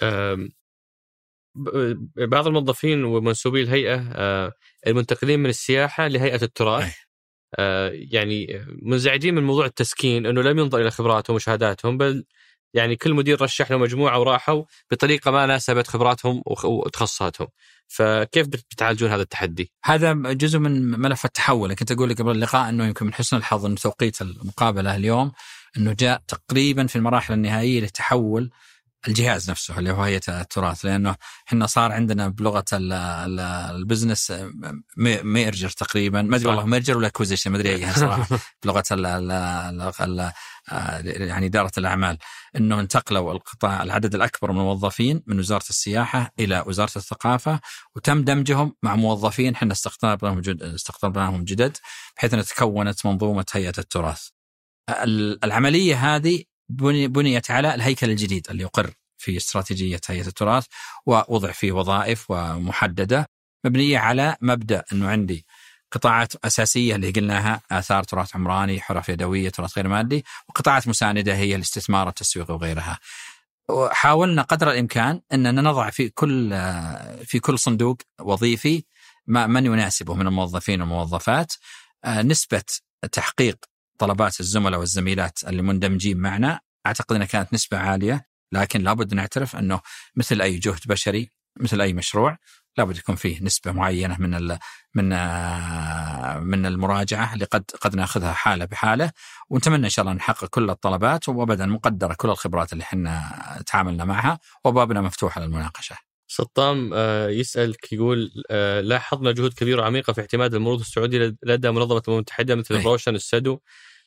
بعض الموظفين ومنسوبي الهيئة المنتقلين من السياحة لهيئة التراث يعني منزعجين من موضوع التسكين، أنه لم ينظر إلى خبراتهم وشهاداتهم، بل يعني كل مدير رشح له مجموعة وراحوا بطريقة ما ناسبت خبراتهم وتخصصاتهم. فكيف بتعالجون هذا التحدي؟ هذا جزء من ملف التحول. كنت أقول لك قبل اللقاء أنه يمكن من حسن الحظ أن توقيت المقابلة اليوم أنه جاء تقريبا في المراحل النهائية لتحول الجهاز نفسه اللي هو هيئة التراث، لأنه إحنا صار عندنا بلغة البزنس ميرجر تقريبا، ما أدري والله ميرجر ولا أكوزيشن ما أدري أيها صراحة بلغة ال ال يعني إدارة الأعمال، إنه انتقلوا القطاع العدد الأكبر من الموظفين من وزارة السياحة إلى وزارة الثقافة، وتم دمجهم مع موظفين إحنا استقطبناهم استقطبناهم جدد بحيث أن تكونت منظومة هيئة التراث. العملية هذه بنيت على الهيكل الجديد اللي يقر في استراتيجية هيئة التراث ووضع فيه وظائف ومحددة مبنية على مبدأ أنه عندي قطاعات أساسية اللي قلناها آثار، تراث عمراني، حرف يدوية، تراث غير مادي، وقطاعات مساندة هي الاستثمار والتسويق وغيرها. وحاولنا قدر الإمكان أننا نضع في كل في كل صندوق وظيفي من يناسبه من الموظفين والموظفات نسبة تحقيق طلبات الزملاء والزميلات اللي مندمجين معنا. أعتقد أنها كانت نسبة عالية، لكن لابد نعترف أنه مثل أي جهد بشري مثل أي مشروع لابد يكون فيه نسبة معينة من ال من من المراجعة اللي قد قد ناخذها حالة بحالة، ونتمنى إن شاء الله نحقق كل الطلبات، وأبدا مقدرة كل الخبرات اللي حنا تعاملنا معها، وبابنا مفتوح للمناقشة. سطام يسألك يقول لاحظنا جهود كبيرة وعميقة في اعتماد المروض السعودي لدى منظمة الأمم المتحدة مثل الروشن السدو.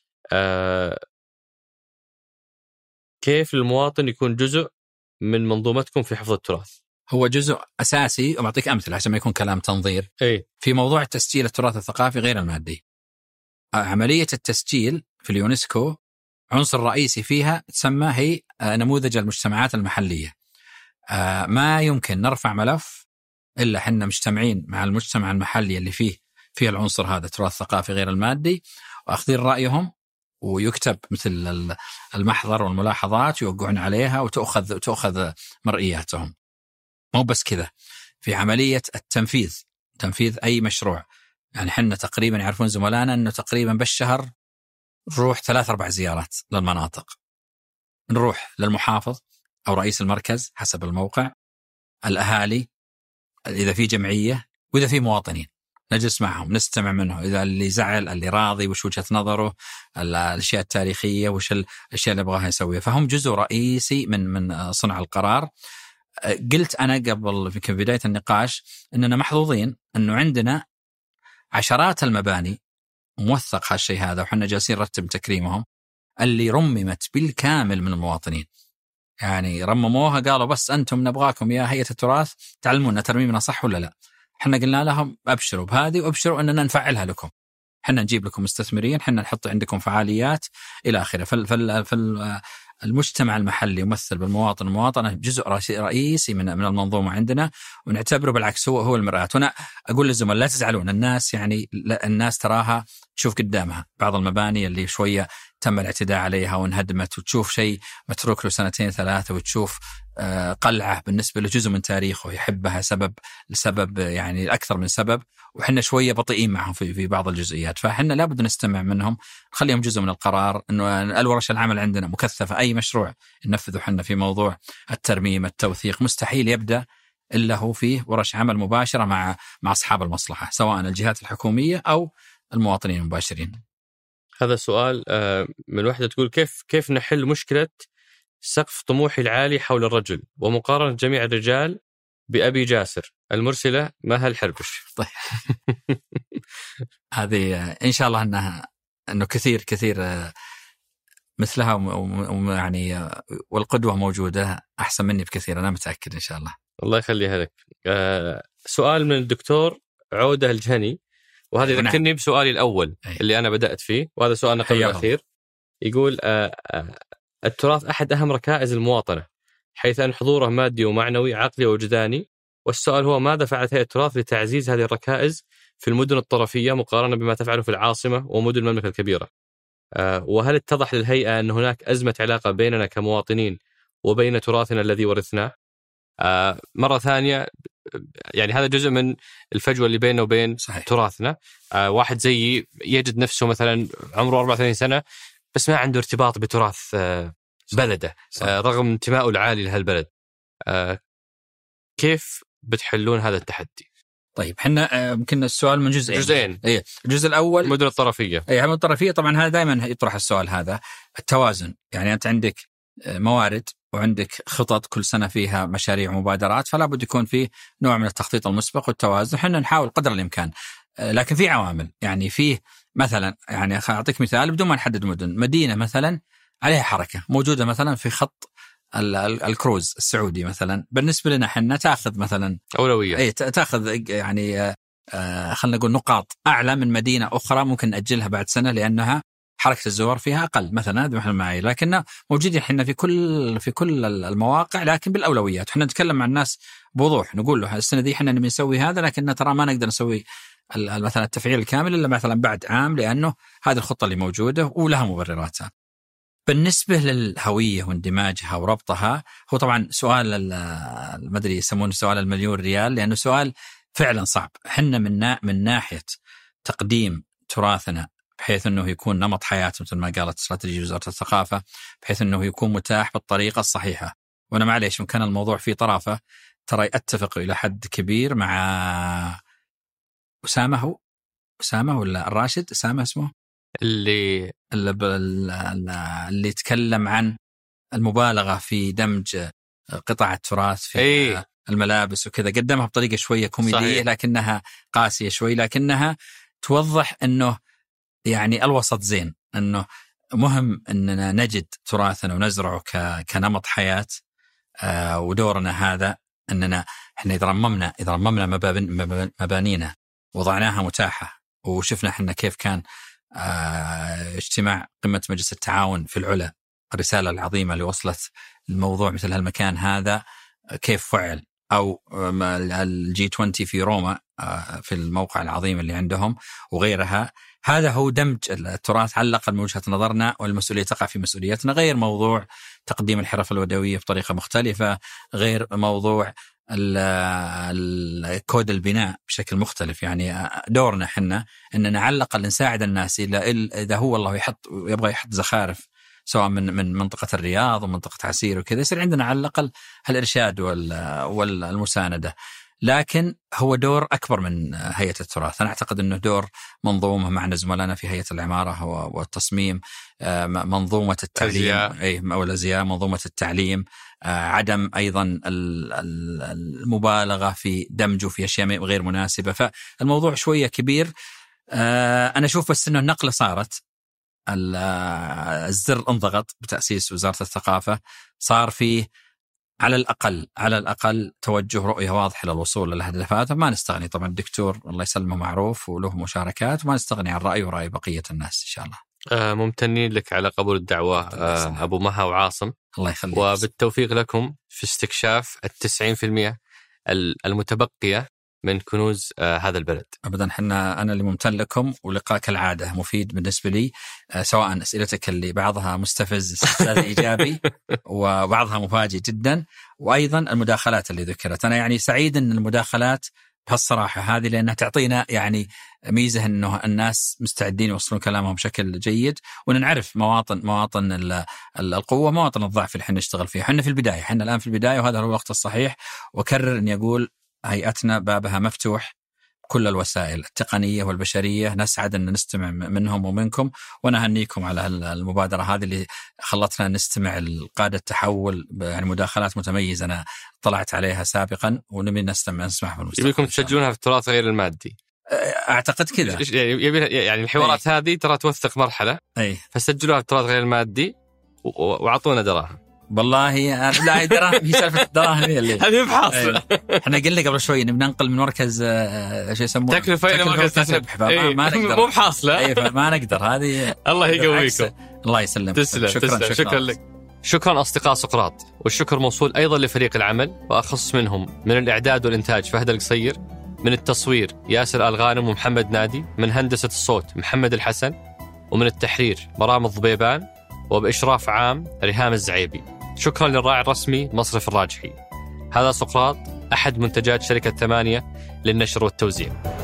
كيف المواطن يكون جزء من منظومتكم في حفظ التراث؟ هو جزء أساسي، وأعطيك أمثلة عشان ما يكون كلام تنظير. أي. في موضوع تسجيل التراث الثقافي غير المادي، عملية التسجيل في اليونسكو عنصر رئيسي فيها تسمى هي نموذج المجتمعات المحلية. ما يمكن نرفع ملف إلا حنا مجتمعين مع المجتمع المحلي اللي فيه فيه العنصر هذا تراث ثقافي غير المادي، وأخذين رأيهم ويكتب مثل المحضر والملاحظات ويوقعون عليها وتأخذ تأخذ مرئياتهم. مو بس كذا، في عملية التنفيذ، تنفيذ أي مشروع. يعني حنا تقريبا يعرفون زملائنا أنه تقريبا بالشهر نروح ثلاث أربع زيارات للمناطق، نروح للمحافظ أو رئيس المركز حسب الموقع، الأهالي إذا في جمعية، وإذا في مواطنين نجلس معهم نستمع منه، إذا اللي زعل اللي راضي وش وجهة نظره، الأشياء التاريخية وش الأشياء اللي يبغاها يسويها. فهم جزء رئيسي من من صنع القرار. قلت أنا قبل في بداية النقاش أننا محظوظين أنه عندنا عشرات المباني موثق هالشيء هذا، وحنا جالسين نرتب تكريمهم، اللي رممت بالكامل من المواطنين. يعني رمموها قالوا بس أنتم نبغاكم يا هيئة التراث تعلمونا ترميمنا صح ولا لا. حنا قلنا لهم أبشروا بهذه وأبشروا أننا نفعلها لكم، حنا نجيب لكم مستثمرين، حنا نحط عندكم فعاليات إلى آخره. فال فال فال المجتمع المحلي يمثل بالمواطن، المواطنة جزء رئيسي من من المنظومة عندنا، ونعتبره بالعكس هو هو المرآة. وأنا أقول للزملاء لا تزعلون، الناس يعني الناس تراها تشوف قدامها بعض المباني اللي شوية تم الاعتداء عليها وانهدمت، وتشوف شيء متروك له سنتين ثلاثة، وتشوف قلعة بالنسبة له جزء من تاريخه يحبها سبب لسبب يعني أكثر من سبب، وحنا شوية بطيئين معهم في في بعض الجزئيات. فحنا لابد نستمع منهم، نخليهم جزء من القرار. إنه الورش العمل عندنا مكثفة، أي مشروع ننفذه حنا في موضوع الترميم التوثيق مستحيل يبدأ إلا هو فيه ورش عمل مباشرة مع مع أصحاب المصلحة، سواء الجهات الحكومية أو المواطنين المباشرين. هذا سؤال من وحدة تقول كيف كيف نحل مشكلة سقف طموحي العالي حول الرجل ومقارنة جميع الرجال بأبي جاسر؟ المرسلة مها الحربش. طيب هذه إن شاء الله أنها أنه كثير كثير مثلها ويعني والقدوة موجودة أحسن مني بكثير، أنا متأكد إن شاء الله. الله يخليها لك. سؤال من الدكتور عودة الجهني، وهذا يذكرني بسؤالي الأول اللي أنا بدأت فيه، وهذا سؤالنا قبل الأخير. يقول التراث أحد أهم ركائز المواطنة، حيث أن حضوره مادي ومعنوي عقلي ووجداني، والسؤال هو ماذا فعلت هيئة التراث لتعزيز هذه الركائز في المدن الطرفية مقارنة بما تفعله في العاصمة ومدن المملكة الكبيرة؟ وهل اتضح للهيئة أن هناك أزمة علاقة بيننا كمواطنين وبين تراثنا الذي ورثناه؟ مرة ثانية، يعني هذا جزء من الفجوة اللي بيننا وبين صحيح. تراثنا. واحد زي يجد نفسه مثلا عمره أربعة وثلاثين سنة بس ما عنده ارتباط بتراث بلده صح. رغم انتمائه العالي لهالبلد. كيف بتحلون هذا التحدي؟ طيب حنا يمكن السؤال من جزئين. جزئين. ايه الجزء الاول المدن الطرفيه. اي المدن الطرفيه طبعا هذا دائما يطرح السؤال هذا، التوازن. يعني انت عندك موارد وعندك خطط كل سنه فيها مشاريع ومبادرات، فلا بد يكون فيه نوع من التخطيط المسبق والتوازن. حنا نحاول قدر الامكان، لكن في عوامل. يعني فيه مثلا، يعني اعطيك مثال بدون ما نحدد مدن، مدينه مثلا عليها حركه موجوده مثلا في خط الكروز السعودي مثلا، بالنسبه لنا حنا تاخذ مثلا اولويه، اي تاخذ يعني آه خلينا نقول نقاط اعلى من مدينه اخرى ممكن ناجلها بعد سنه لانها حركه الزوار فيها اقل مثلا. هذا مثل معي، لكن موجودين حنا في كل في كل المواقع، لكن بالاولويات. حنا نتكلم مع الناس بوضوح، نقول له السنه دي حنا نبي نسوي هذا، لكن ترى ما نقدر نسوي مثلا التفعيل الكامل الا مثلا بعد عام، لانه هذه الخطه اللي موجوده ولها مبرراتها. بالنسبة للهوية واندماجها وربطها، هو طبعا سؤال ما أدري يسمونه سؤال المليون ريال، لأنه سؤال فعلا صعب. حنا من نا من ناحية تقديم تراثنا بحيث أنه يكون نمط حياة مثل ما قالت استراتيجية وزارة الثقافة، بحيث أنه يكون متاح بالطريقة الصحيحة. وأنا معليش ممكن الموضوع فيه طرافة، ترى أتفق إلى حد كبير مع أسامة. هو أسامة ولا الراشد؟ أسامة اسمه اللي اللي, اللي يتكلم عن المبالغة في دمج قطع التراث في أي. الملابس وكذا. قدمها بطريقة شوية كوميدية صحيح. لكنها قاسية شوي، لكنها توضح أنه يعني الوسط زين، أنه مهم أننا نجد تراثنا ونزرعه كنمط حياة. آه ودورنا هذا أننا إحنا إذا رممنا إذا رممنا مبانينا وضعناها متاحة، وشفنا إحنا كيف كان آه اجتماع قمة مجلس التعاون في العلا، الرسالة العظيمة اللي وصلت الموضوع مثل هالمكان هذا كيف فعل، أو الجي عشرين في روما آه في الموقع العظيم اللي عندهم وغيرها. هذا هو دمج التراث على الأقل من وجهة نظرنا، والمسؤولية تقع في مسؤوليتنا، غير موضوع تقديم الحرف الودوية بطريقة مختلفة، غير موضوع الكود البناء بشكل مختلف. يعني دورنا حنا أننا على الأقل نساعد الناس إذا هو الله يحط يبغى يحط زخارف سواء من من منطقة الرياض ومنطقة عسير وكذا، يصير عندنا على الأقل هالإرشاد والمساندة. لكن هو دور أكبر من هيئة التراث. أنا أعتقد أنه دور منظومة معنا زملائنا في هيئة العمارة والتصميم، منظومة التعليم أي والأزياء، منظومة التعليم، عدم أيضا المبالغة في دمجه في أشياء غير مناسبة. فالموضوع شوية كبير. أنا أشوف بس أنه النقلة صارت، الزر انضغط بتأسيس وزارة الثقافة، صار فيه على الأقل على الأقل توجه رؤية واضحة للوصول للهدفات. ما نستغني طبعا، الدكتور الله يسلمه معروف وله مشاركات، وما نستغني عن رأيه ورأي بقية الناس إن شاء الله. آه ممتنين لك على قبول الدعوة آه أبو مها وعاصم، الله يخليك، وبالتوفيق لكم في استكشاف التسعين في المئة المتبقية من كنوز آه هذا البلد. أبدا، حنا أنا اللي ممتن لكم، ولقاء كالعادة مفيد بالنسبة لي، آه سواء أسئلتك اللي بعضها مستفز استفزاز إيجابي وبعضها مفاجئ جدا، وأيضا المداخلات اللي ذكرت. أنا يعني سعيد أن المداخلات بهالصراحة هذه، لأنها تعطينا يعني ميزة أنه الناس مستعدين يوصلون كلامهم بشكل جيد، ونعرف مواطن مواطن القوة، مواطن الضعف اللي حنا نشتغل فيه. حنا في البداية، حنا الآن في البداية، وهذا هو الوقت الصحيح. وكرر أن يقول هيئتنا بابها مفتوح، كل الوسائل التقنية والبشرية نسعد أن نستمع منهم ومنكم، ونهنيكم على المبادرة هذه اللي خلتنا نستمع القادة التحول، يعني مداخلات متميزة أنا طلعت عليها سابقا، ونبي نستمع نسمعها في المستقبل. يبيكم تسجلونها في التراث غير المادي، أعتقد كذا. يعني الحوارات هذه ترى توثق مرحلة، أي. فسجلوها في التراث غير المادي وعطونا دراهم. والله لا، دراهم هي سالفة الدراهم هي اللي هذه بحاصل. احنا قلنا قبل شوي نبي ننقل من مركز شو يسمونه تكلفة إلى مركز تسبح، ما, ما نقدر، مو بحاصلة. اي ما نقدر هذه. الله يقويكم، الله يسلمك. تسلم. شكرا تسلم. شكرا, شكرا لك. شكرا أصدقاء سقراط، والشكر موصول أيضا لفريق العمل، وأخص منهم من الإعداد والإنتاج فهد القصير، من التصوير ياسر الغانم ومحمد نادي، من هندسة الصوت محمد الحسن، ومن التحرير مرام الضبيبان، وبإشراف عام ريهام الزعيبي. شكرا للراعي الرسمي مصرف الراجحي. هذا سقراط، أحد منتجات شركة ثمانية للنشر والتوزيع.